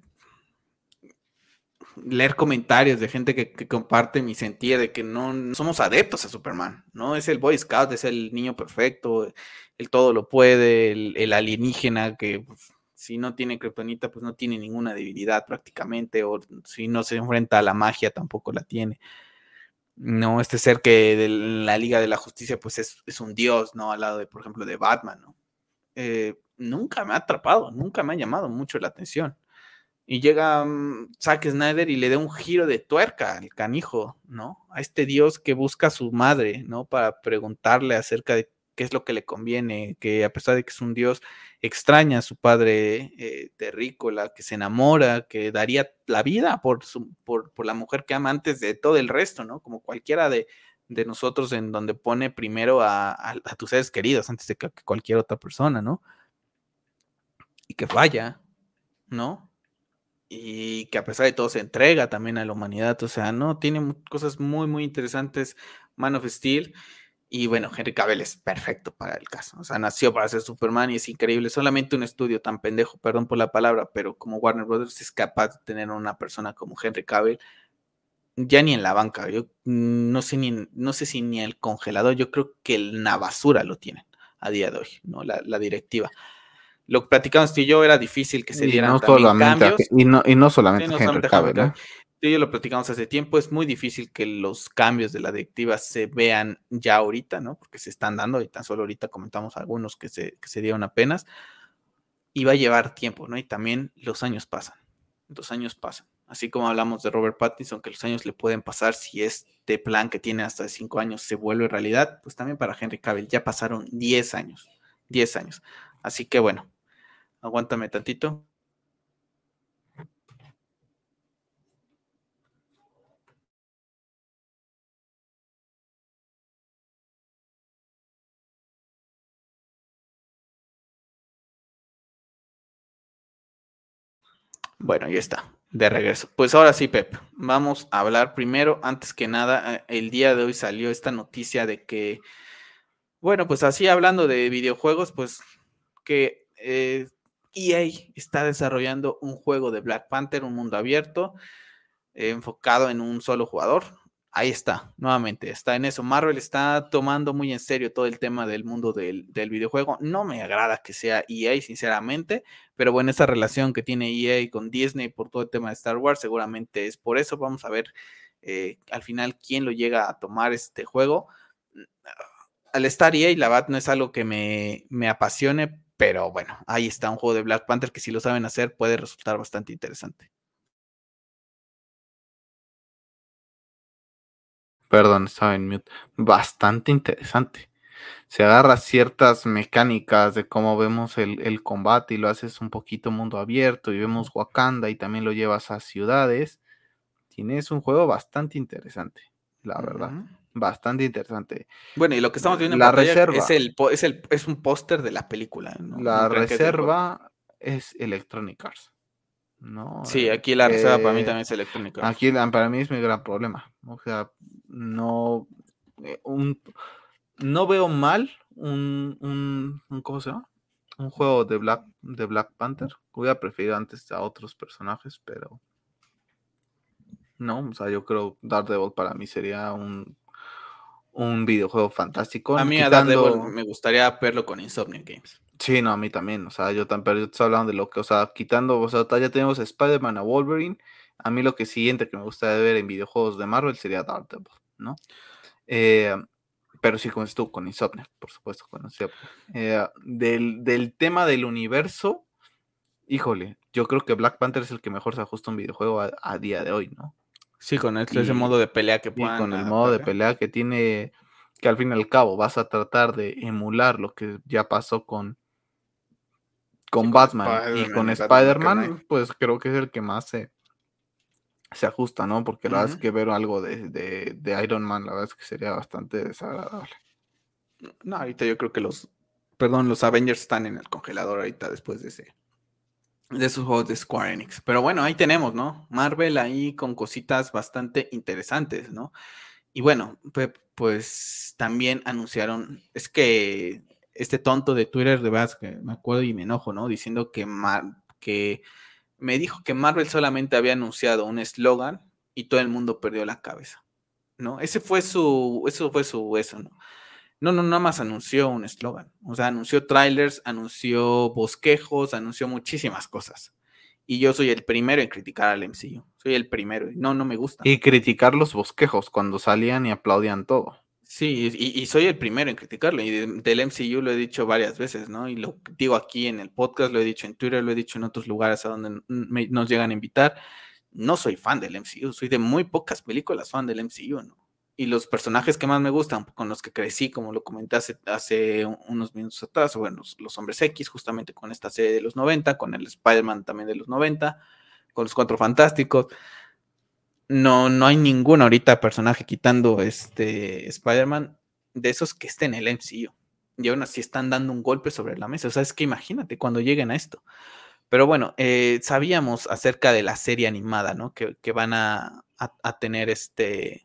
leer comentarios de gente que, que, comparte mi sentir de que no, no somos adeptos a Superman, ¿no? Es el Boy Scout, es el niño perfecto, el todo lo puede, el, el alienígena que pues, si no tiene kriptonita, pues no tiene ninguna debilidad prácticamente, o si no se enfrenta a la magia, tampoco la tiene. No, este ser que de la Liga de la Justicia, pues es, es un dios, ¿no? Al lado de, por ejemplo, de Batman, ¿no? Eh, nunca me ha atrapado, nunca me ha llamado mucho la atención. Y llega um, Zack Snyder y le da un giro de tuerca al canijo, ¿no? A este dios que busca a su madre, ¿no? Para preguntarle acerca de qué es lo que le conviene, que a pesar de que es un dios, extraña a su padre eh, terrícola, que se enamora, que daría la vida por, su, por, por la mujer que ama antes de todo el resto, ¿no? Como cualquiera de, de nosotros en donde pone primero a, a, a tus seres queridos antes de que, que cualquier otra persona, ¿no? Y que falla, ¿no? Y que a pesar de todo se entrega también a la humanidad, o sea, no, tiene cosas muy, muy interesantes Man of Steel, y bueno, Henry Cavill es perfecto para el caso, o sea, nació para ser Superman y es increíble, solamente un estudio tan pendejo, perdón por la palabra, pero como Warner Brothers es capaz de tener una persona como Henry Cavill, ya ni en la banca, yo no sé ni, no sé si ni el congelador, yo creo que en la basura lo tienen a día de hoy, ¿no? La, la directiva. Lo que platicamos tú y yo, era difícil que se Y dieran no también solamente a, cambios. y no, y no Sí, solamente no a Henry solamente Henry Cavill, Cavill. ¿eh? Tú y yo lo platicamos hace tiempo. Es muy difícil que los cambios de la directiva se vean ya ahorita, ¿no? Porque se están dando y tan solo ahorita comentamos algunos que se, que se dieron apenas. Y va a llevar tiempo, ¿no? Y también los años pasan. Los años pasan. Así como hablamos de Robert Pattinson, que los años le pueden pasar si este plan que tiene hasta cinco años se vuelve realidad, pues también para Henry Cavill ya pasaron diez años. diez años. Así que bueno, aguántame tantito. Bueno, ya está, de regreso. Pues ahora sí, Pep, vamos a hablar primero, antes que nada, eh, el día de hoy salió esta noticia de que, bueno, pues así hablando de videojuegos, pues que eh, E A está desarrollando un juego de Black Panther, un mundo abierto, eh, enfocado en un solo jugador. Ahí está, nuevamente, está en eso. Marvel está tomando muy en serio todo el tema del mundo del, del videojuego. No me agrada que sea E A, sinceramente, pero bueno, esa relación que tiene E A con Disney por todo el tema de Star Wars, seguramente es por eso. Vamos a ver eh, al final quién lo llega a tomar este juego. Al estar E A, la verdad no es algo que me, me apasione, pero bueno, ahí está un juego de Black Panther que si lo saben hacer puede resultar bastante interesante. Perdón, estaba en mute. Bastante interesante. Se agarra ciertas mecánicas de cómo vemos el, el combate y lo haces un poquito mundo abierto y vemos Wakanda y también lo llevas a ciudades. Tienes un juego bastante interesante, la verdad. Uh-huh. Bastante interesante. Bueno, y lo que estamos viendo en La pantalla es reserva. el es el es un póster de la película, no, no La crean que es del juego. reserva es Electronic Arts, ¿no? Sí, Eh, aquí la reserva para mí que también es Electronic Arts. aquí la- para mí es mi gran problema. O sea, no, eh, un, no veo mal un, un, un- ¿cómo se llama? Un juego de Black, de Black Panther. Hubiera preferido antes a otros personajes, pero no, o sea, yo creo Daredevil para mí sería un, un videojuego fantástico, A mí a Daredevil quitando. me gustaría verlo con Insomniac Games. Sí, no, a mí también, o sea, yo también, pero yo te estoy hablando de lo que, o sea, quitando, o sea, ya tenemos a Spider-Man, a Wolverine, a mí lo que siguiente que me gustaría ver en videojuegos de Marvel sería Daredevil, ¿no? Eh, pero sí, con esto, con Insomniac, por supuesto, con Insomniac. Eh, del, del tema del universo, híjole, yo creo que Black Panther es el que mejor se ajusta a un videojuego a, a día de hoy, ¿no? Sí, con este, ese modo Y, de pelea que y puedan con el modo de adaptarle. pelea que tiene, que al fin y al cabo vas a tratar de emular lo que ya pasó con Sí, con con Batman y Spider-Man con y Batman Arkham Knight. Spider-Man, pues creo que es el que más se, se ajusta, ¿no? Porque la verdad es Ujú. que ver algo de, de, de Iron Man, la verdad es que sería bastante desagradable. No, ahorita yo creo que los, perdón, los Avengers están en el congelador ahorita después de ese, de esos juegos de Square Enix. Pero bueno, ahí tenemos, ¿no? Marvel ahí con cositas bastante interesantes, ¿no? Y bueno, Pep, pues también anunciaron, es que este tonto de Twitter, de verdad, que me acuerdo y me enojo, ¿no? Diciendo que, Mar que me dijo que Marvel solamente había anunciado un eslogan y todo el mundo perdió la cabeza, ¿no? Ese fue su, eso fue su, eso, ¿no? No, no, nada más anunció un eslogan. O sea, anunció trailers, anunció bosquejos, anunció muchísimas cosas. Y yo soy el primero en criticar al M C U. Soy el primero. No, no me gusta. Y criticar los bosquejos cuando salían y aplaudían todo. Sí, y, y soy el primero en criticarlo. Y de- del M C U lo he dicho varias veces, ¿no? Y lo digo aquí en el podcast, lo he dicho en Twitter, lo he dicho en otros lugares a donde me- nos llegan a invitar. No soy fan del M C U, soy de muy pocas películas fan del M C U, ¿no? Y los personajes que más me gustan, con los que crecí, como lo comenté hace, hace unos minutos atrás, bueno, los, los Hombres X, justamente con esta serie de los noventa, con el Spider-Man también de los noventa, con los Cuatro Fantásticos. No, no hay ningún ahorita personaje quitando este Spider-Man de esos que esté en el M C U. Y aún así están dando un golpe sobre la mesa. O sea, es que imagínate cuando lleguen a esto. Pero bueno, eh, sabíamos acerca de la serie animada, ¿no? Que, que van a, a, a, tener este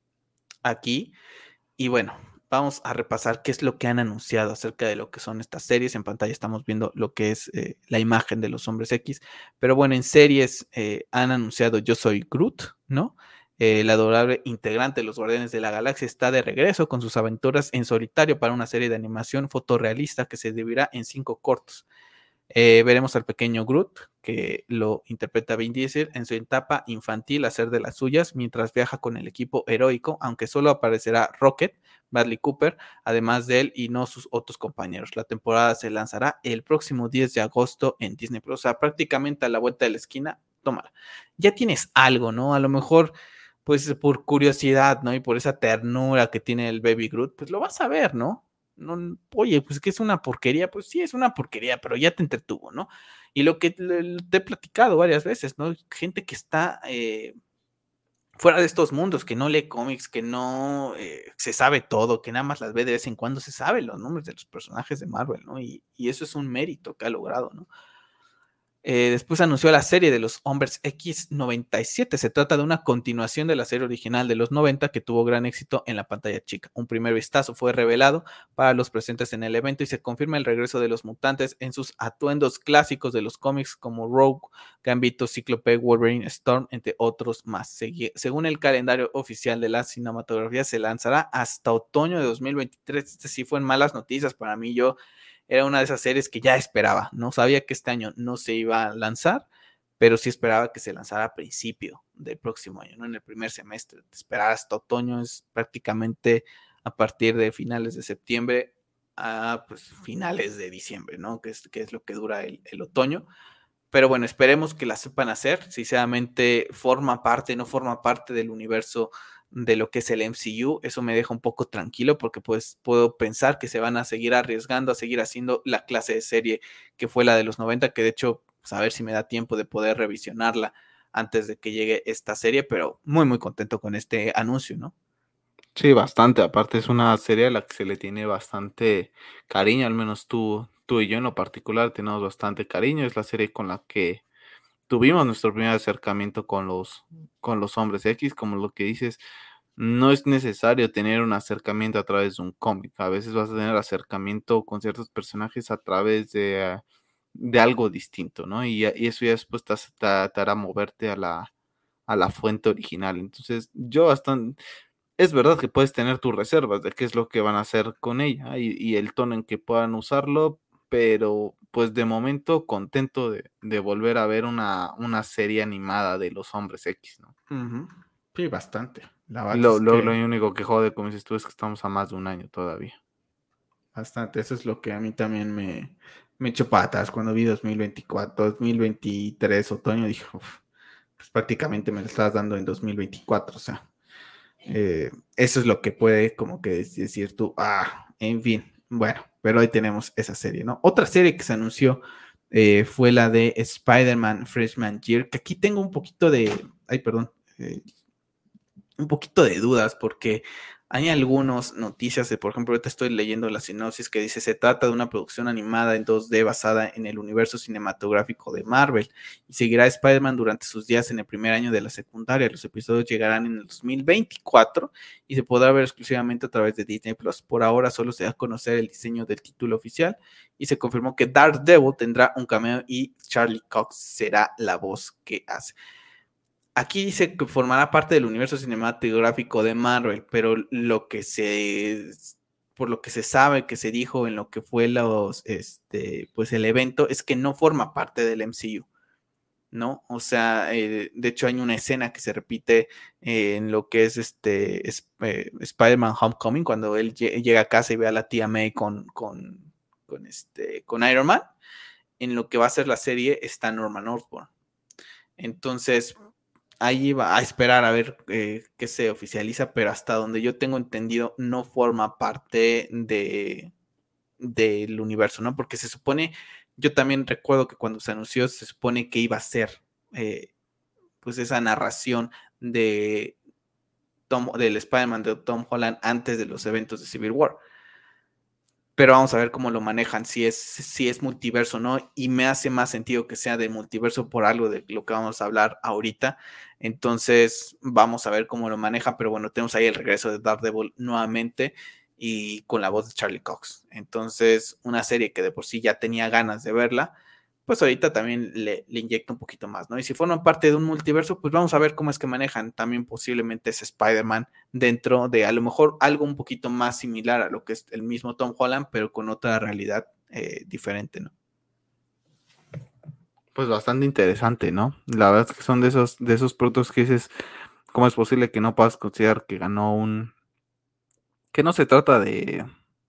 aquí. Y bueno, vamos a repasar qué es lo que han anunciado acerca de lo que son estas series. En pantalla estamos viendo lo que es eh, la imagen de los Hombres X. Pero bueno, en series eh, han anunciado Yo Soy Groot, ¿no? Eh, el adorable integrante de los Guardianes de la Galaxia está de regreso con sus aventuras en solitario para una serie de animación fotorrealista que se dividirá en cinco cortos. Eh, veremos al pequeño Groot, que lo interpreta Vin Diesel, en su etapa infantil a hacer de las suyas mientras viaja con el equipo heroico, aunque solo aparecerá Rocket, Bradley Cooper, además de él y no sus otros compañeros. La temporada se lanzará el próximo diez de agosto en Disney Plus, o sea, prácticamente a la vuelta de la esquina. Tómala. Ya tienes algo, ¿no? A lo mejor, pues por curiosidad, ¿no? Y por esa ternura que tiene el Baby Groot, pues lo vas a ver, ¿no? No, oye, pues que es una porquería, pues sí, es una porquería, pero ya te entretuvo, ¿no? Y lo que le, te he platicado varias veces, ¿no? Gente que está eh, fuera de estos mundos, que no lee cómics, que no eh, se sabe todo, que nada más las ve de vez en cuando, se sabe los nombres de los personajes de Marvel, ¿no? Y, y eso es un mérito que ha logrado, ¿no? Eh, después anunció la serie de los Hombres X noventa y siete. Se trata de una continuación de la serie original de los noventa que tuvo gran éxito en la pantalla chica. Un primer vistazo fue revelado para los presentes en el evento y se confirma el regreso de los mutantes en sus atuendos clásicos de los cómics como Rogue, Gambito, Cíclope, Wolverine, Storm, entre otros más. Según el calendario oficial de la cinematografía, se lanzará hasta otoño de dos mil veintitrés. Este sí fue en malas noticias para mí. Yo era una de esas series que ya esperaba, no sabía que este año no se iba a lanzar, pero sí esperaba que se lanzara a principio del próximo año, no en el primer semestre. Esperar hasta otoño es prácticamente a partir de finales de septiembre a pues, finales de diciembre, ¿no? Que es, que es lo que dura el, el otoño. Pero bueno, esperemos que la sepan hacer. Sinceramente, forma parte, no forma parte del universo de lo que es el M C U. Eso me deja un poco tranquilo porque pues puedo pensar que se van a seguir arriesgando a seguir haciendo la clase de serie que fue la de los noventa, que de hecho, pues, a ver si me da tiempo de poder revisionarla antes de que llegue esta serie, pero muy, muy contento con este anuncio, ¿no? Sí, bastante. Aparte es una serie a la que se le tiene bastante cariño, al menos tú, tú y yo en lo particular tenemos bastante cariño. Es la serie con la que tuvimos nuestro primer acercamiento con los, con los Hombres X, como lo que dices. No es necesario tener un acercamiento a través de un cómic. A veces vas a tener acercamiento con ciertos personajes a través de, ah, de algo distinto, ¿no? Y, y eso ya después te, hace- te- te hará moverte a la, a la fuente original. Entonces, yo bastante, es verdad que puedes tener tus reservas de qué es lo que van a hacer con ella y, y el tono en que puedan usarlo, pero pues de momento contento de, de volver a ver una, una serie animada de los Hombres X, ¿no? Ujú. Sí, bastante. La verdad Lo, es lo, lo que único que jode, como dices tú, es que estamos a más de un año todavía. bastante. Eso es lo que a mí también me, me echó patas cuando vi dos mil veinticuatro, dos mil veintitrés, otoño. Dije, "Uf, pues prácticamente me lo estás dando en dos mil veinticuatro". O sea, eh, eso es lo que puede como que decir tú, ah, en fin, bueno, pero ahí tenemos esa serie, ¿no? Otra serie que se anunció eh, fue la de Spider-Man Freshman Year, que aquí tengo un poquito de, ay, perdón, eh, un poquito de dudas porque hay algunas noticias de, por ejemplo, ahorita estoy leyendo la sinopsis que dice, se trata de una producción animada en dos D basada en el universo cinematográfico de Marvel y seguirá a Spider-Man durante sus días en el primer año de la secundaria. Los episodios llegarán en el dos mil veinticuatro y se podrá ver exclusivamente a través de Disney Plus. Por ahora solo se da a conocer el diseño del título oficial y se confirmó que Daredevil tendrá un cameo y Charlie Cox será la voz que hace. Aquí dice que formará parte del universo cinematográfico de Marvel, pero lo que se, por lo que se sabe, que se dijo en lo que fue los, este, pues el evento, es que no forma parte del M C U, ¿no? O sea, eh, de hecho hay una escena que se repite eh, en lo que es este es, eh, Spider-Man Homecoming, cuando él llega a casa y ve a la tía May con, con, con, este, con Iron Man. En lo que va a ser la serie está Norman Osborn. Entonces, ahí va a esperar a ver eh, qué se oficializa, pero hasta donde yo tengo entendido no forma parte de del universo, ¿no? Porque se supone, yo también recuerdo que cuando se anunció se supone que iba a ser eh, pues esa narración de Tom, del Spider-Man de Tom Holland antes de los eventos de Civil War. Pero vamos a ver cómo lo manejan, si es, si es multiverso o no, y me hace más sentido que sea de multiverso por algo de lo que vamos a hablar ahorita. Entonces, vamos a ver cómo lo manejan, pero bueno, tenemos ahí el regreso de Daredevil nuevamente y con la voz de Charlie Cox. Entonces, una serie que de por sí ya tenía ganas de verla, pues ahorita también le, le inyecta un poquito más, ¿no? Y si forman parte de un multiverso, pues vamos a ver cómo es que manejan también posiblemente ese Spider-Man dentro de a lo mejor algo un poquito más similar a lo que es el mismo Tom Holland, pero con otra realidad eh, diferente, ¿no? Pues bastante interesante, ¿no? La verdad es que son de esos, de esos productos que dices, ¿cómo es posible que no puedas considerar que ganó un... que no se trata de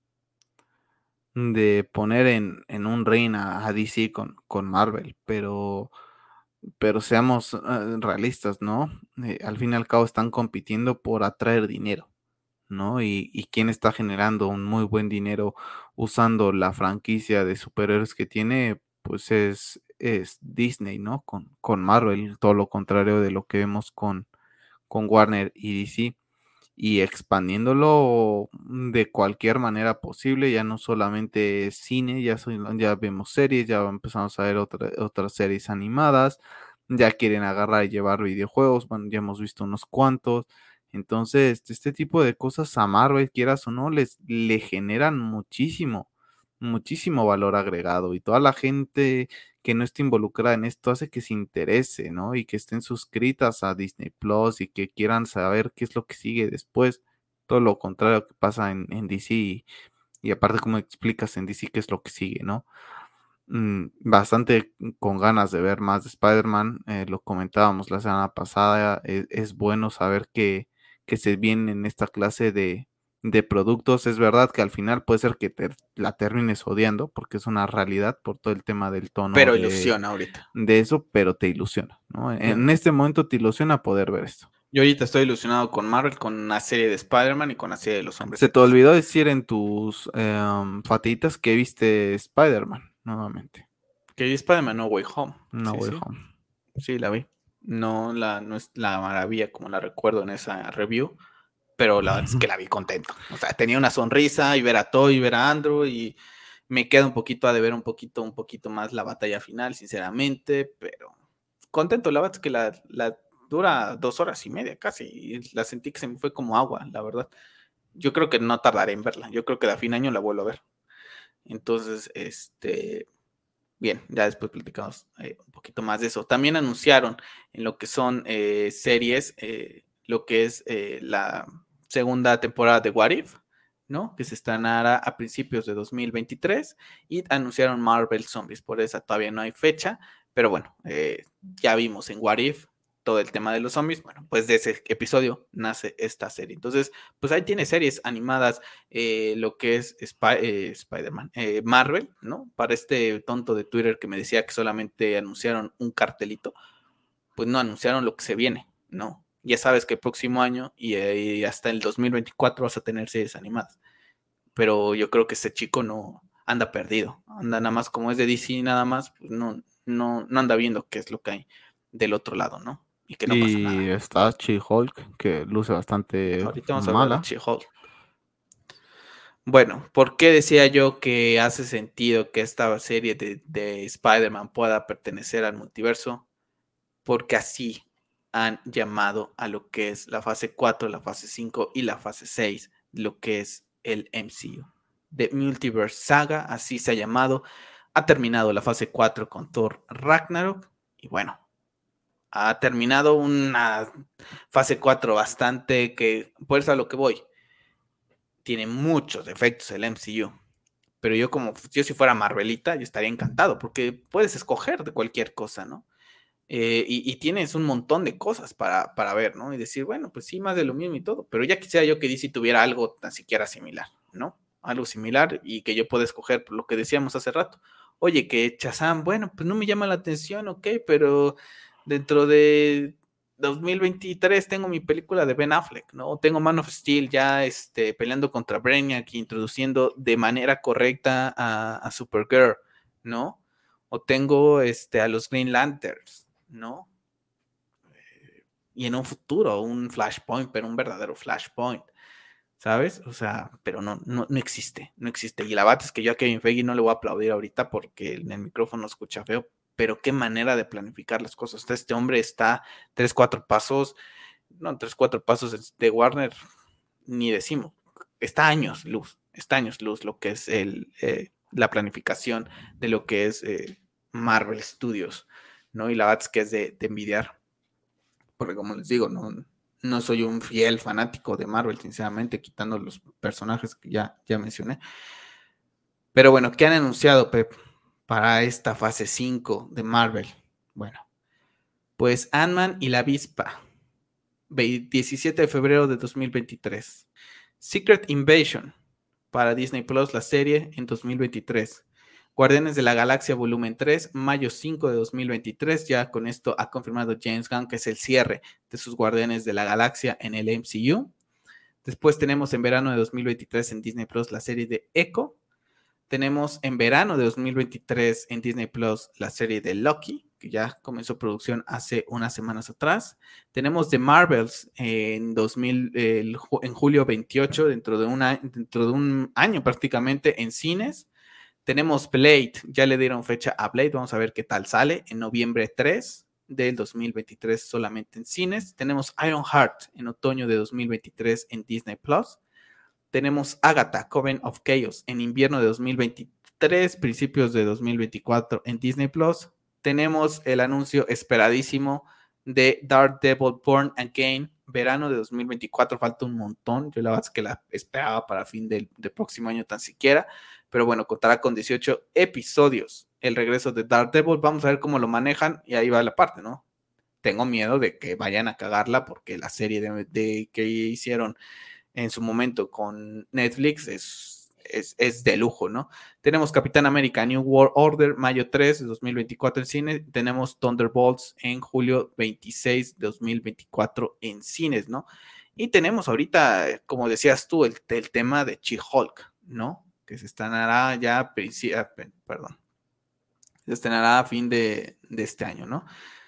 de poner en, en un ring a, a D C con, con Marvel, pero, pero seamos uh, realistas, ¿no? Eh, al fin y al cabo están compitiendo por atraer dinero, ¿no? Y, y quién está generando un muy buen dinero usando la franquicia de superhéroes que tiene, pues es, es Disney, ¿no? Con, con Marvel, todo lo contrario de lo que vemos con, con Warner y D C y expandiéndolo de cualquier manera posible, ya no solamente cine, ya, son, ya vemos series, ya empezamos a ver otra, otras series animadas, ya quieren agarrar y llevar videojuegos, bueno, ya hemos visto unos cuantos, entonces este tipo de cosas a Marvel, quieras o no, les le generan muchísimo, muchísimo valor agregado y toda la gente que no esté involucrada en esto hace que se interese, ¿no? Y que estén suscritas a Disney Plus y que quieran saber qué es lo que sigue después. Todo lo contrario que pasa en, en D C y, y aparte cómo explicas en D C qué es lo que sigue, ¿no? Mm, bastante con ganas de ver más de Spider-Man, eh, lo comentábamos la semana pasada, es, es bueno saber que, que se viene en esta clase de, de productos. Es verdad que al final puede ser que te la termines odiando, porque es una realidad por todo el tema del tono Pero de, ilusiona ahorita. de eso, pero te ilusiona, ¿no? En, en Bueno, este momento te ilusiona poder ver esto. yo ahorita estoy ilusionado con Marvel, con una serie de Spider-Man y con la serie de los Hombres Se te X. olvidó decir en tus eh, fatitas que viste Spider-Man nuevamente. Que vi Spider-Man No Way Home. No Sí, Way sí. Home. Sí, la vi. No, la, no es la maravilla como la recuerdo en esa review, pero la verdad es que la vi contento. O sea, tenía una sonrisa y ver a Toy y ver a Andrew y me queda un poquito a deber un poquito, un poquito más la batalla final, sinceramente, pero contento. La verdad es que la, la dura dos horas y media casi y la sentí que se me fue como agua, la verdad. Yo creo que no tardaré en verla. Yo creo que de a fin de año la vuelvo a ver. Entonces, este, bien, ya después platicamos eh, un poquito más de eso. También anunciaron en lo que son eh, series, eh, lo que es eh, la segunda temporada de What If, ¿no? Que se estrenará a principios de dos mil veintitrés y anunciaron Marvel Zombies. Por esa todavía no hay fecha, pero bueno, eh, ya vimos en What If todo el tema de los zombies. Bueno, pues de ese episodio nace esta serie. Entonces, pues ahí tiene series animadas eh, lo que es Spy, eh, Spider-Man, eh, Marvel, ¿no? Para este tonto de Twitter que me decía que solamente anunciaron un cartelito, pues no anunciaron lo que se viene, ¿no? Ya sabes que el próximo año y, eh, y hasta el dos mil veinticuatro vas a tener series animadas, pero yo creo que ese chico no anda perdido, anda nada más como es de D C nada más, pues no, no, no anda viendo qué es lo que hay del otro lado, ¿no? y que no pasa nada. Y está She-Hulk, que luce bastante Ahorita vamos a hablar de mala. She-Hulk. Bueno, ¿por qué decía yo que hace sentido que esta serie de, de Spider-Man pueda pertenecer al multiverso? Porque así han llamado a lo que es la fase cuatro, la fase cinco y la fase seis, lo que es el M C U. The Multiverse Saga, así se ha llamado. Ha terminado la fase cuatro con Thor Ragnarok y bueno, ha terminado una fase cuatro bastante que, por eso a lo que voy, tiene muchos defectos el M C U. Pero yo como, yo si fuera Marvelita, yo estaría encantado, porque puedes escoger de cualquier cosa, ¿no? Eh, y, y, tienes un montón de cosas para, para ver, ¿no? Y decir, bueno, pues sí, más de lo mismo y todo. Pero ya quisiera yo que D C tuviera algo tan siquiera similar, ¿no? Algo similar y que yo pueda escoger, por lo que decíamos hace rato. Oye, que Shazam, bueno, pues no me llama la atención, ok, pero dentro de dos mil veintitrés tengo mi película de Ben Affleck, ¿no? Tengo Man of Steel ya este, peleando contra Brainiac, introduciendo de manera correcta a, a Supergirl, ¿no? O tengo este, a los Green Lanterns, ¿no? Y en un futuro, un Flashpoint, pero un verdadero Flashpoint, ¿sabes? O sea, pero no, no, no existe, no existe. Y la verdad es que yo a Kevin Feige no le voy a aplaudir ahorita porque en el micrófono escucha feo, pero qué manera de planificar las cosas. Este hombre está tres, cuatro pasos, no, tres, cuatro pasos de Warner, ni decimos, está años luz, está años luz lo que es el, eh, la planificación de lo que es eh, Marvel Studios, ¿no? Y la verdad es que es de, de envidiar, porque como les digo, no, no soy un fiel fanático de Marvel, sinceramente, quitando los personajes que ya, ya mencioné. Pero bueno, ¿qué han anunciado, Pep, para esta fase cinco de Marvel? Bueno, pues Ant-Man y la avispa, diecisiete de febrero de dos mil veintitrés. Secret Invasion, para Disney Plus, la serie en dos mil veintitrés. Guardianes de la Galaxia Volumen tres, mayo cinco de dos mil veintitrés. Ya con esto ha confirmado James Gunn que es el cierre de sus Guardianes de la Galaxia en el M C U. Después tenemos en verano de dos mil veintitrés en Disney Plus la serie de Echo. Tenemos en verano de dos mil veintitrés en Disney Plus la serie de Loki, que ya comenzó producción hace unas semanas atrás. Tenemos The Marvels en, dos mil, eh, en julio veintiocho, dentro de, una, dentro de un año prácticamente en cines. Tenemos Blade, ya le dieron fecha a Blade, vamos a ver qué tal sale, en noviembre tres del dos mil veintitrés solamente en cines. Tenemos Ironheart en otoño de dos mil veintitrés en Disney Plus. Tenemos Agatha, Coven of Chaos en invierno de dos mil veintitrés, principios de dos mil veinticuatro en Disney Plus. Tenemos el anuncio esperadísimo de Daredevil Born Again, verano de dos mil veinticuatro, falta un montón. Yo la verdad es que la esperaba para fin del, del próximo año tan siquiera, pero bueno, contará con dieciocho episodios. El regreso de Daredevil, vamos a ver cómo lo manejan y ahí va la parte, ¿no? Tengo miedo de que vayan a cagarla porque la serie de, de que hicieron en su momento con Netflix es, es, es, de lujo, ¿no? Tenemos Capitán América New World Order, mayo tres de dos mil veinticuatro en cine. Tenemos Thunderbolts en julio veintiséis de dos mil veinticuatro en cines, ¿no? Y tenemos ahorita, como decías tú, el, el tema de She-Hulk, ¿no? Que se estrenará ya, perdón, se estrenará a fin de, de este año, ¿no?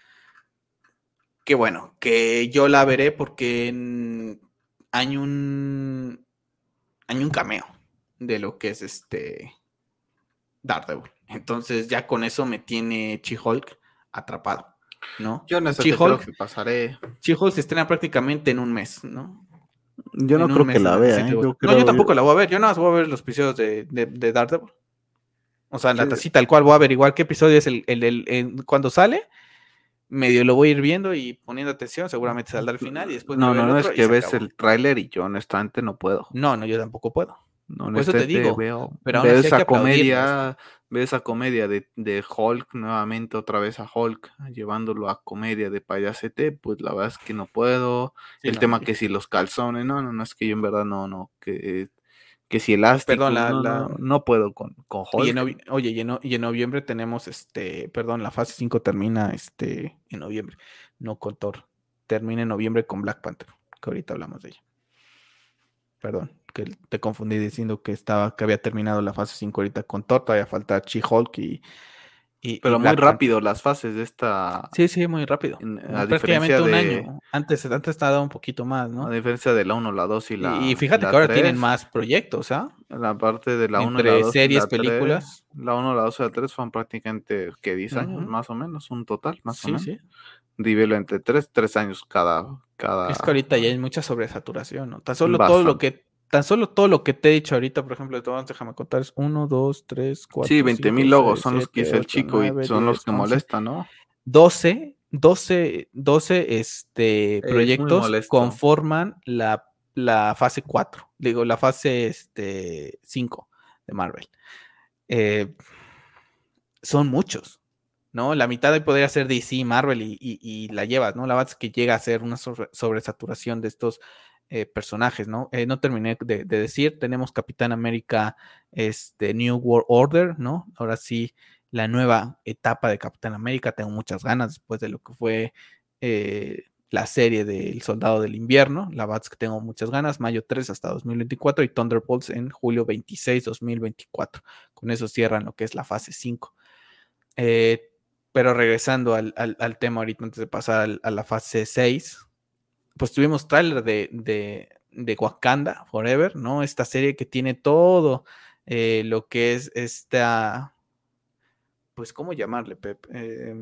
Que bueno, que yo la veré porque en, hay un hay un cameo de lo que es este Daredevil. Entonces ya con eso me tiene She-Hulk atrapado, ¿no? Yo en eso te creo She-Hulk, que pasaré. She-Hulk se estrena prácticamente en un mes, ¿no? Yo no En un creo que mes la el vea, veintisiete ¿eh? de Yo agosto. No, yo creo, tampoco yo, la voy a ver. Yo nada más voy a ver los episodios de, de, de Daredevil. O sea, la que- tacita, al cual voy a averiguar qué episodio es el, el, el, el cuando sale. Medio lo voy a ir viendo y poniendo atención. Seguramente saldrá al final y después me no, veo no, el no, es otro y que se ves acabó. el tráiler y yo honestamente no puedo. No, no, yo tampoco puedo. No, Por eso te honestamente digo. veo, Pero aún veo así hay que esa aplaudirle esto. comedia, veo esa comedia de, de Hulk nuevamente otra vez a Hulk, llevándolo a comedia de payasete, pues la verdad es que no puedo. Sí, El no, no, tema yo. que si los calzones, no, no, no, es que yo en verdad no, no, que, que si elástico, Perdón, la, no, la, no, no puedo con, con y en Hulk. novie- oye, y en, no- y en noviembre tenemos este, perdón, la fase cinco termina este en noviembre, no con Thor. Termina en noviembre con Black Panther, que ahorita hablamos de ella. Perdón, que te confundí diciendo que estaba, que había terminado la fase cinco ahorita con Thor, todavía falta She-Hulk y, y, Pero y muy Black Panther. rápido las fases de esta. Sí, sí, muy rápido. En- ¿no? a Prácticamente diferencia un de. año. Antes, antes estaba un poquito más, A ¿no? diferencia de la uno, la dos y Y, y la, y fíjate que la ahora tienen tres. más proyectos, ¿ah? La parte de la uno y la Entre dos y series, la tres. películas. La uno, la dos y la tres fueron prácticamente, ¿qué? diez años, Ujú. más o menos, un total, más o Sí, menos. sí. Divídelo entre tres, tres años cada, Es que cada, ahorita ya hay mucha sobresaturación, ¿no? Tan solo todo lo bastante. que, tan solo todo lo que te he dicho ahorita, por ejemplo, de todas, déjame contar, es uno, dos, tres, Sí, cuatro, veinte cinco, mil logos seis, son los que siete, hizo el ocho, chico y nueve, son los diez, que once, molestan, ¿no? doce, doce, doce, este, Es muy proyectos molesto. conforman la, la fase cuatro, digo, la fase, este, cinco de Marvel. Eh, son muchos, ¿no? La mitad de podría ser D C, Marvel y, y, y la llevas, ¿no? La verdad es que llega a ser una sobre, sobresaturación de estos eh, personajes, ¿no? Eh, no terminé de, de, decir, tenemos Capitán América, este, New World Order, ¿no? Ahora sí, la nueva etapa de Capitán América, tengo muchas ganas después de lo que fue eh, la serie del Soldado del Invierno, la verdad es que tengo muchas ganas, mayo tres hasta dos mil veinticuatro y Thunderbolts en julio veintiséis, dos mil veinticuatro. Con eso cierran lo que es la fase cinco. Eh, pero regresando al, al, al, tema ahorita, antes de pasar al, a la fase seis, pues tuvimos tráiler de, de, de Wakanda Forever, ¿no? Esta serie que tiene todo eh, lo que es esta, pues, ¿cómo llamarle, Pep? Eh,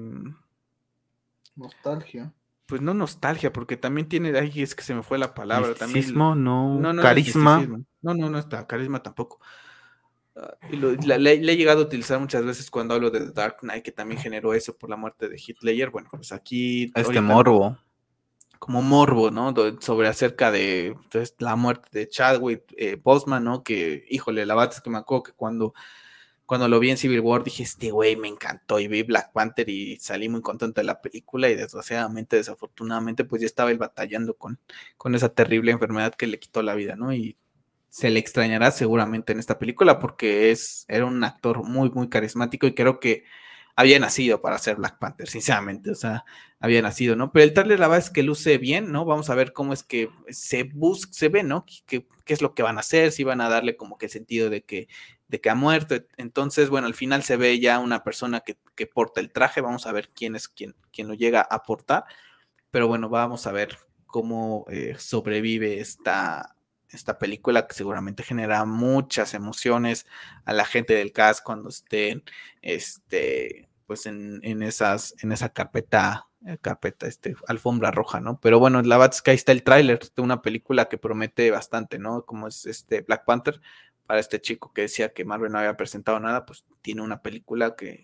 Nostalgia. Pues no nostalgia, porque también tiene, ay, es que se me fue la palabra, también, Misticismo, no. no, no, no es Carisma. misticismo, no, no, no está, carisma tampoco. Uh, y lo, la, le, le, he llegado a utilizar muchas veces cuando hablo de The Dark Knight, que también generó eso por la muerte de Heath Ledger. Bueno, pues aquí Este ahorita morbo. como morbo, ¿no? Sobre acerca de entonces, la muerte de Chadwick eh, Boseman, ¿no? Que, híjole, la verdad es que me acuerdo que cuando, cuando lo vi en Civil War dije, este güey me encantó y vi Black Panther y salí muy contento de la película y desgraciadamente, desafortunadamente, pues ya estaba él batallando con, con esa terrible enfermedad que le quitó la vida, ¿no? Y se le extrañará seguramente en esta película porque es, era un actor muy, muy carismático y creo que había nacido para ser Black Panther, sinceramente, o sea, había nacido, ¿no? Pero el trailer la verdad es que luce bien, ¿no? Vamos a ver cómo es que se busca, se ve, ¿no? ¿Qué, qué es lo que van a hacer? Si van a darle como que el sentido de que, de que ha muerto. Entonces, bueno, al final se ve ya una persona que, que porta el traje, vamos a ver quién es quien, quien lo llega a portar, pero bueno, vamos a ver cómo eh, sobrevive esta, esta película que seguramente genera muchas emociones a la gente del cast cuando estén este, pues en, en, esas, en esa carpeta, eh, carpeta, este, alfombra roja, ¿no? Pero bueno, la verdad es que ahí está el tráiler de una película que promete bastante, ¿no? Como es este Black Panther, para este chico que decía que Marvel no había presentado nada, pues tiene una película que,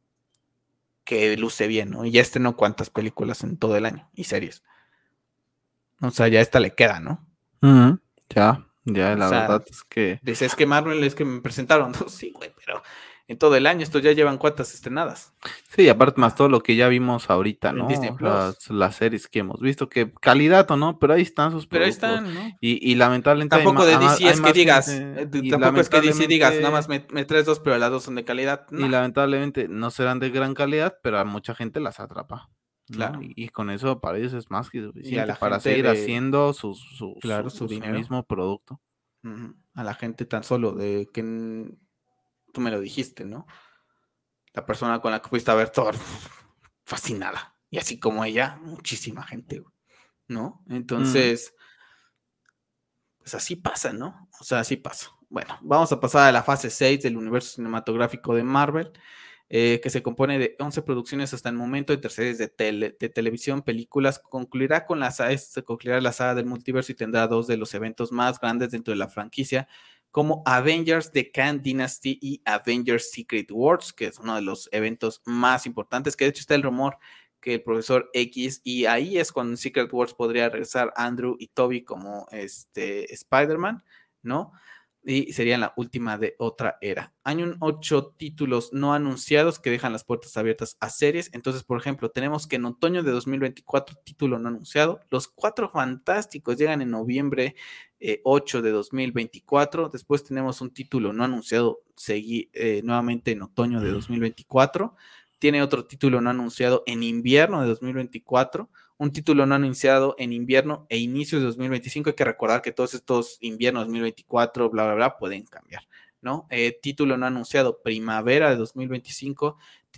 que luce bien, ¿no? Y ya estrenó cuántas películas en todo el año y series. O sea, ya esta le queda, ¿no? Mm, ya, ya, O la sea, verdad es que. dices que Marvel es que me presentaron dos, sí, güey, pero en todo el año estos ya llevan cuántas estrenadas. Sí, aparte más todo lo que ya vimos ahorita, En Disney ¿no? Plus. Las, las series que hemos visto, que calidad o no, pero ahí están sus Pero ahí productos. están, ¿no? Y, y lamentablemente hay, Tampoco ma- de ama- D C hay es que más digas, gente, eh, y tampoco es que D C digas, nada más lamentablemente, me, me traes dos, pero las dos son de calidad. y No, lamentablemente no serán de gran calidad, pero a mucha gente las atrapa, ¿no? claro. Y, y con eso para ellos es más que Y a suficiente la para gente seguir le, haciendo su, su, claro, su, su su dinero. mismo producto. Uh-huh. A la gente tan solo de que n- tú me lo dijiste, ¿no? La persona con la que fuiste a ver Thor, fascinada. Y así como ella, muchísima gente, ¿no? Mm. Entonces, pues así pasa, ¿no? O sea, así pasa. Bueno, vamos a pasar a la fase seis del universo cinematográfico de Marvel, eh, que se compone de once producciones hasta el momento entre series de, tele, de televisión, películas. Concluirá con la, se concluirá la saga del multiverso y tendrá dos de los eventos más grandes dentro de la franquicia, como Avengers The Kang Dynasty y Avengers Secret Wars, que es uno de los eventos más importantes, que de hecho está el rumor que el profesor X, y ahí es cuando en Secret Wars podría regresar Andrew y Toby como este Spider-Man, ¿no? Y sería la última de otra era. Hay un ocho títulos no anunciados que dejan las puertas abiertas a series. Entonces, por ejemplo, tenemos que en otoño de dos mil veinticuatro, título no anunciado. Los Cuatro Fantásticos llegan en noviembre eh, ocho de dos mil veinticuatro. Después tenemos un título no anunciado segui, eh, nuevamente en otoño de dos mil veinticuatro. Tiene otro título no anunciado en invierno de dos mil veinticuatro, un título no anunciado en invierno e inicio de dos mil veinticinco. Hay que recordar que todos estos inviernos dos mil veinticuatro, bla, bla, bla, pueden cambiar, ¿no? Eh, título no anunciado primavera de dos mil veinticinco,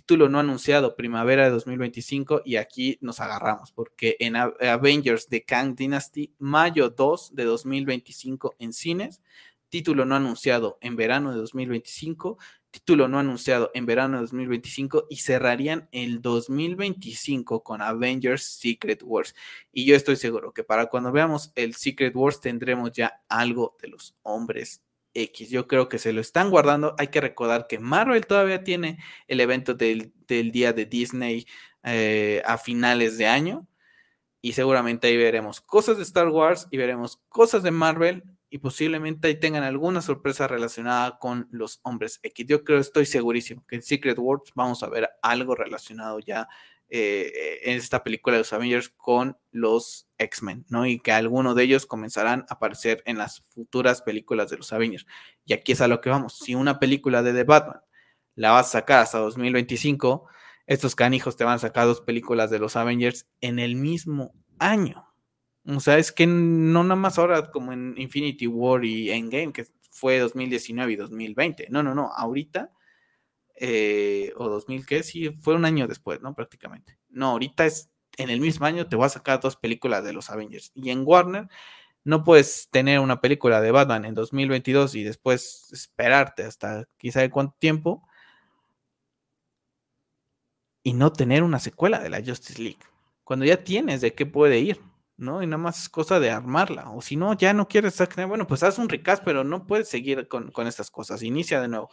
título no anunciado, primavera de dos mil veinticinco, y aquí nos agarramos, porque en Avengers The Kang Dynasty, mayo dos de dos mil veinticinco en cines, título no anunciado en verano de dos mil veinticinco, título no anunciado en verano de dos mil veinticinco, y cerrarían el dos mil veinticinco con Avengers Secret Wars. Y yo estoy seguro que para cuando veamos el Secret Wars tendremos ya algo de los hombres X. Yo creo que se lo están guardando. Hay que recordar que Marvel todavía tiene el evento del, del día de Disney eh, a finales de año, y seguramente ahí veremos cosas de Star Wars y veremos cosas de Marvel, y posiblemente ahí tengan alguna sorpresa relacionada con los hombres X. Yo creo, estoy segurísimo que en Secret Wars vamos a ver algo relacionado ya eh, en esta película de los Avengers con los X-Men, ¿no? Y que algunos de ellos comenzarán a aparecer en las futuras películas de los Avengers. Y aquí es a lo que vamos. Si una película de The Batman la vas a sacar hasta dos mil veinticinco, estos canijos te van a sacar dos películas de los Avengers en el mismo año. O sea, es que no nada más ahora como en Infinity War y Endgame, que fue dos mil diecinueve y dos mil veinte. No, no, no. Ahorita, eh, o dos mil, ¿qué? Sí, fue un año después, ¿no? Prácticamente. No, ahorita es en el mismo año te voy a sacar dos películas de los Avengers. Y en Warner no puedes tener una película de Batman en dos mil veintidós y después esperarte hasta quizá de cuánto tiempo y no tener una secuela de la Justice League, cuando ya tienes de qué puede ir, ¿no? Y nada más es cosa de armarla, o si no, ya no quieres, bueno, pues haz un recast, pero no puedes seguir con, con estas cosas, inicia de nuevo.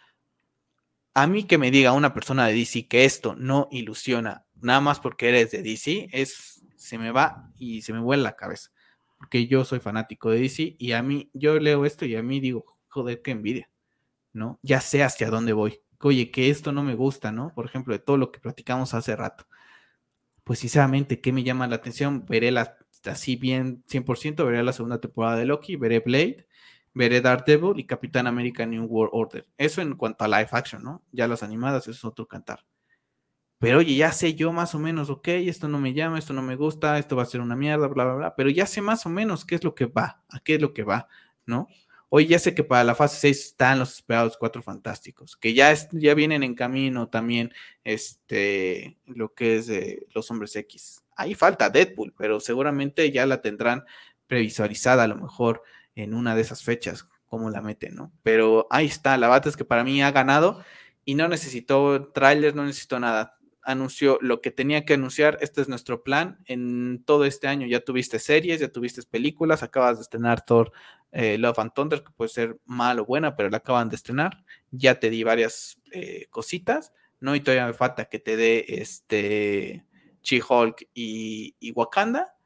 A mí que me diga una persona de D C que esto no ilusiona, nada más porque eres de D C, es, se me va y se me vuela la cabeza, porque yo soy fanático de D C, y a mí, yo leo esto y a mí digo, joder, qué envidia, ¿no? Ya sé hacia dónde voy. Oye, que esto no me gusta, ¿no? Por ejemplo, de todo lo que platicamos hace rato. Pues sinceramente, ¿qué me llama la atención? Veré la, así bien cien por ciento, veré la segunda temporada de Loki, veré Blade, veré Daredevil y Capitán América New World Order. Eso en cuanto a live action, ¿no? Ya las animadas, eso es otro cantar. Pero oye, ya sé yo más o menos, ok, esto no me llama, esto no me gusta, esto va a ser una mierda, bla, bla, bla, pero ya sé más o menos qué es lo que va, a qué es lo que va, ¿no? Hoy ya sé que para la fase seis están los esperados Cuatro Fantásticos, que ya, es, ya vienen en camino también este, lo que es eh, los Hombres X. Ahí falta Deadpool, pero seguramente ya la tendrán previsualizada a lo mejor en una de esas fechas, como la meten, ¿no? Pero ahí está, la bata es que para mí ha ganado y no necesitó trailers, no necesitó nada. Anunció lo que tenía que anunciar. Este es nuestro plan. En todo este año ya tuviste series, ya tuviste películas, acabas de estrenar Thor eh, Love and Thunder, que puede ser mal o buena, pero la acaban de estrenar. Ya te di varias eh, cositas, ¿no? Y todavía me falta que te dé este She-Hulk y, y Wakanda.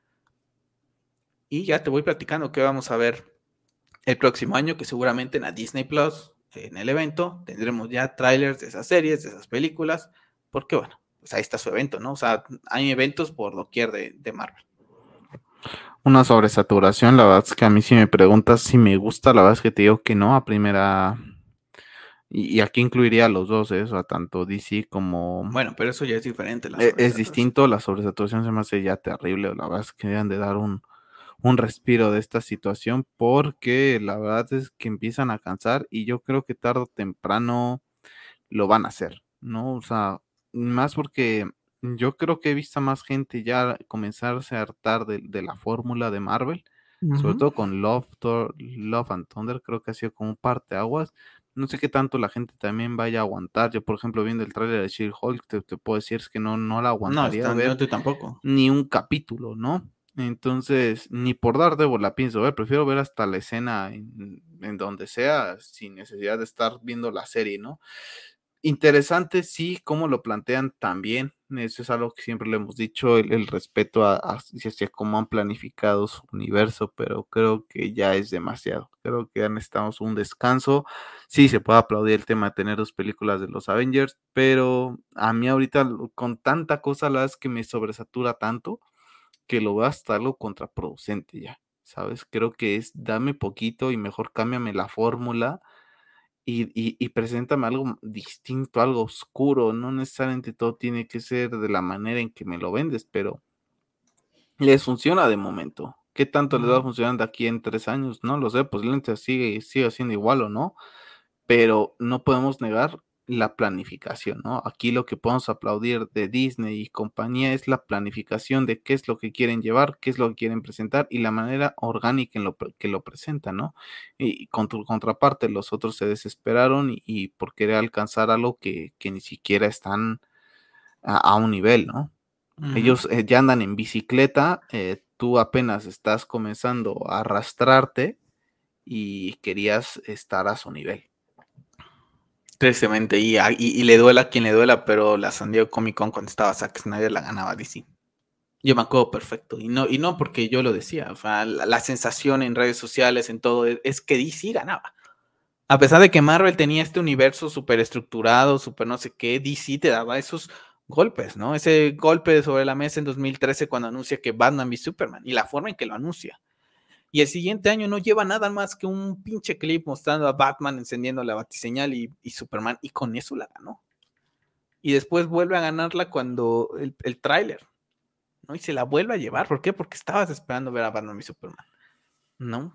Y ya te voy platicando qué vamos a ver el próximo año, que seguramente en la Disney Plus, en el evento, tendremos ya trailers de esas series, de esas películas, porque bueno, pues ahí está su evento, ¿no? O sea, hay eventos por doquier de, de Marvel. Una sobresaturación, la verdad es que a mí si me preguntas si me gusta, la verdad es que te digo que no a primera. Y, y aquí incluiría a los dos, ¿eh? O sea, tanto D C como... Bueno, pero eso ya es diferente. La es, es distinto, la sobresaturación se me hace ya terrible, la verdad es que deben de dar un, un respiro de esta situación porque la verdad es que empiezan a cansar y yo creo que tarde o temprano lo van a hacer, ¿no? O sea, más porque yo creo que he visto a más gente ya comenzarse a hartar de, de la fórmula de Marvel, sobre Uh-huh. todo con Love, Thor, Love and Thunder, creo que ha sido como un parteaguas. No sé qué tanto la gente también vaya a aguantar. Yo, por ejemplo, viendo el tráiler de She-Hulk, te, te puedo decir es que no, no la No, aguantaría está, yo ver tampoco. ni un capítulo, ¿no? Entonces, ni por Daredevil la pienso ver, prefiero ver hasta la escena en, en donde sea, sin necesidad de estar viendo la serie, ¿no? Interesante, sí, cómo lo plantean también. Eso es algo que siempre le hemos dicho, el, el respeto a, a hacia cómo han planificado su universo, pero creo que ya es demasiado. Creo que ya necesitamos un descanso. Sí, se puede aplaudir el tema de tener dos películas de los Avengers, pero a mí ahorita lo- con tanta cosa, la verdad es que me sobresatura tanto que lo veo hasta algo contraproducente ya, ¿sabes? Creo que es dame poquito y mejor cámbiame la fórmula y, y, y preséntame algo distinto, algo oscuro. No necesariamente todo tiene que ser de la manera en que me lo vendes, pero les funciona de momento. ¿Qué tanto les va a Uh-huh. funcionar de aquí en tres años? No lo sé, posiblemente sigue, siga siendo igual o no, pero no podemos negar la planificación, ¿no? Aquí lo que podemos aplaudir de Disney y compañía es la planificación de qué es lo que quieren llevar, qué es lo que quieren presentar y la manera orgánica en lo pre- que lo presentan, ¿no? Y con tu contraparte, los otros se desesperaron y, y por querer alcanzar algo que, que ni siquiera están a, a un nivel, ¿no? Ujú. Ellos eh, ya andan en bicicleta, eh, tú apenas estás comenzando a arrastrarte y querías estar a su nivel. Tristemente, y, a- y, y le duela a quien le duela, pero la San Diego Comic Con cuando estaba Zack Snyder la ganaba D C. Yo me acuerdo perfecto, y no, y no porque yo lo decía, o sea, la, la sensación en redes sociales, en todo, es, es que D C ganaba. A pesar de que Marvel tenía este universo súper estructurado, súper no sé qué, D C te daba esos golpes, ¿no? Ese golpe sobre la mesa en dos mil trece cuando anuncia que Batman v Superman, y la forma en que lo anuncia. Y el siguiente año no lleva nada más que un pinche clip mostrando a Batman encendiendo la batiseñal y, y Superman, y con eso la ganó. Y después vuelve a ganarla cuando el, el tráiler, ¿no? Y se la vuelve a llevar. ¿Por qué? Porque estabas esperando ver a Batman y Superman, ¿no?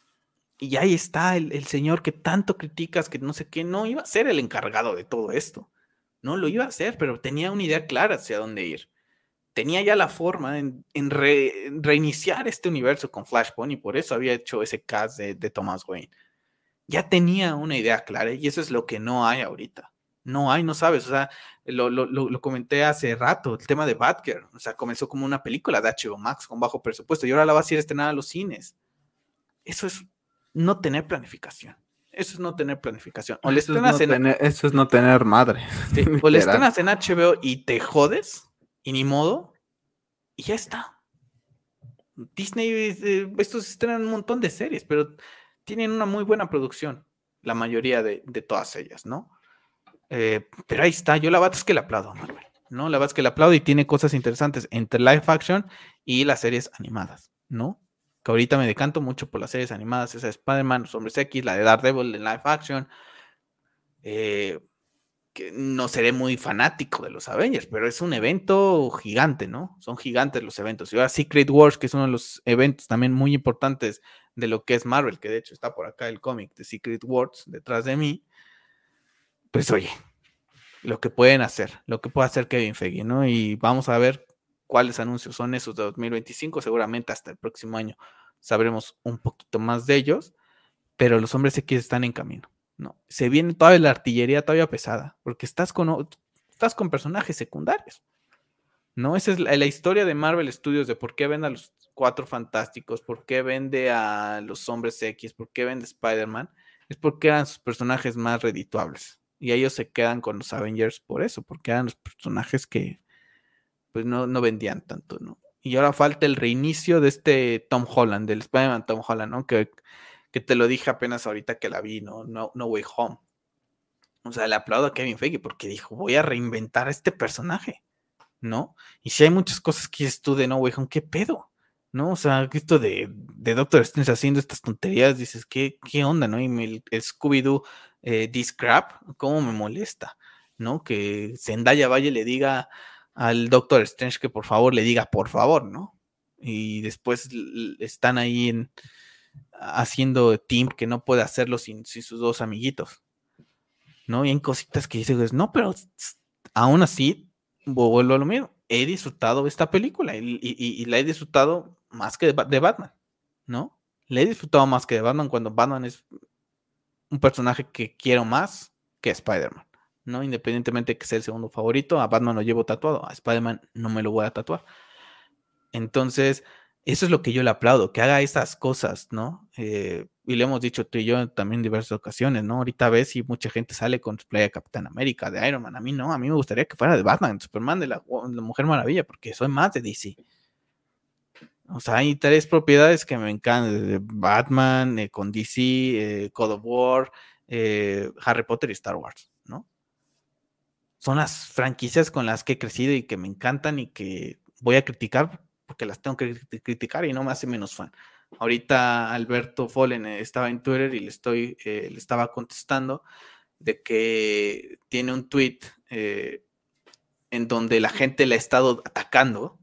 Y ahí está el, el señor que tanto criticas, que no sé qué, no iba a ser el encargado de todo esto. No lo iba a hacer, pero tenía una idea clara hacia dónde ir. Tenía ya la forma en, en, re, en reiniciar este universo con Flashpoint y por eso había hecho ese cast de, de Thomas Wayne. Ya tenía una idea clara y eso es lo que no hay ahorita. No hay, no sabes, o sea, lo, lo, lo, lo comenté hace rato, el tema de Batgirl, o sea, comenzó como una película de H B O Max con bajo presupuesto y ahora la vas a ir a estrenar a los cines. Eso es no tener planificación. Eso es no tener planificación. O le Eso es estrenas no en, tener, eso es no tener madre, sí, o le literal. estrenas en H B O y te jodes, y ni modo, y ya está. Disney, eh, estos estrenan un montón de series, pero tienen una muy buena producción, la mayoría de, de todas ellas, ¿no? Eh, pero ahí está, yo la verdad es que le aplaudo a Marvel, ¿no? La verdad es que le aplaudo y tiene cosas interesantes entre live action y las series animadas, ¿no? Que ahorita me decanto mucho por las series animadas, esa de Spider-Man, Los Hombres X, la de Daredevil en live action. Eh, que no seré muy fanático de los Avengers, pero es un evento gigante, ¿no? Son gigantes los eventos. Y ahora Secret Wars, que es uno de los eventos también muy importantes de lo que es Marvel, que de hecho está por acá el cómic de Secret Wars detrás de mí, pues oye, lo que pueden hacer, lo que puede hacer Kevin Feige, ¿no? Y vamos a ver cuáles anuncios son esos de dos mil veinticinco, seguramente hasta el próximo año sabremos un poquito más de ellos, pero los hombres X están en camino, ¿no? Se viene toda la artillería todavía pesada, porque estás con, estás con personajes secundarios, ¿no? Esa es la, la historia de Marvel Studios, de por qué vende a los Cuatro Fantásticos, por qué vende a los Hombres X, por qué vende a Spider-Man, es porque eran sus personajes más redituables. Y ellos se quedan con los Avengers por eso, porque eran los personajes que pues no, no vendían tanto, ¿no? Y ahora falta el reinicio de este Tom Holland, del Spider-Man Tom Holland, ¿no? Que, que te lo dije apenas ahorita que la vi, ¿no? No, no Way Home. O sea, le aplaudo a Kevin Feige porque dijo, voy a reinventar a este personaje, ¿no? Y si hay muchas cosas que dices tú de No Way Home, ¿qué pedo? ¿No? O sea, esto de, de Doctor Strange haciendo estas tonterías, dices, ¿qué, qué onda, no? Y me, el, el Scooby-Doo eh, This Crap, ¿cómo me molesta? ¿No? Que Zendaya vaya y le diga al Doctor Strange que por favor le diga por favor, ¿no? Y después están ahí en, haciendo team que no puede hacerlo sin, sin sus dos amiguitos, ¿no? Y hay cositas que dices, no, pero aún así, vuelvo a lo mismo. He disfrutado esta película y, y, y la he disfrutado más que de, de Batman, ¿no? Le he disfrutado más que de Batman cuando Batman es un personaje que quiero más que Spider-Man, ¿no? Independientemente de que sea el segundo favorito, a Batman lo llevo tatuado, a Spider-Man no me lo voy a tatuar. Entonces, eso es lo que yo le aplaudo, que haga esas cosas, ¿no? Eh, y le hemos dicho tú y yo también en diversas ocasiones, ¿no? Ahorita ves y mucha gente sale con su playa de Capitán América, de Iron Man. A mí no, a mí me gustaría que fuera de Batman, de Superman, de la, la Mujer Maravilla, porque soy más de D C. O sea, hay tres propiedades que me encantan, de Batman, eh, con D C, eh, God of War, eh, Harry Potter y Star Wars, ¿no? Son las franquicias con las que he crecido y que me encantan y que voy a criticar porque las tengo que criticar y no me hace menos fan. Ahorita Alberto Follen estaba en Twitter y le estoy, eh, le estaba contestando de que tiene un tweet eh, en donde la gente le ha estado atacando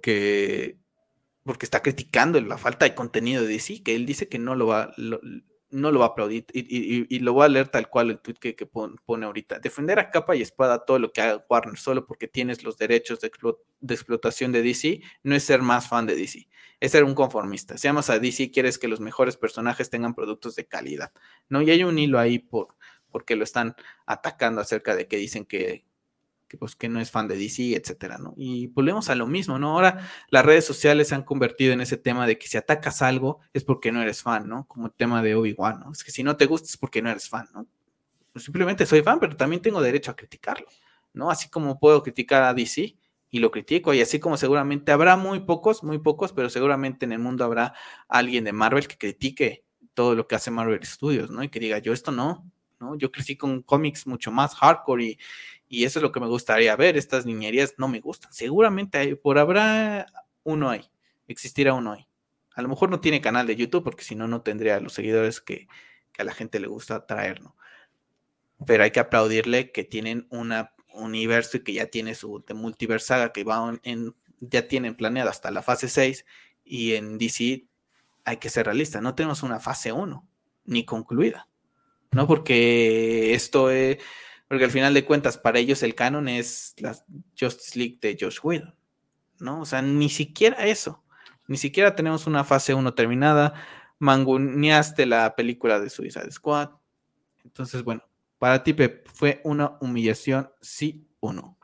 porque, porque está criticando la falta de contenido de D C, que él dice que no lo va, lo, no lo va a aplaudir. Y, y, y lo voy a leer tal cual el tweet que, que pone ahorita. Defender a capa y espada todo lo que haga Warner solo porque tienes los derechos de, explo de explotación de D C no es ser más fan de D C. Es ser un conformista. Si amas a D C, quieres que los mejores personajes tengan productos de calidad, ¿no? Y hay un hilo ahí por porque lo están atacando acerca de que dicen que que pues que no es fan de D C, etcétera, ¿no? Y volvemos a lo mismo, ¿no? Ahora las redes sociales se han convertido en ese tema de que si atacas algo es porque no eres fan, ¿no? Como el tema de Obi-Wan, ¿no? Es que si no te gusta es porque no eres fan, ¿no? Pues simplemente soy fan, pero también tengo derecho a criticarlo, ¿no? Así como puedo criticar a D C y lo critico, y así como seguramente habrá muy pocos, muy pocos, pero seguramente en el mundo habrá alguien de Marvel que critique todo lo que hace Marvel Studios, ¿no? Y que diga, yo esto no, ¿no? Yo crecí con cómics mucho más hardcore y, y eso es lo que me gustaría ver, estas niñerías no me gustan. Seguramente hay, por habrá uno ahí, existirá uno ahí. A lo mejor no tiene canal de YouTube porque si no, no tendría los seguidores que, que a la gente le gusta traer, ¿no? Pero hay que aplaudirle que tienen un universo y que ya tiene su de multiverse saga que va en, ya tienen planeado hasta la fase seis y en D C hay que ser realista, no tenemos una fase uno ni concluida, ¿no? Porque esto es, porque al final de cuentas para ellos el canon es la Justice League de Joss Whedon, ¿no? O sea, ni siquiera eso, ni siquiera tenemos una fase uno terminada, manguneaste la película de Suicide Squad, entonces bueno, para ti, Pep, ¿fue una humillación, sí o no?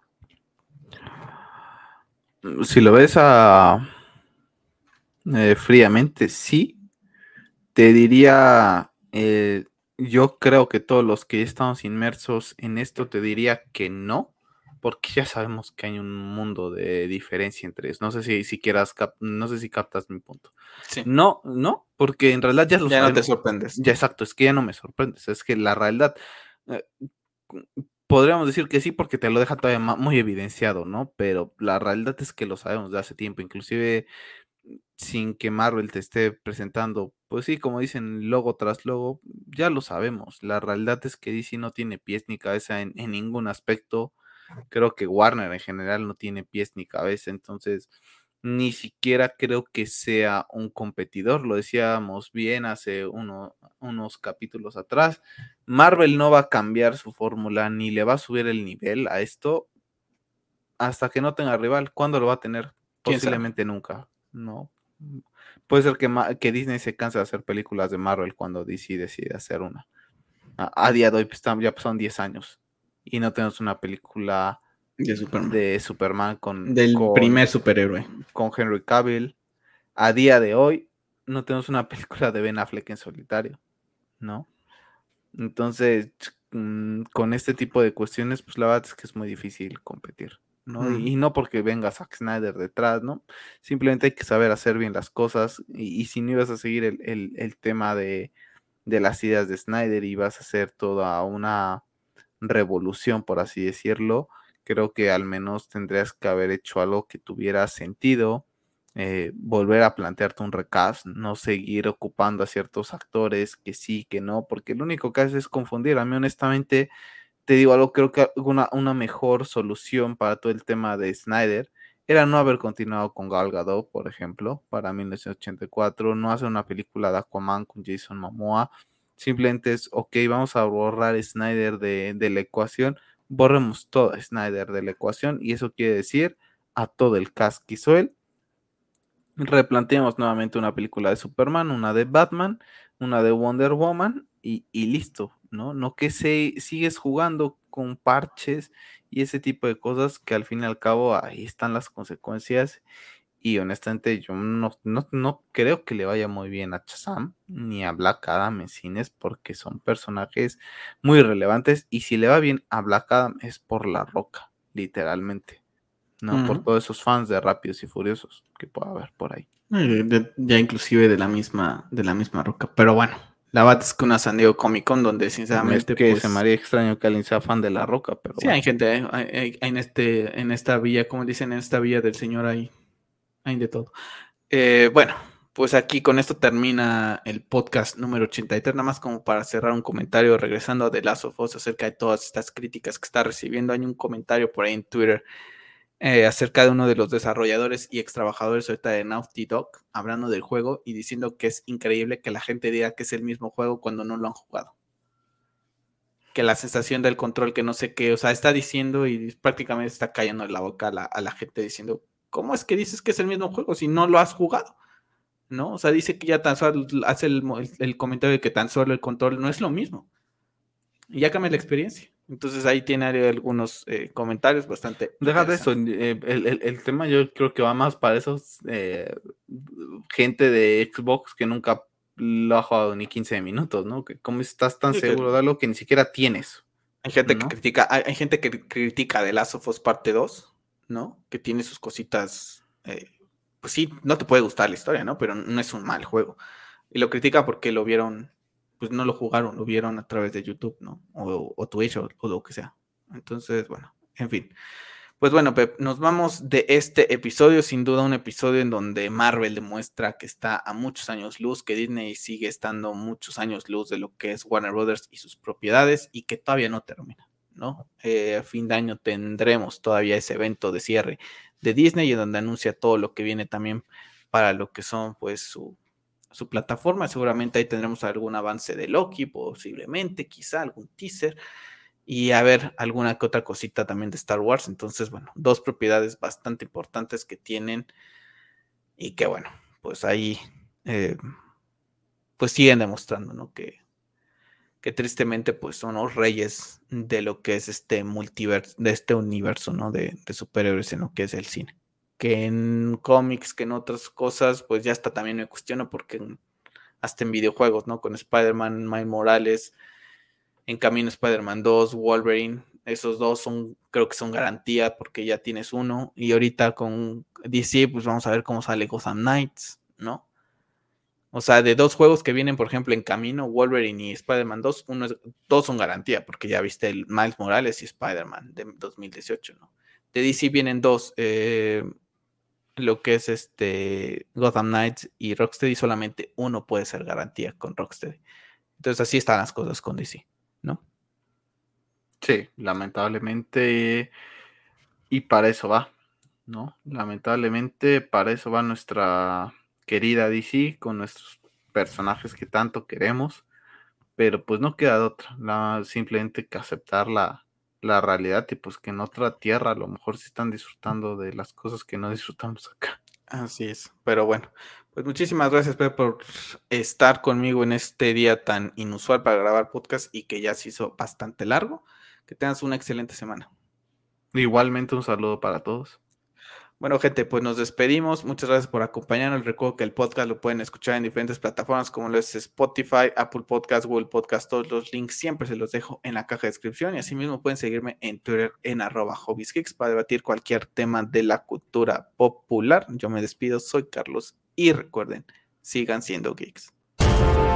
Si lo ves a, eh, fríamente, sí. Te diría, eh, yo creo que todos los que estamos inmersos en esto, te diría que no, porque ya sabemos que hay un mundo de diferencia entre ellos. No sé si, si quieras, cap- no sé si captas mi punto. Sí. No, no, porque en realidad ya lo ya sabemos. no te sorprendes. Ya exacto, es que ya no me sorprendes, es que la realidad, eh, podríamos decir que sí porque te lo deja todavía ma- muy evidenciado, ¿no? Pero la realidad es que lo sabemos de hace tiempo, inclusive sin que Marvel te esté presentando, pues sí, como dicen, logo tras logo, ya lo sabemos. La realidad es que D C no tiene pies ni cabeza en, en ningún aspecto. Creo que Warner en general no tiene pies ni cabeza, entonces ni siquiera creo que sea un competidor. Lo decíamos bien hace uno, unos capítulos atrás. Marvel no va a cambiar su fórmula ni le va a subir el nivel a esto hasta que no tenga rival. ¿Cuándo lo va a tener? Posiblemente nunca, ¿no? Puede ser que, Ma- que Disney se canse de hacer películas de Marvel cuando D C decide hacer una. A, a día de hoy pues, tam- ya pasaron diez años y no tenemos una película De Superman. de Superman con, Del con, primer superhéroe. con Henry Cavill. A día de hoy no tenemos una película de Ben Affleck en solitario, ¿no? Entonces, mm, con este tipo de cuestiones, pues la verdad es que es muy difícil competir, ¿no? Mm. Y, y no porque venga Zack Snyder detrás, ¿no? Simplemente hay que saber hacer bien las cosas y, y si no ibas a seguir el, el, el tema de, de las ideas de Snyder y vas a hacer toda una revolución, por así decirlo, creo que al menos tendrías que haber hecho algo que tuviera sentido, eh, volver a plantearte un recast, no seguir ocupando a ciertos actores que sí, que no, porque lo único que hace es confundir. A mí honestamente, te digo algo, creo que una, una mejor solución para todo el tema de Snyder era no haber continuado con Gal Gadot, por ejemplo, para mil novecientos ochenta y cuatro, no hacer una película de Aquaman con Jason Momoa, simplemente es, ok, vamos a borrar Snyder de, de la ecuación, borremos todo Snyder de la ecuación y eso quiere decir a todo el cast que hizo él, replanteamos nuevamente una película de Superman, una de Batman, una de Wonder Woman y, y listo, ¿no? No que se sigues jugando con parches y ese tipo de cosas que al fin y al cabo ahí están las consecuencias y honestamente yo no, no, no creo que le vaya muy bien a Shazam ni a Black Adam en cines porque son personajes muy relevantes y si le va bien a Black Adam es por La Roca, literalmente, ¿no? Por Uh-huh. todos esos fans de Rápidos y Furiosos que pueda haber por ahí. De, de, ya inclusive de la misma, de la misma roca. Pero bueno, la verdad es que una San Diego Comic Con donde Es sinceramente, que pues se me haría extraño que alguien sea fan de La Roca, pero sí bueno. hay gente, hay, hay, hay en este, en esta villa, como dicen, en esta villa del señor hay, hay de todo. Eh, bueno, pues aquí con esto termina el podcast número ochenta y tres, nada más como para cerrar un comentario, regresando a The Last of Us acerca de todas estas críticas que está recibiendo. Hay un comentario por ahí en Twitter eh, acerca de uno de los desarrolladores y ex trabajadores ahorita de Naughty Dog, hablando del juego y diciendo que es increíble que la gente diga que es el mismo juego cuando no lo han jugado. Que la sensación del control, que no sé qué, o sea, está diciendo y prácticamente está cayendo en la boca a la, a la gente diciendo, ¿cómo es que dices que es el mismo juego si no lo has jugado? ¿No? O sea, dice que ya tan solo hace el, el, el comentario de que tan solo el control no es lo mismo. Y ya cambia la experiencia. Entonces ahí tiene algunos eh, comentarios bastante Deja de eso, interesantes. eh, el, el, el tema yo creo que va más para esos eh, gente de Xbox que nunca lo ha jugado ni quince minutos, ¿no? Que cómo estás tan Sí, que seguro de algo que ni siquiera tienes, hay gente que ¿no? critica, hay, hay gente que critica The Last of Us parte dos, ¿no? Que tiene sus cositas, eh, pues sí, no te puede gustar la historia, ¿no? Pero no es un mal juego. Y lo critica porque lo vieron, pues no lo jugaron, lo vieron a través de YouTube, ¿no? O, o Twitch o, o lo que sea. Entonces, bueno, en fin. Pues bueno, Pep, nos vamos de este episodio, sin duda un episodio en donde Marvel demuestra que está a muchos años luz, que Disney sigue estando muchos años luz de lo que es Warner Brothers y sus propiedades y que todavía no termina, ¿no? Eh, a fin de año tendremos todavía ese evento de cierre de Disney y donde anuncia todo lo que viene también para lo que son pues su, su plataforma. Seguramente ahí tendremos algún avance de Loki, posiblemente, quizá algún teaser y a ver alguna que otra cosita también de Star Wars. Entonces, bueno, dos propiedades bastante importantes que tienen y que, bueno, pues ahí eh, pues siguen demostrando, ¿no? Que, que tristemente pues son los reyes de lo que es este multiverso, de este universo, ¿no? De, de superhéroes en lo que es el cine. Que en cómics, que en otras cosas, pues ya hasta también me cuestiono porque en, hasta en videojuegos, ¿no? Con Spider-Man, Miles Morales, en camino Spider-Man dos, Wolverine, esos dos son, creo que son garantía porque ya tienes uno. Y ahorita con D C, pues vamos a ver cómo sale Gotham Knights, ¿no? O sea, de dos juegos que vienen, por ejemplo, en camino, Wolverine y Spider-Man dos, uno es, dos son garantía, porque ya viste el Miles Morales y Spider-Man de dos mil dieciocho, ¿no? De D C vienen dos, eh, lo que es este Gotham Knights y Rocksteady, solamente uno puede ser garantía con Rocksteady. Entonces así están las cosas con D C, ¿no? Sí, lamentablemente, y para eso va, ¿no? Lamentablemente para eso va nuestra querida D C con nuestros personajes que tanto queremos, pero pues no queda de otra, la, simplemente que aceptar la, la realidad y pues que en otra tierra a lo mejor sí están disfrutando de las cosas que no disfrutamos acá. Así es, pero bueno, pues muchísimas gracias, Pepe, por estar conmigo en este día tan inusual para grabar podcast y que ya se hizo bastante largo. Que tengas una excelente semana. Igualmente un saludo para todos. Bueno, gente, pues nos despedimos. Muchas gracias por acompañarnos. Recuerdo que el podcast lo pueden escuchar en diferentes plataformas como lo es Spotify, Apple Podcast, Google Podcast. Todos los links siempre se los dejo en la caja de descripción y asimismo pueden seguirme en Twitter en arroba hobbiesgeeks para debatir cualquier tema de la cultura popular. Yo me despido, soy Carlos y recuerden, sigan siendo geeks.